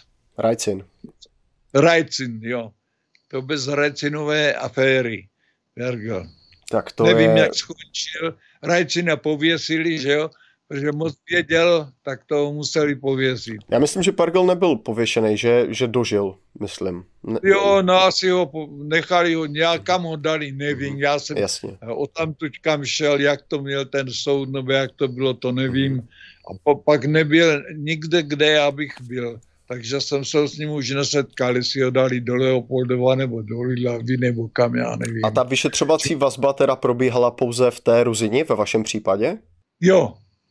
Speaker 2: Rajcin, jo. To bez Rajcinové aféry, Pergl.
Speaker 1: Tak to
Speaker 2: nevím, jak skončil. Rajcina pověsili, že jo, protože moc věděl, tak to museli pověsit.
Speaker 1: Já myslím, že Pergl nebyl pověšený, že dožil, myslím.
Speaker 2: Jo, no asi ho nechali ho nějak, kam ho dali, nevím. Já jsem odtamtud kam šel, jak to měl ten soud, nebo jak to bylo, to nevím. A pak nebyl nikde, kde já bych byl. Takže jsem se s ním už nesetkal, jestli ho dali do Leopoldova, nebo do Lidlavy, nebo kam, já nevím.
Speaker 1: A ta vyšetřovací vazba teda probíhala pouze v té Ruzini, ve vašem případě?
Speaker 2: Jo.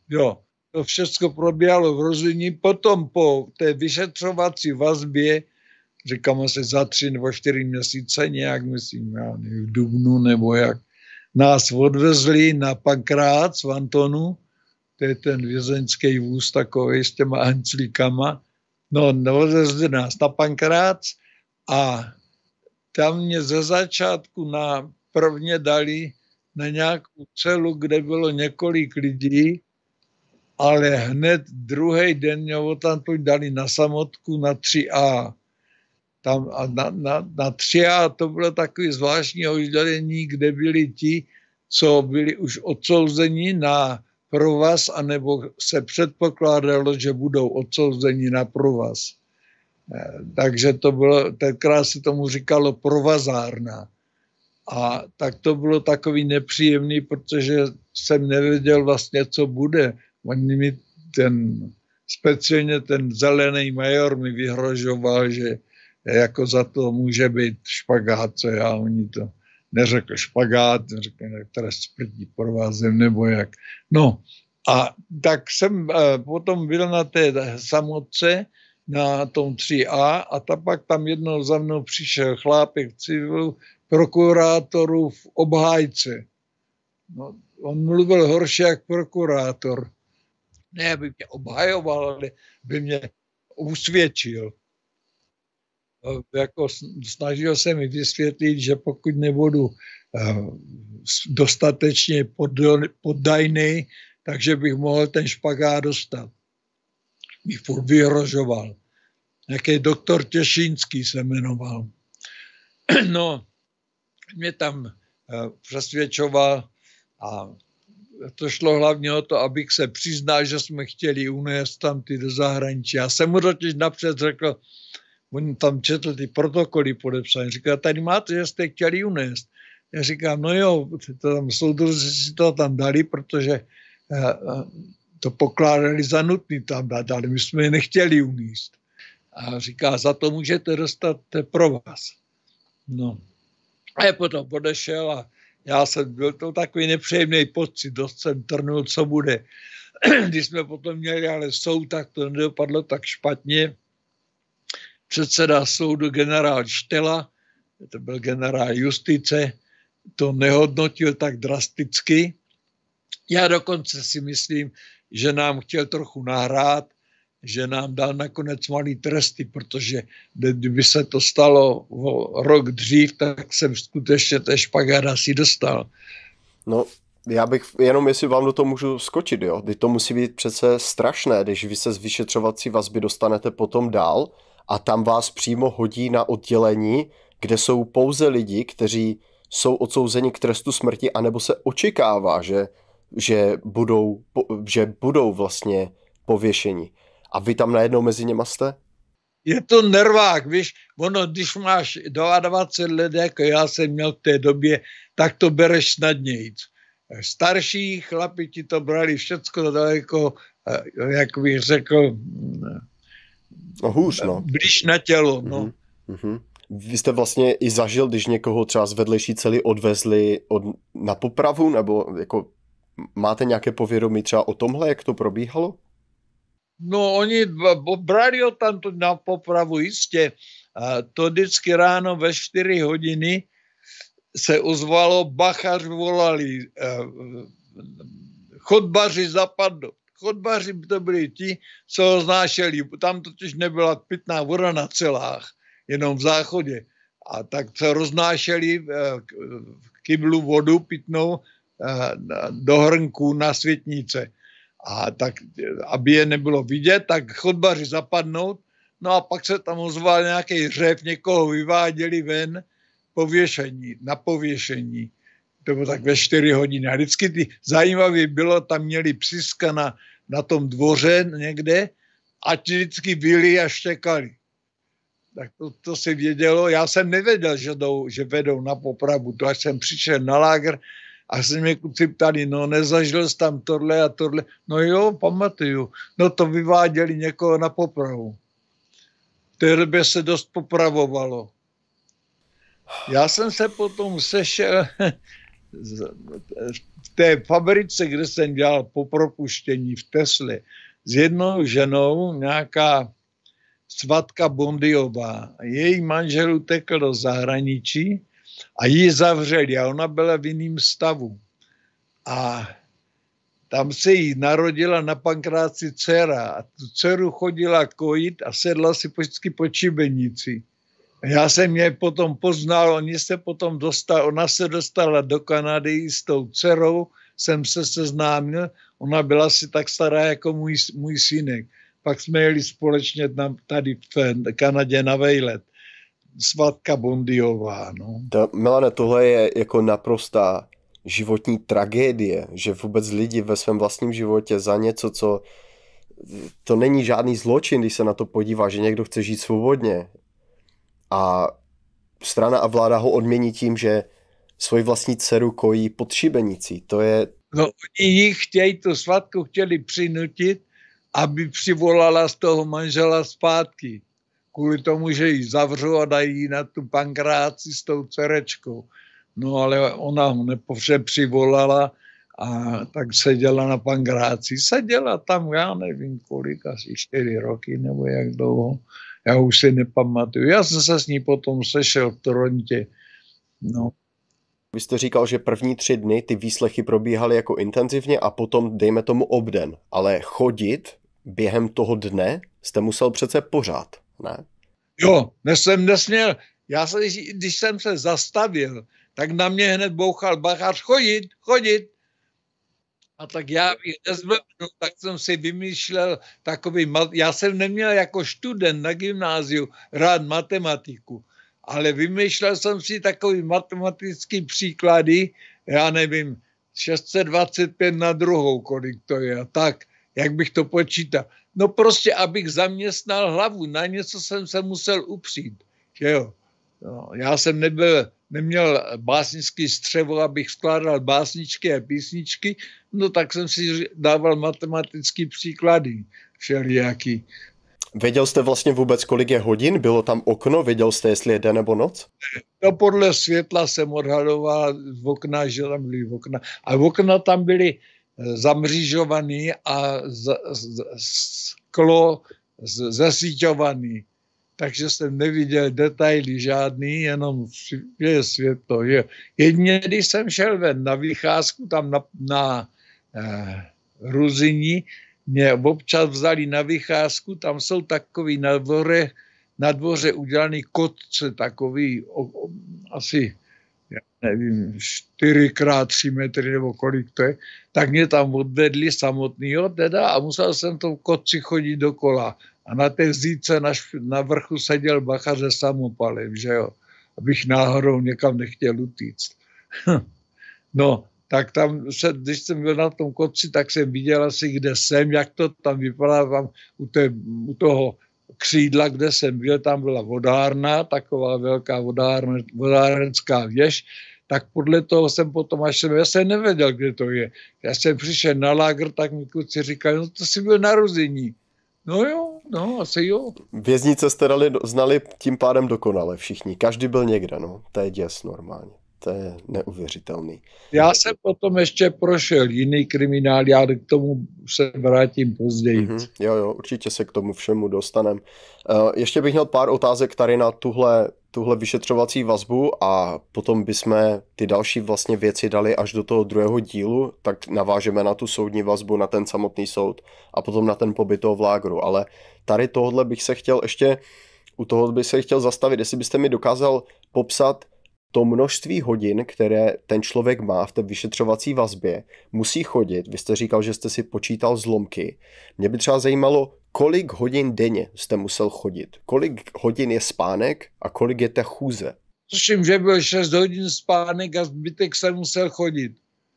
Speaker 2: To všechno probíhalo v Ruzini. Potom po té vyšetřovací vazbě, říkáme se za 3 nebo 4 měsíce, nějak myslím, já nevím, v dubnu nebo jak, nás odvezli na Pankrác v Antonu, to je ten vězeňský vůz takový s těma hanclíkama. No, odvezli nás na Pankrác a tam mě ze začátku prvně dali na nějakou celu, kde bylo několik lidí, ale hned druhý den mě odtamtud dali na samotku na 3A. Tam a na 3A to bylo takový zvláštní oddělení, kde byli ti, co byli už odsouzeni na provaz, anebo se předpokládalo, že budou odsouzeni na provaz. Takže to bylo, tenkrát se tomu říkalo provazárna. A tak to bylo takový nepříjemný, protože jsem nevěděl vlastně, co bude. Oni mi speciálně ten zelený major mi vyhrožoval, že jako za to může být špagát, co já, oni to neřekl špagát, řekl trest smrti provázem nebo jak. No a tak jsem potom byl na té samotce, na tom 3A a pak tam jednou za mnou přišel chlápek v civilu, prokurátorů v obhájce. No, on mluvil horší jak prokurátor. Ne, aby mě obhajoval, ale by mě usvědčil. Jako snažil se mi vysvětlit, že pokud nebudu dostatečně poddajný, takže bych mohl ten špagát dostat. Mi furt vyhrožoval. Nějaký doktor Těšínský se jmenoval. No, mě tam přesvědčoval a to šlo hlavně o to, abych se přiznal, že jsme chtěli unést tam ty do zahraničí. Já jsem mu totiž napřed řekl, on tam četl ty protokoly podepsané. Říkal, tady máte, že jste chtěli unést. Já říkám, no jo, to tam soudruzi si to tam dali, protože to pokládali za nutný tam dát, ale my jsme je nechtěli unést. A říká, za to můžete dostat pro vás. No. A je potom odešel a já jsem byl to takový nepříjemný pocit, dost jsem trnul, co bude. Když jsme potom měli ale soud, tak to nedopadlo tak špatně. Předseda soudu generál Štela, to byl generál justice, to nehodnotil tak drasticky. Já dokonce si myslím, že nám chtěl trochu nahrát. že nám dal nakonec malý tresty, protože kdyby se to stalo o rok dřív, tak jsem skutečně ten špagát asi dostal.
Speaker 1: No, já bych, jenom jestli vám do toho můžu skočit, jo, kdy to musí být přece strašné, když vy se z vyšetřovací vazby dostanete potom dál a tam vás přímo hodí na oddělení, kde jsou pouze lidi, kteří jsou odsouzeni k trestu smrti, anebo se očekává, že budou vlastně pověšeni. A vy tam najednou mezi něma jste?
Speaker 2: Je to nervák, víš, ono, když máš 22 let, jako já jsem měl v té době, tak to bereš snadnějc. Starší chlapi ti to brali všecko daleko, jak bych řekl,
Speaker 1: no hůř, no.
Speaker 2: Blíž na tělo, no.
Speaker 1: Mm-hmm. Vy jste vlastně i zažil, když někoho třeba z vedlejší cely odvezli na popravu, nebo jako máte nějaké povědomí třeba o tomhle, jak to probíhalo?
Speaker 2: No, oni brali ho tam na popravu, jistě. To vždycky ráno ve 4 hodiny se ozvalo, bachař volali, chodbaři zapadnou. Chodbaři to byli ti, co ho znášeli. Tam totiž nebyla pitná voda na celách, jenom v záchodě. A tak se roznášeli v kyblu vodu pitnou do hrnků na světnice. A tak, aby je nebylo vidět, tak chodbaři zapadnout, no a pak se tam ozval nějaký řev, někoho vyváděli ven na pověšení. To bylo tak ve 4 hodiny. A vždycky zajímavé bylo, tam měli psiska na tom dvoře někde a ti vždycky vyli a štěkali. Tak to se vědělo. Já jsem nevěděl, že vedou na popravu. To až jsem přišel na lágr a se mě kluci ptali, no nezažil jsi tam tohle a tohle. No jo, pamatuju. No to vyváděli někoho na popravu. V té době se dost popravovalo. Já jsem se potom sešel v té fabrice, kde jsem dělal po propuštění v Tesle, s jednou ženou, nějaká Svatka Bondiová. Její manžel utekl do zahraničí a ji zavřeli a ona byla v jiném stavu. A tam se jí narodila na Pankráci dcera a tu dceru chodila kojit a sedla si vždycky po šibenici. Já jsem je potom poznal, ona se dostala do Kanady s tou dcerou, jsem se seznámil, ona byla asi tak stará jako můj synek. Pak jsme jeli společně tady v Kanadě na vejlet. Svatka Bondiová, no.
Speaker 1: Milane, tohle je jako naprostá životní tragédie, že vůbec lidi ve svém vlastním životě za něco, co to není žádný zločin, když se na to podívá, že někdo chce žít svobodně a strana a vláda ho odmění tím, že svoji vlastní dceru kojí pod šibenicí. To je...
Speaker 2: No, oni jich tu Svatku chtěli přinutit, aby přivolala z toho manžela zpátky. Kvůli tomu, že ji zavřou a dají ji na tu Pankráci s tou dcerečkou. No ale ona ho přivolala a tak seděla na Pankráci. Seděla tam, já nevím kolik, asi 4 roky nebo jak dlouho. Já už si nepamatuju. Já jsem se s ní potom sešel v Torontě. No.
Speaker 1: Vy jste říkal, že první 3 dny ty výslechy probíhaly jako intenzivně a potom dejme tomu obden. Ale chodit během toho dne jste musel přece pořád, ne? Jo,
Speaker 2: jsem nesměl. Když jsem se zastavil, tak na mě hned bouchal bachař, chodit. A tak já bych nezvednul, tak jsem si vymýšlel já jsem neměl jako student na gymnáziu rád matematiku, ale vymýšlel jsem si takový matematický příklady, já nevím, 625 na druhou, kolik to je, a tak, jak bych to počítal. No prostě, abych zaměstnal hlavu, na něco jsem se musel upřít, že jo. No, já jsem neměl básnický střevo, abych skládal básničky a písničky, no tak jsem si dával matematický příklady všelijaký.
Speaker 1: Věděl jste vlastně vůbec, kolik je hodin? Bylo tam okno? Věděl jste, jestli je den nebo noc?
Speaker 2: No podle světla jsem odhadoval v okna, že tam byly okna. A okna tam byly zamřížovaný a sklo zasíťovaný. Takže jsem neviděl detaily žádný, jenom je světlo. Jedině, když jsem šel ven na vycházku tam na Ruzyni, mě občas vzali na vycházku, tam jsou takový na dvoře udělaný kotce, takový asi, já nevím, 4x3 metry nebo kolik to je, tak mě tam odvedli samotnýho teda a musel jsem tom kotci chodit dokola. A na té zíce na vrchu seděl bacha se samopalem, že jo, abych náhodou někam nechtěl utíct. No, tak tam, když jsem byl na tom kopci, tak jsem viděl asi, kde jsem, jak to tam vypadá, tam u toho křídla, kde jsem byl, tam byla vodárna, taková velká vodárenská věž, tak podle toho jsem potom, já jsem nevěděl, kde to je. Já jsem přišel na lágr, tak mi kluci říkali, no to jsi byl narození. No jo, no asi jo.
Speaker 1: Věznice jste znali tím pádem dokonale všichni, každý byl někde, no, to je děs normálně. To je neuvěřitelný.
Speaker 2: Já jsem potom ještě prošel jiný kriminál, já k tomu se vrátím později.
Speaker 1: Jo, určitě se k tomu všemu dostanem. Ještě bych měl pár otázek tady na tuhle vyšetřovací vazbu a potom bychom ty další vlastně věci dali až do toho druhého dílu, tak navážeme na tu soudní vazbu, na ten samotný soud a potom na ten pobyt v lágru. Ale tady tohle bych se chtěl ještě, u toho bych se chtěl zastavit, jestli byste mi dokázal popsat to množství hodin, které ten člověk má v té vyšetřovací vazbě, musí chodit. Vy jste říkal, že jste si počítal zlomky. Mě by třeba zajímalo, kolik hodin denně jste musel chodit. Kolik hodin je spánek a kolik je ta chůze?
Speaker 2: Tuším, že byl 6 hodin spánek a zbytek jsem musel chodit.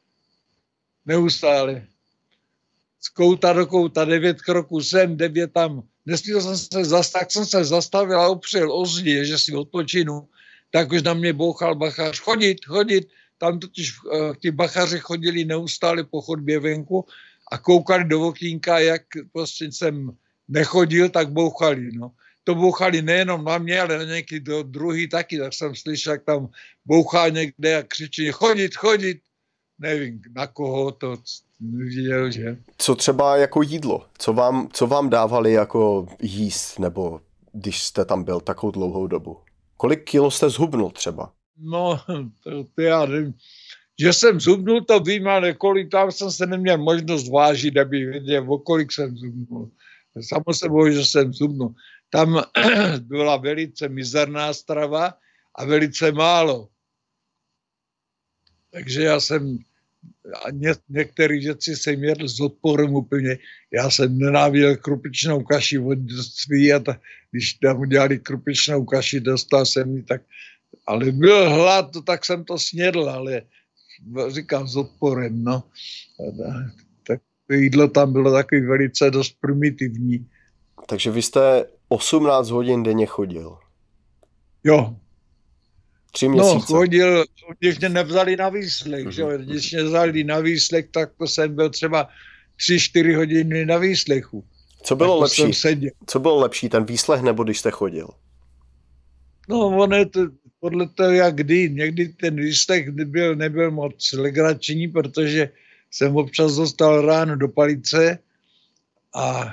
Speaker 2: Neustále. Z kouta do kouta, 9 kroků sem, 9 tam. Nesmíl jsem se tak jsem se zastavil a opřel o zdi, že si odpočinu. Tak už na mě bouchal bachař, chodit. Tam totiž ti bachaři chodili neustále po chodbě venku a koukali do okýnka, jak prostě jsem nechodil, tak bouchali. No. To bouchali nejenom na mě, ale na nějaký druhý taky, tak jsem slyšel, jak tam bouchá někde a křičí, chodit. Nevím, na koho to viděl, že?
Speaker 1: Co třeba jako jídlo? Co vám dávali jako jíst, nebo když jste tam byl takovou dlouhou dobu? Kolik kilo jste zhubnul třeba?
Speaker 2: No, to já nevím. Že jsem zhubnul, to vím, ale kolik tam jsem se neměl možnost vážit, aby věděl, o kolik jsem zhubnul. Samo sebou, že jsem zhubnul. Tam byla velice mizerná strava a velice málo. Takže já jsem některé věci jsem jedl s odporem úplně. Já jsem nenáviděl krupičnou kaši od dětství a když tam udělali krupičnou kaši, dostal jsem ji tak, ale byl hlad, tak jsem to snědl, ale říkám s odporem, no. Tak to jídlo tam bylo takový velice dost primitivní.
Speaker 1: Takže vy jste 18 hodin denně chodil?
Speaker 2: Jo.
Speaker 1: 3 měsíce?
Speaker 2: No, chodil, když mě nevzali na výslech, že? Když mě vzali na výslech, tak to jsem byl třeba 3-4 hodiny na výslechu.
Speaker 1: Co bylo lepší? Co bylo lepší, ten výslech nebo když jste chodil?
Speaker 2: No, on je to podle toho, jak kdy. Někdy ten výslech nebyl moc legrační, protože jsem občas dostal ráno do palice a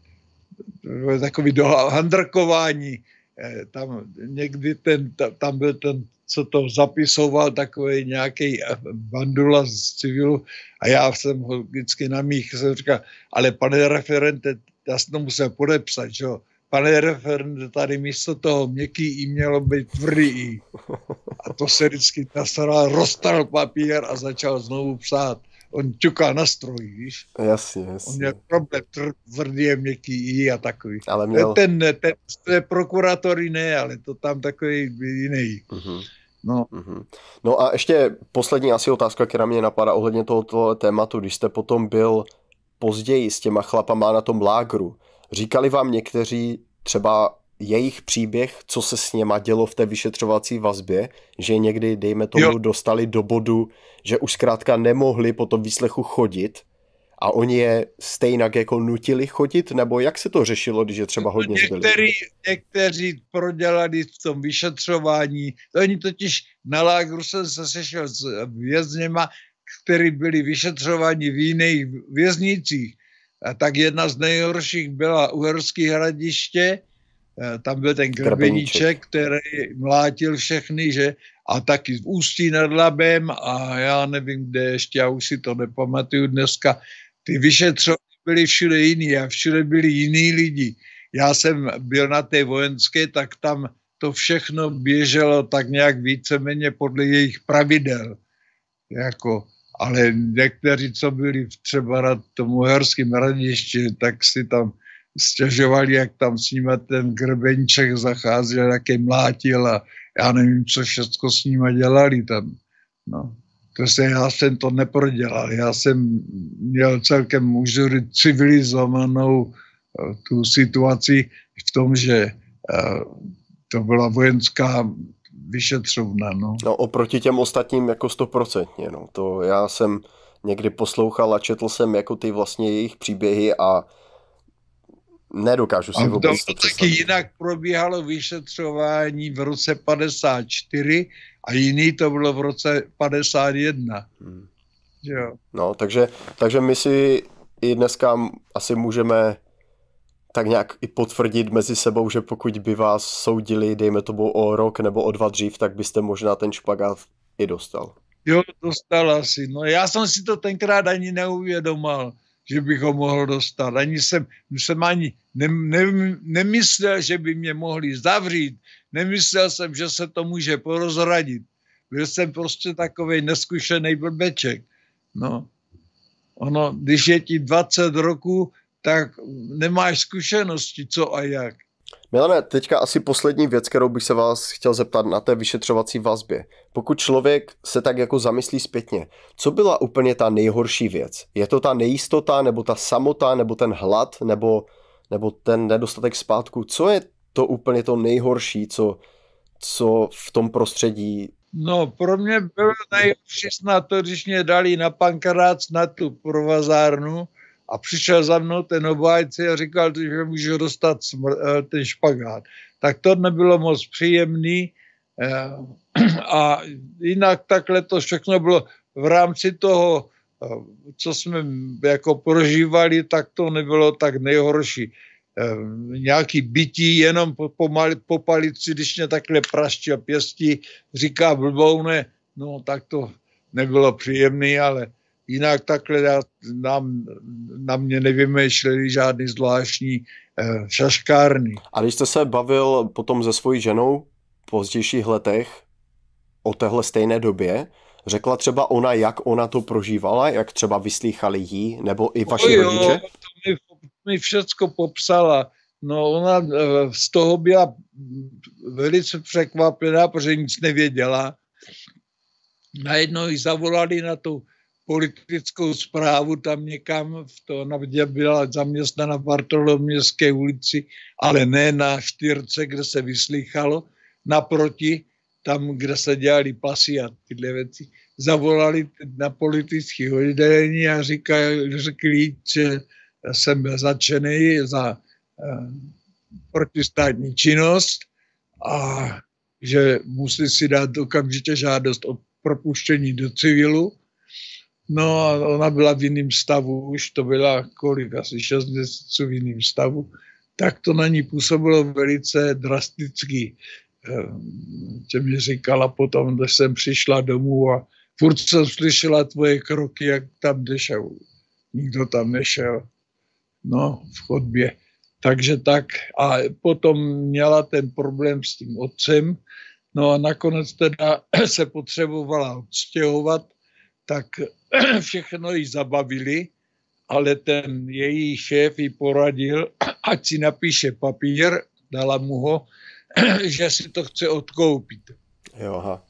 Speaker 2: takový handrkování. Tam někdy tam byl ten, co to zapisoval, takový nějaký bandula z civilu a já jsem ho vždycky jsem říkal, ale pane referente, já jsem to musel podepsat, že jo. Pane referente, tady místo toho měkký i mělo být tvrdý i. A to se vždycky nastaral, roztrhl papír a začal znovu psát. On ťukal na stroj, víš?
Speaker 1: Jasně.
Speaker 2: On měl problém, tvrdý je měkký i a takový.
Speaker 1: Ale měl...
Speaker 2: Ten prokuratory ne, ale to tam takový jiný. No.
Speaker 1: No a ještě poslední asi otázka, která mě napadá ohledně tohoto tématu. Když jste potom byl později s těma chlapama na tom lágru, říkali vám někteří třeba jejich příběh, co se s něma dělo v té vyšetřovací vazbě, že někdy, dejme tomu, dostali do bodu, že už zkrátka nemohli po tom výslechu chodit a oni je stejnak jako nutili chodit, nebo jak se to řešilo, když je třeba hodně zbyli?
Speaker 2: Někteří prodělali v tom vyšetřování, oni totiž na lágru se sešel s vězněma, kteří byli vyšetřováni v jiných věznicích. A tak jedna z nejhorších byla Uherské Hradiště, tam byl ten Grebeníček, který mlátil všechny, že? A taky v Ústí nad Labem a já nevím, kde ještě, já už si to nepamatuju dneska. Ty vyšetřování byli všude jiní a všude byli jiní lidi. Já jsem byl na té vojenské, tak tam to všechno běželo tak nějak víceméně podle jejich pravidel. Jako, ale někteří, co byli třeba na tom Uherském Hradišti, tak si tam stěžovali, jak tam s nimi ten Grebenček zacházel, jak je mlátil a já nevím, co všechno s nimi dělali tam. No. Já jsem to neprodělal. Já jsem měl celkem už civilizovanou tu situaci v tom, že to byla vojenská vyšetřovna. No,
Speaker 1: oproti těm ostatním jako 100%. No. To já jsem někdy poslouchal a četl jsem jako ty vlastně jejich příběhy a nedokážu si vůbec to představit.
Speaker 2: Taky jinak probíhalo vyšetřování v roce 54 a jiný to bylo v roce 51. Jo.
Speaker 1: No, takže my si i dneska asi můžeme tak nějak i potvrdit mezi sebou, že pokud by vás soudili, dejme tomu o rok nebo o 2 dřív, tak byste možná ten špagát i dostal.
Speaker 2: Jo, dostal asi. No, já jsem si to tenkrát ani neuvědomal, že bych ho mohl dostat. Ani jsem ani nemyslel, že by mě mohli zavřít. Nemyslel jsem, že se to může porozradit. Byl jsem prostě takovej neskušený blbeček. No. Ono, když je ti 20 roků, tak nemáš zkušenosti, co a jak.
Speaker 1: Milane, teďka asi poslední věc, kterou bych se vás chtěl zeptat na té vyšetřovací vazbě. Pokud člověk se tak jako zamyslí zpětně, co byla úplně ta nejhorší věc? Je to ta nejistota, nebo ta samota, nebo ten hlad, nebo ten nedostatek spátku? Co je to úplně to nejhorší, co v tom prostředí?
Speaker 2: No, pro mě bylo nejhorší snad to, když mě dali na Pankrác na tu provazárnu a přišel za mnou ten obhájce a říkal, že můžu dostat ten špagát. Tak to nebylo moc příjemný a jinak takhle to všechno bylo v rámci toho, co jsme jako prožívali, tak to nebylo tak nejhorší. Nějaký bytí jenom po palici, když mě takhle praštil pěstí, říká blboune, no tak to nebylo příjemný, ale jinak takhle na mě nevymýšleli žádný zvláštní šaškárny.
Speaker 1: A když jste se bavil potom se svojí ženou v pozdějších letech o téhle stejné době, řekla třeba ona, jak ona to prožívala, jak třeba vyslýchali jí, nebo i vaši rodiče?
Speaker 2: To mi všecko popsala. No ona z toho byla velice překvapená, protože nic nevěděla. Najednou ji zavolali na tu politickou zprávu tam někam, ona byla zaměstnána v Bartolomějské ulici, ale ne na Štyrce, kde se vyslýchalo, naproti, tam, kde se dělali pasy a tyhle věci. Zavolali na politické oddělení a řekli, že jsem byl zatčený za protistátní činnost a že musí si dát okamžitě žádost o propuštění do civilu. No a ona byla v jiném stavu, už to byla asi 6 měsíců v jiném stavu, tak to na ní působilo velice drasticky. Že mi říkala potom, když jsem přišla domů a furt jsem slyšela tvoje kroky, jak tam jdeš a nikdo tam nešel. No, v chodbě. Takže tak. A potom měla ten problém s tím otcem. No a nakonec teda se potřebovala odstěhovat, tak všechno jí zabavili, ale ten její šéf jí poradil, ať si napíše papír, dala mu ho, že si to chce odkoupit.
Speaker 1: Jo, aha.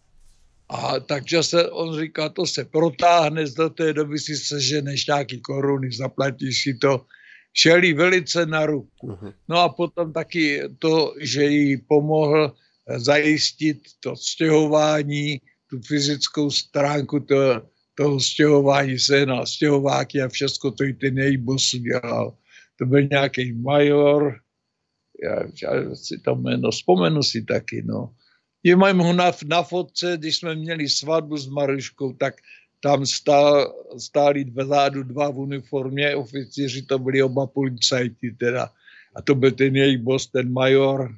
Speaker 2: A takže on říká, to se protáhne, do té doby si seženeš nějaký koruny, zaplatíš si to. Šel jí velice na ruku. Uh-huh. No a potom taky to, že jí pomohl zajistit to stěhování, tu fyzickou stránku toho stěhování, sehnal stěhováky a všechno to i ten její boss dělal. To byl nějaký major, já si to jméno vzpomenu si taky, no. Je mám ho na fotce, když jsme měli svatbu s Maruškou, tak tam stáli vzadu 2 v uniformě, oficíři, to byli oba policajti teda. A to byl ten její boss, ten major.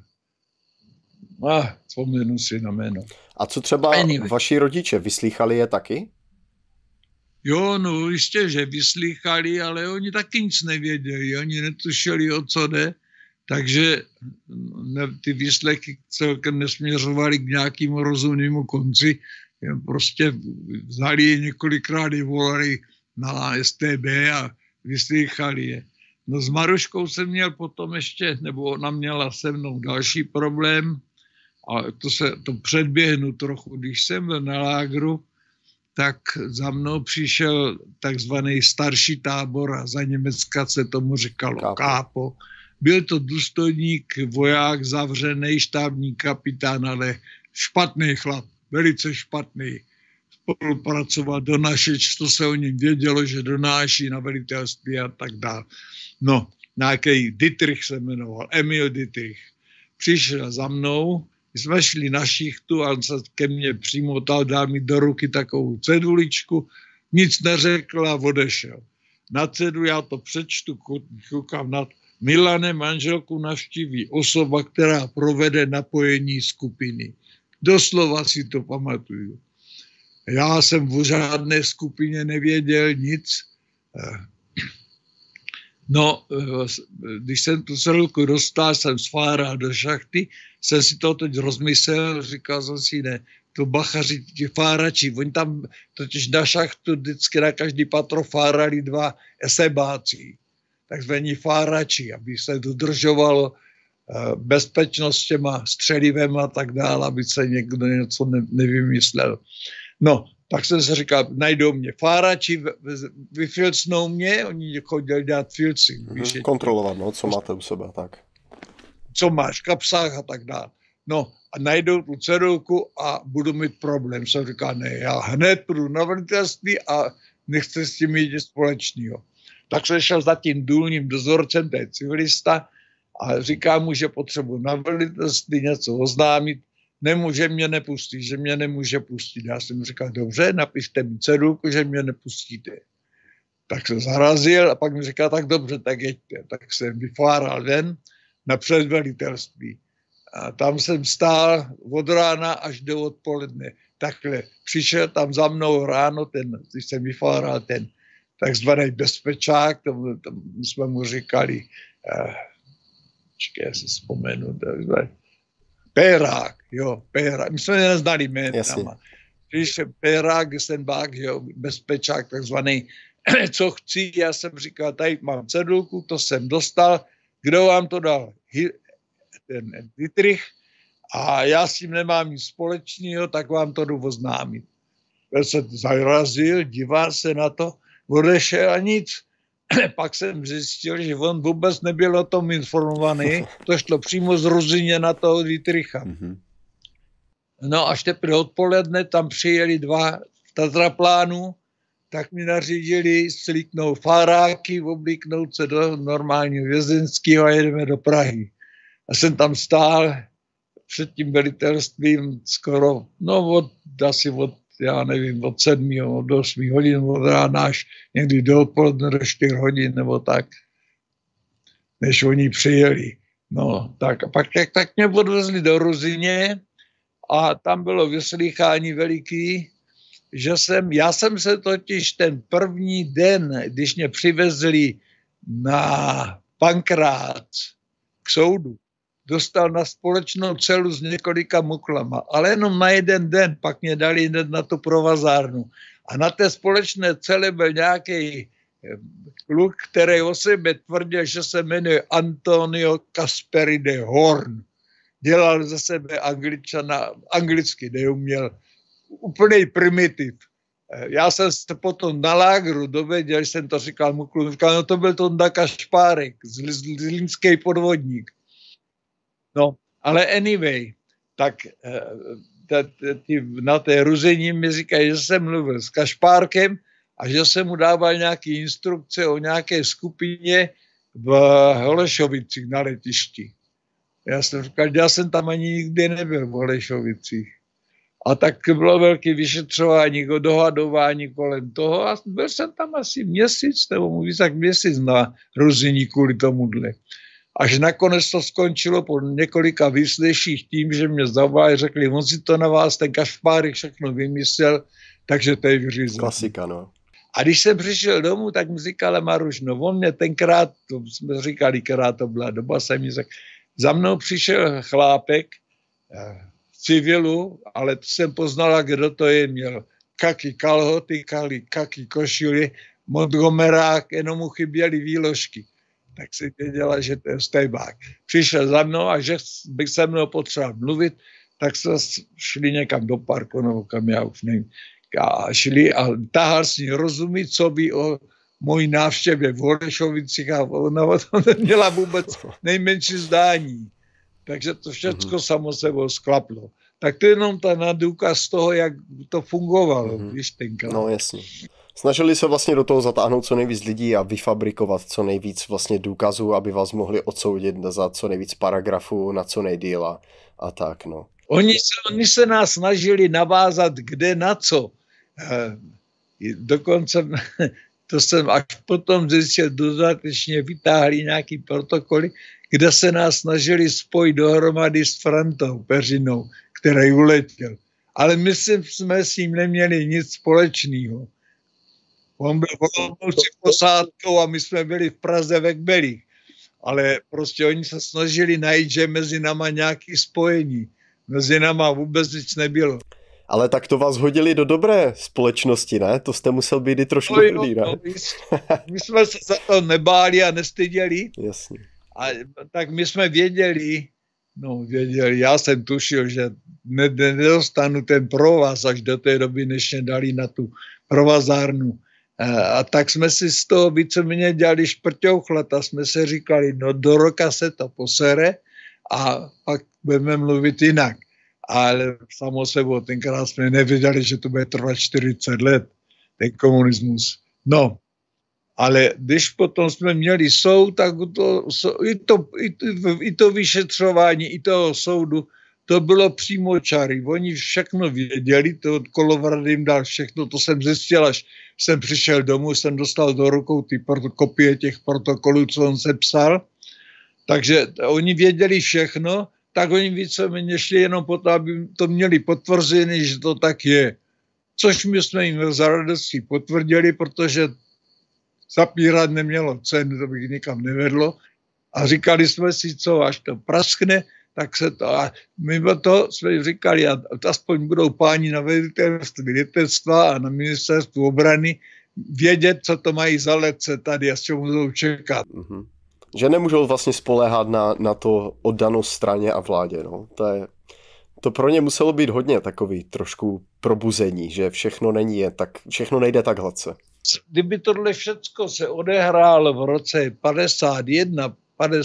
Speaker 2: Vzpomenu si na jméno.
Speaker 1: A co třeba vaši rodiče, vyslýchali je taky?
Speaker 2: Jo, no jistě, že vyslýchali, ale oni taky nic nevěděli, oni netušili, o co jde, takže ty výslechy celkem nesměřovaly k nějakému rozumnému konci, prostě vzali je několikrát, volali na STB a vyslýchali je. No s Maruškou jsem měl potom ještě, nebo ona měla se mnou další problém, a to předběhnu trochu, když jsem byl na lágru, tak za mnou přišel takzvaný starší tábor a za Německa se tomu říkalo kápo. Byl to důstojník, voják, zavřený, štábní kapitán, ale špatný chlap, velice špatný. Spolupracoval, donášeč, to se o něm vědělo, že donáší na velitelství a tak dále. No, nějaký Dietrich se jmenoval, Emil Dietrich. Přišel za mnou, jsme šli na šichtu a on se ke mně přimotal, dal mi do ruky takovou ceduličku, nic neřekl a odešel. Na cedu já to přečtu, koukám na Milane, manželku navštíví osoba, která provede napojení skupiny. Doslova si to pamatuju. Já jsem o žádné skupině nevěděl nic. No, když jsem tu cedulku dostal, jsem sfáral do šachty, jsem si to teď rozmyslel, říkal jsem si, ne, to bachaři, ti fárači, oni tam totiž na šachtu vždycky na každý patro fárali 2 esebáci, takzvaní fárači, aby se dodržovalo bezpečnost s těma střelivem a tak dále, aby se někdo něco nevymyslel. No, tak jsem si říkal, najdou mě fárači, vyfilcnou mě, oni chodili dělat filci.
Speaker 1: Kontrolovat, no, co máte u sebe, tak.
Speaker 2: Co máš v kapsách a tak dále. No a najdou tu cedulku a budu mít problém. Jsem říkal, ne, já hned půjdu na velitelství a nechci s tím mít nic společného. Tak jsem šel za tím důlním dozorcem, to je civilista, a říkám mu, že potřebuji na velitelství něco oznámit. Že mě nepustí, že mě nemůže pustit. Já jsem říkal, dobře, napište mi cedulku, že mě nepustíte. Tak se zarazil a pak mi říkal, tak dobře, tak jeďte. Tak jsem vyfáral ven na předvelitelství. A tam jsem stál od rána až do odpoledne. Takhle přišel tam za mnou ráno, když jsem vyfáral ten takzvaný bezpečák, my jsme mu říkali, já si vzpomenu, Pérák, jo, Pérák. My jsme neznali jménama. Když Pérák, Gesenbach, jo, bezpečák, takzvaný, co chci, já jsem říkal, tady mám cedulku, to jsem dostal, kdo vám to dal? Ten Dietrich, a já s tím nemám nic společného, tak vám to jdu oznámit. Já se zarazil, dívá se na to, odešel a nic. Pak jsem zjistil, že on vůbec nebyl o tom informovaný, to šlo přímo z Ruzině na toho Dietricha. No až teprve odpoledne tam přijeli 2 v Tatraplánu, tak mi nařídili slíknout faráky, oblíknout se do normálního vězenského a jedeme do Prahy. A jsem tam stál před tím velitelstvím skoro, asi od já nevím, od 7 do 8 hodin od rána až někdy do odpoledne do 4 hodin nebo tak, než oni přijeli. No, tak a pak tak mě odvezli do Ruzině a tam bylo vyslýchání veliký, že já jsem se totiž ten první den, když mě přivezli na Pankrác k soudu, dostal na společnou celu s několika muklama, ale jenom na jeden den, pak mě dali hned na tu provazárnu. A na té společné cele byl nějaký kluk, který o sebe tvrdil, že se jmenuje Antonio Casperi de Horn. Dělal ze sebe Angličana, anglicky neuměl, úplný primitiv. Já jsem se potom na lágru dověděl, že jsem to říkal muklu, říkal, no to byl Tonda Kašpárek, zlínský podvodník. No, ale anyway, tak na té Ruzení mi říkají, že jsem mluvil s Kašpárkem a že jsem mu dával nějaké instrukce o nějaké skupině v Holešovicích na letišti. Já jsem říkal, já jsem tam ani nikdy nebyl v Holešovicích. A tak bylo velké vyšetřování, dohadování kolem toho a byl jsem tam asi měsíc, nebo víc jak měsíc na Ruzení kvůli tomuhle. Až nakonec to skončilo po několika výsleších tím, že mě zavolali, řekli, on si to na vás ten Kašpárek všechno vymyslel, takže to je vyřízeno.
Speaker 1: Klasika, no.
Speaker 2: A když jsem přišel domů, tak mi říkala Maruš, no on mě tenkrát, to jsme říkali, která to byla doba, jsem mi řekl, za mnou přišel chlápek v civilu, ale to jsem poznala, kdo to je, měl kaky kalhoty, kaky košily, Montgomerák, jenom mu chyběly výložky. Tak si věděla, že to je stejbák. Přišel za mnou a že bych se mnou potřeboval mluvit, tak se šli někam do parku, nebo kam já už nevím. A šli a tahal s ní rozumí, co by o mojí návštěvě v Holešovicích a ona o tom neměla vůbec nejmenší zdání. Takže to všechno samo sebou sklaplo. Tak to je jenom ta důkaz z toho, jak to fungovalo, víš, tenkrát.
Speaker 1: No jasně. Snažili se vlastně do toho zatáhnout co nejvíc lidí a vyfabrikovat co nejvíc vlastně důkazů, aby vás mohli odsoudit za co nejvíc paragrafů na co nejdýl a tak, no.
Speaker 2: Oni se nás snažili navázat kde na co. Dokonce, to jsem až potom zjistil, dodatečně vytáhli nějaký protokoly, kde se nás snažili spojit dohromady s Frantou Peřinou, který uletěl. Ale my jsme s ním neměli nic společného. On byl v Olomouci posádkou a my jsme byli v Praze ve Kbelích. Ale prostě oni se snažili najít, že mezi náma nějaké spojení. Mezi náma vůbec nic nebylo.
Speaker 1: Ale tak to vás hodili do dobré společnosti, ne? To jste musel být i trošku hrdý, ne?
Speaker 2: No, my jsme se za to nebáli a nestyděli.
Speaker 1: Jasně.
Speaker 2: A tak my jsme věděli, já jsem tušil, že nedostanu ten provaz až do té doby, než mě dali na tu provazárnu. A tak jsme si z toho víceméně dělali šprťouchlat a jsme se říkali, no do roka se to posere a pak budeme mluvit jinak. Ale samo sebou, tenkrát jsme nevěděli, že to bude trvat 40 let, ten komunismus. No, ale když potom jsme měli soud, tak i to vyšetřování, i toho soudu, to bylo přímočarý. Oni všechno věděli, to od Kolovrady jim dal všechno, to jsem zjistil, až jsem přišel domů, jsem dostal do rukou ty kopie těch protokolů, co on se psal. Takže oni věděli všechno, tak oni víceméně šli jenom po to, aby to měli potvrzený, že to tak je. Což my jsme jim za radostí potvrdili, protože zapírat nemělo cenu, to bych nikam nevedlo. A říkali jsme si, co až to praskne, tak se to, a mimo to jsme říkali, a aspoň budou páni na velitelství letectva a na ministerstvu obrany vědět, co to mají za letce tady a s čím budou čekat.
Speaker 1: Mm-hmm. Že nemůžou vlastně spoléhat na to oddanost straně a vládě, no. To pro ně muselo být hodně takový trošku probuzení, že všechno nejde tak hladce.
Speaker 2: Kdyby tohle všecko se odehrálo v roce 51,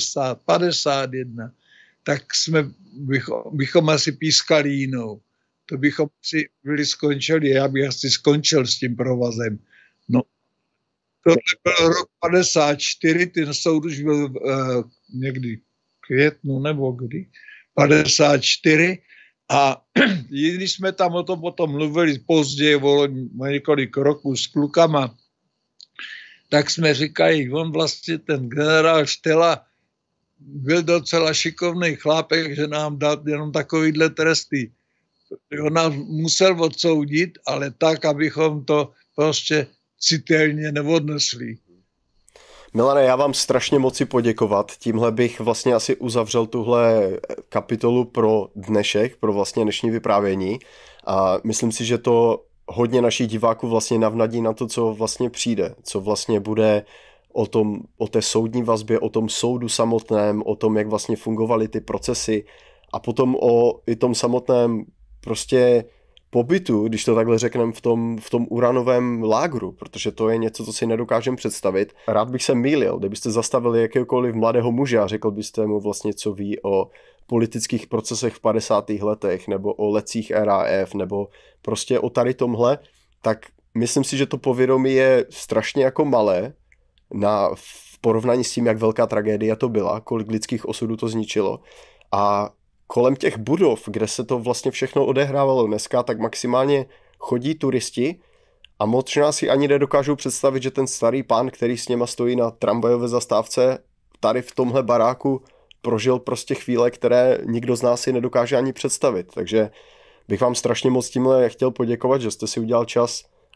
Speaker 2: tak bychom asi pískali jinou. To bychom si byli skončili, já bych asi skončil s tím provazem. No, to byl rok 54, ten soud už byl někdy v květnu nebo kdy, 54 a když jsme tam o tom potom mluvili později, několik roků s klukama, tak jsme říkali, on vlastně ten generál Štela byl docela šikovný chlápek, že nám dal jenom takovýhle tresty. On nás musel odsoudit, ale tak, abychom to prostě citelně neodnesli.
Speaker 1: Milane, já vám strašně moc poděkovat. Tímhle bych vlastně asi uzavřel tuhle kapitolu pro dnešek, pro vlastně dnešní vyprávění. A myslím si, že to hodně našich diváků vlastně navnadí na to, co vlastně přijde, co vlastně bude o té soudní vazbě, o tom soudu samotném, o tom, jak vlastně fungovaly ty procesy a potom o i tom samotném prostě pobytu, když to takhle řekneme, v tom uranovém lágru, protože to je něco, co si nedokážeme představit. Rád bych se mýlil, kdybyste zastavili jakéhokoliv mladého muže a řekl byste mu vlastně, co ví o politických procesech v 50. letech, nebo o letcích RAF, nebo prostě o tady tomhle, tak myslím si, že to povědomí je strašně jako malé v porovnání s tím, jak velká tragédia to byla, kolik lidských osudů to zničilo. A kolem těch budov, kde se to vlastně všechno odehrávalo dneska, tak maximálně chodí turisti a možná si ani nedokážou představit, že ten starý pán, který s něma stojí na tramvajové zastávce, tady v tomhle baráku prožil prostě chvíle, které nikdo z nás si nedokáže ani představit. Takže bych vám strašně moc tímhle chtěl poděkovat, že jste si udělal čas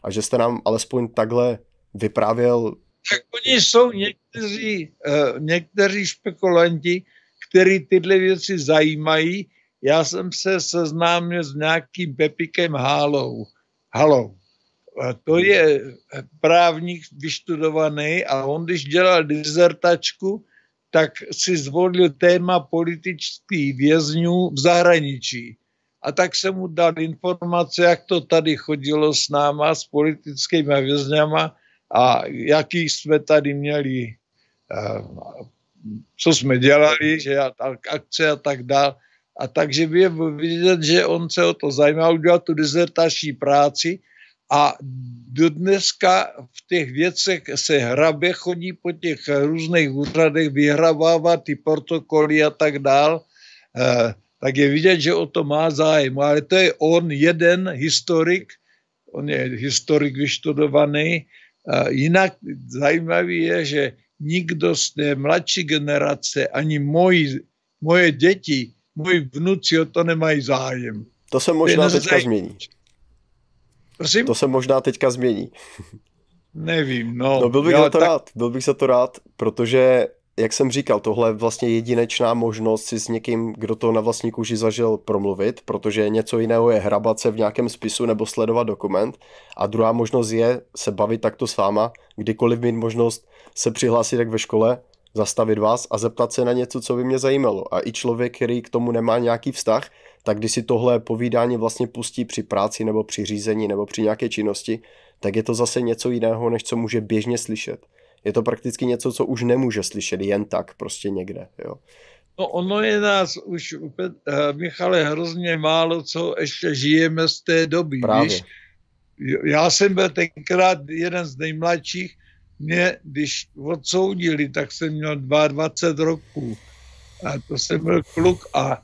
Speaker 1: a že jste nám alespoň takhle vyprávěl.
Speaker 2: Tak oni jsou někteří špekulanti, kteří tyhle věci zajímají. Já jsem se seznámil s nějakým Pepikem Halou. To je právník vyštudovaný a on, když dělal dizertačku, tak si zvolil téma politických vězňů v zahraničí. A tak jsem mu dal informace, jak to tady chodilo s náma, s politickými vězňama a jaký jsme tady měli, co jsme dělali, že akce a tak dál. A takže je vidět, že on se o to zajímal, udělal tu dizertační práci a do dneska v těch věcech se hrabe, chodí po těch různých úřadech, vyhrabává ty protokoly a tak dál. Tak je vidět, že o to má zájem. Ale to je on jeden historik, on je historik vyštudovaný. Jinak zajímavý je, že nikdo z té mladší generace, ani moje děti, moji vnuci o to nemají zájem.
Speaker 1: To se možná teďka změní.
Speaker 2: Prosím?
Speaker 1: To se možná teďka změní.
Speaker 2: Nevím, no.
Speaker 1: No byl bych za to rád, protože, jak jsem říkal, tohle je vlastně jedinečná možnost si s někým, kdo to na vlastní kůži zažil, promluvit, protože něco jiného je hrabat se v nějakém spisu nebo sledovat dokument a druhá možnost je se bavit takto s váma, kdykoliv mít možnost se přihlásit jak ve škole, zastavit vás a zeptat se na něco, co by mě zajímalo. A i člověk, který k tomu nemá nějaký vztah, tak když si tohle povídání vlastně pustí při práci nebo při řízení nebo při nějaké činnosti, tak je to zase něco jiného, než co může běžně slyšet. Je to prakticky něco, co už nemůže slyšet jen tak prostě někde. Jo.
Speaker 2: No ono je nás už, Michale, hrozně málo, co ještě žijeme z té doby.
Speaker 1: Právě.
Speaker 2: Víš? Já jsem byl tenkrát jeden z nejmladších, mě, když odsoudili, tak jsem měl 22 roků. A to jsem byl kluk a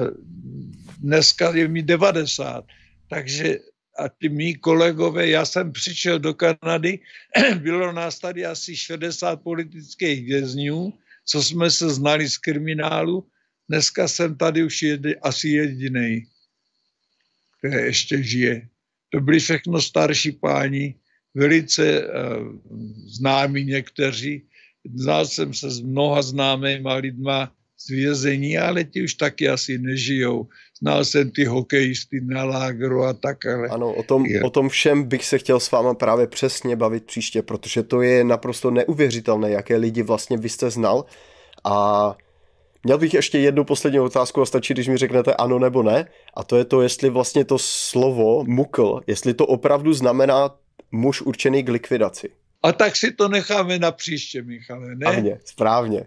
Speaker 2: dneska je mi 90. Takže a ti mý kolegové, já jsem přišel do Kanady, bylo nás tady asi 60 politických vězňů, co jsme se znali z kriminálu. Dneska jsem tady už asi jedinej, který ještě žije. To byli všechno starší páni, velice známí někteří. Znal jsem se s mnoha známýma lidma z vězení, ale ti už taky asi nežijou. Znal jsem ty hokejisty na lágru a takhle.
Speaker 1: Ano, o tom všem bych se chtěl s váma právě přesně bavit příště, protože to je naprosto neuvěřitelné, jaké lidi vlastně vy jste znal. A měl bych ještě jednu poslední otázku a stačí, když mi řeknete ano nebo ne. A to je to, jestli vlastně to slovo mukl, jestli to opravdu znamená muž určený k likvidaci.
Speaker 2: A tak si to necháme na příště, Michale, ne?
Speaker 1: Správně.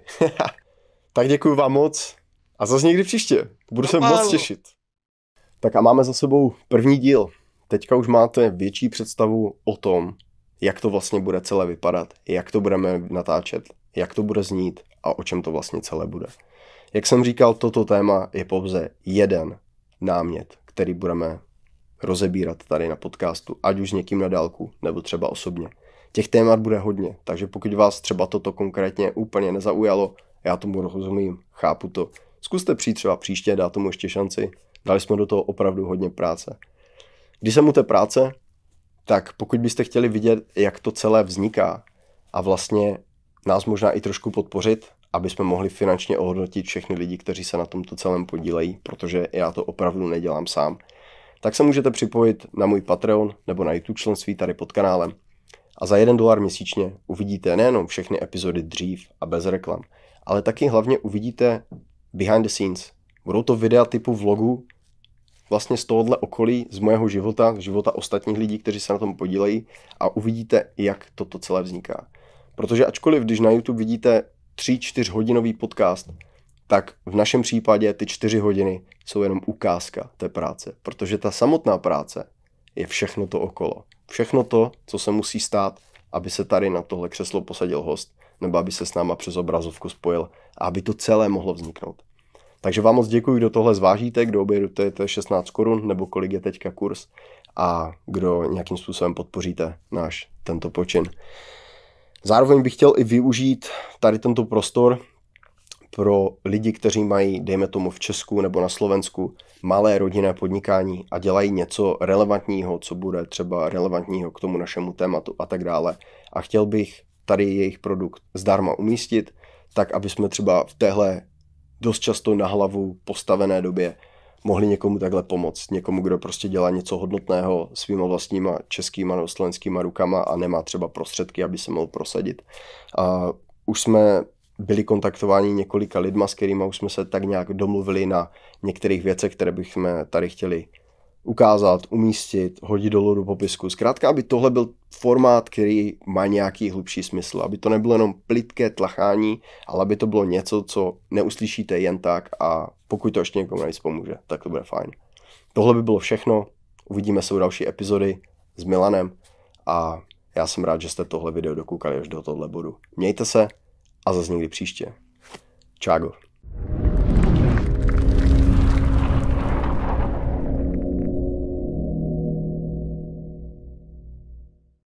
Speaker 1: Tak děkuji vám moc a zase někdy příště. Budu se moc těšit. Tak a máme za sebou první díl. Teďka už máte větší představu o tom, jak to vlastně bude celé vypadat, jak to budeme natáčet, jak to bude znít a o čem to vlastně celé bude. Jak jsem říkal, toto téma je pouze jeden námět, který budeme rozebírat tady na podcastu, ať už s někým na dálku, nebo třeba osobně. Těch témat bude hodně, takže pokud vás třeba toto konkrétně úplně nezaujalo, já tomu rozumím, chápu to. Zkuste přijít třeba příště, dát tomu ještě šanci. Dali jsme do toho opravdu hodně práce. Když jsem u té práce, tak pokud byste chtěli vidět, jak to celé vzniká a vlastně nás možná i trošku podpořit, aby jsme mohli finančně ohodnotit všechny lidi, kteří se na tomto celém podílejí, protože já to opravdu nedělám sám, tak se můžete připojit na můj Patreon nebo na YouTube členství tady pod kanálem. A za $1 měsíčně uvidíte nejenom všechny epizody dřív a bez reklam, ale taky hlavně uvidíte behind the scenes. Budou to videa typu vlogu vlastně z tohohle okolí, z mého života, z života ostatních lidí, kteří se na tom podílejí a uvidíte, jak toto celé vzniká. Protože ačkoliv, když na YouTube vidíte 3-4 hodinový podcast, tak v našem případě ty 4 hodiny jsou jenom ukázka té práce, protože ta samotná práce je všechno to okolo. Všechno to, co se musí stát, aby se tady na tohle křeslo posadil host, nebo aby se s náma přes obrazovku spojil a aby to celé mohlo vzniknout. Takže vám moc děkuji, kdo tohle zvážíte, kdo objedujete 16 korun, nebo kolik je teďka kurz a kdo nějakým způsobem podpoříte náš tento počin. Zároveň bych chtěl i využít tady tento prostor pro lidi, kteří mají, dejme tomu v Česku nebo na Slovensku, malé rodinné podnikání a dělají něco relevantního, co bude třeba relevantního k tomu našemu tématu a tak dále. A chtěl bych tady jejich produkt zdarma umístit, tak aby jsme třeba v téhle dost často na hlavu postavené době mohli někomu takhle pomoct. Někomu, kdo prostě dělá něco hodnotného svýma vlastníma českýma nebo slovenskýma rukama a nemá třeba prostředky, aby se mohl prosadit. A už jsme byli kontaktováni několika lidma, s kterými už jsme se tak nějak domluvili na některých věcech, které bychom tady chtěli ukázat, umístit, hodit dolů do popisku. Zkrátka, aby tohle byl formát, který má nějaký hlubší smysl. Aby to nebylo jenom plitké tlachání, ale aby to bylo něco, co neuslyšíte jen tak a pokud to ještě někomu navíc pomůže, tak to bude fajn. Tohle by bylo všechno. Uvidíme se u další epizody s Milanem a já jsem rád, že jste tohle video dokoukali až do tohle bodu. Mějte se a zase někdy příště. Čágo.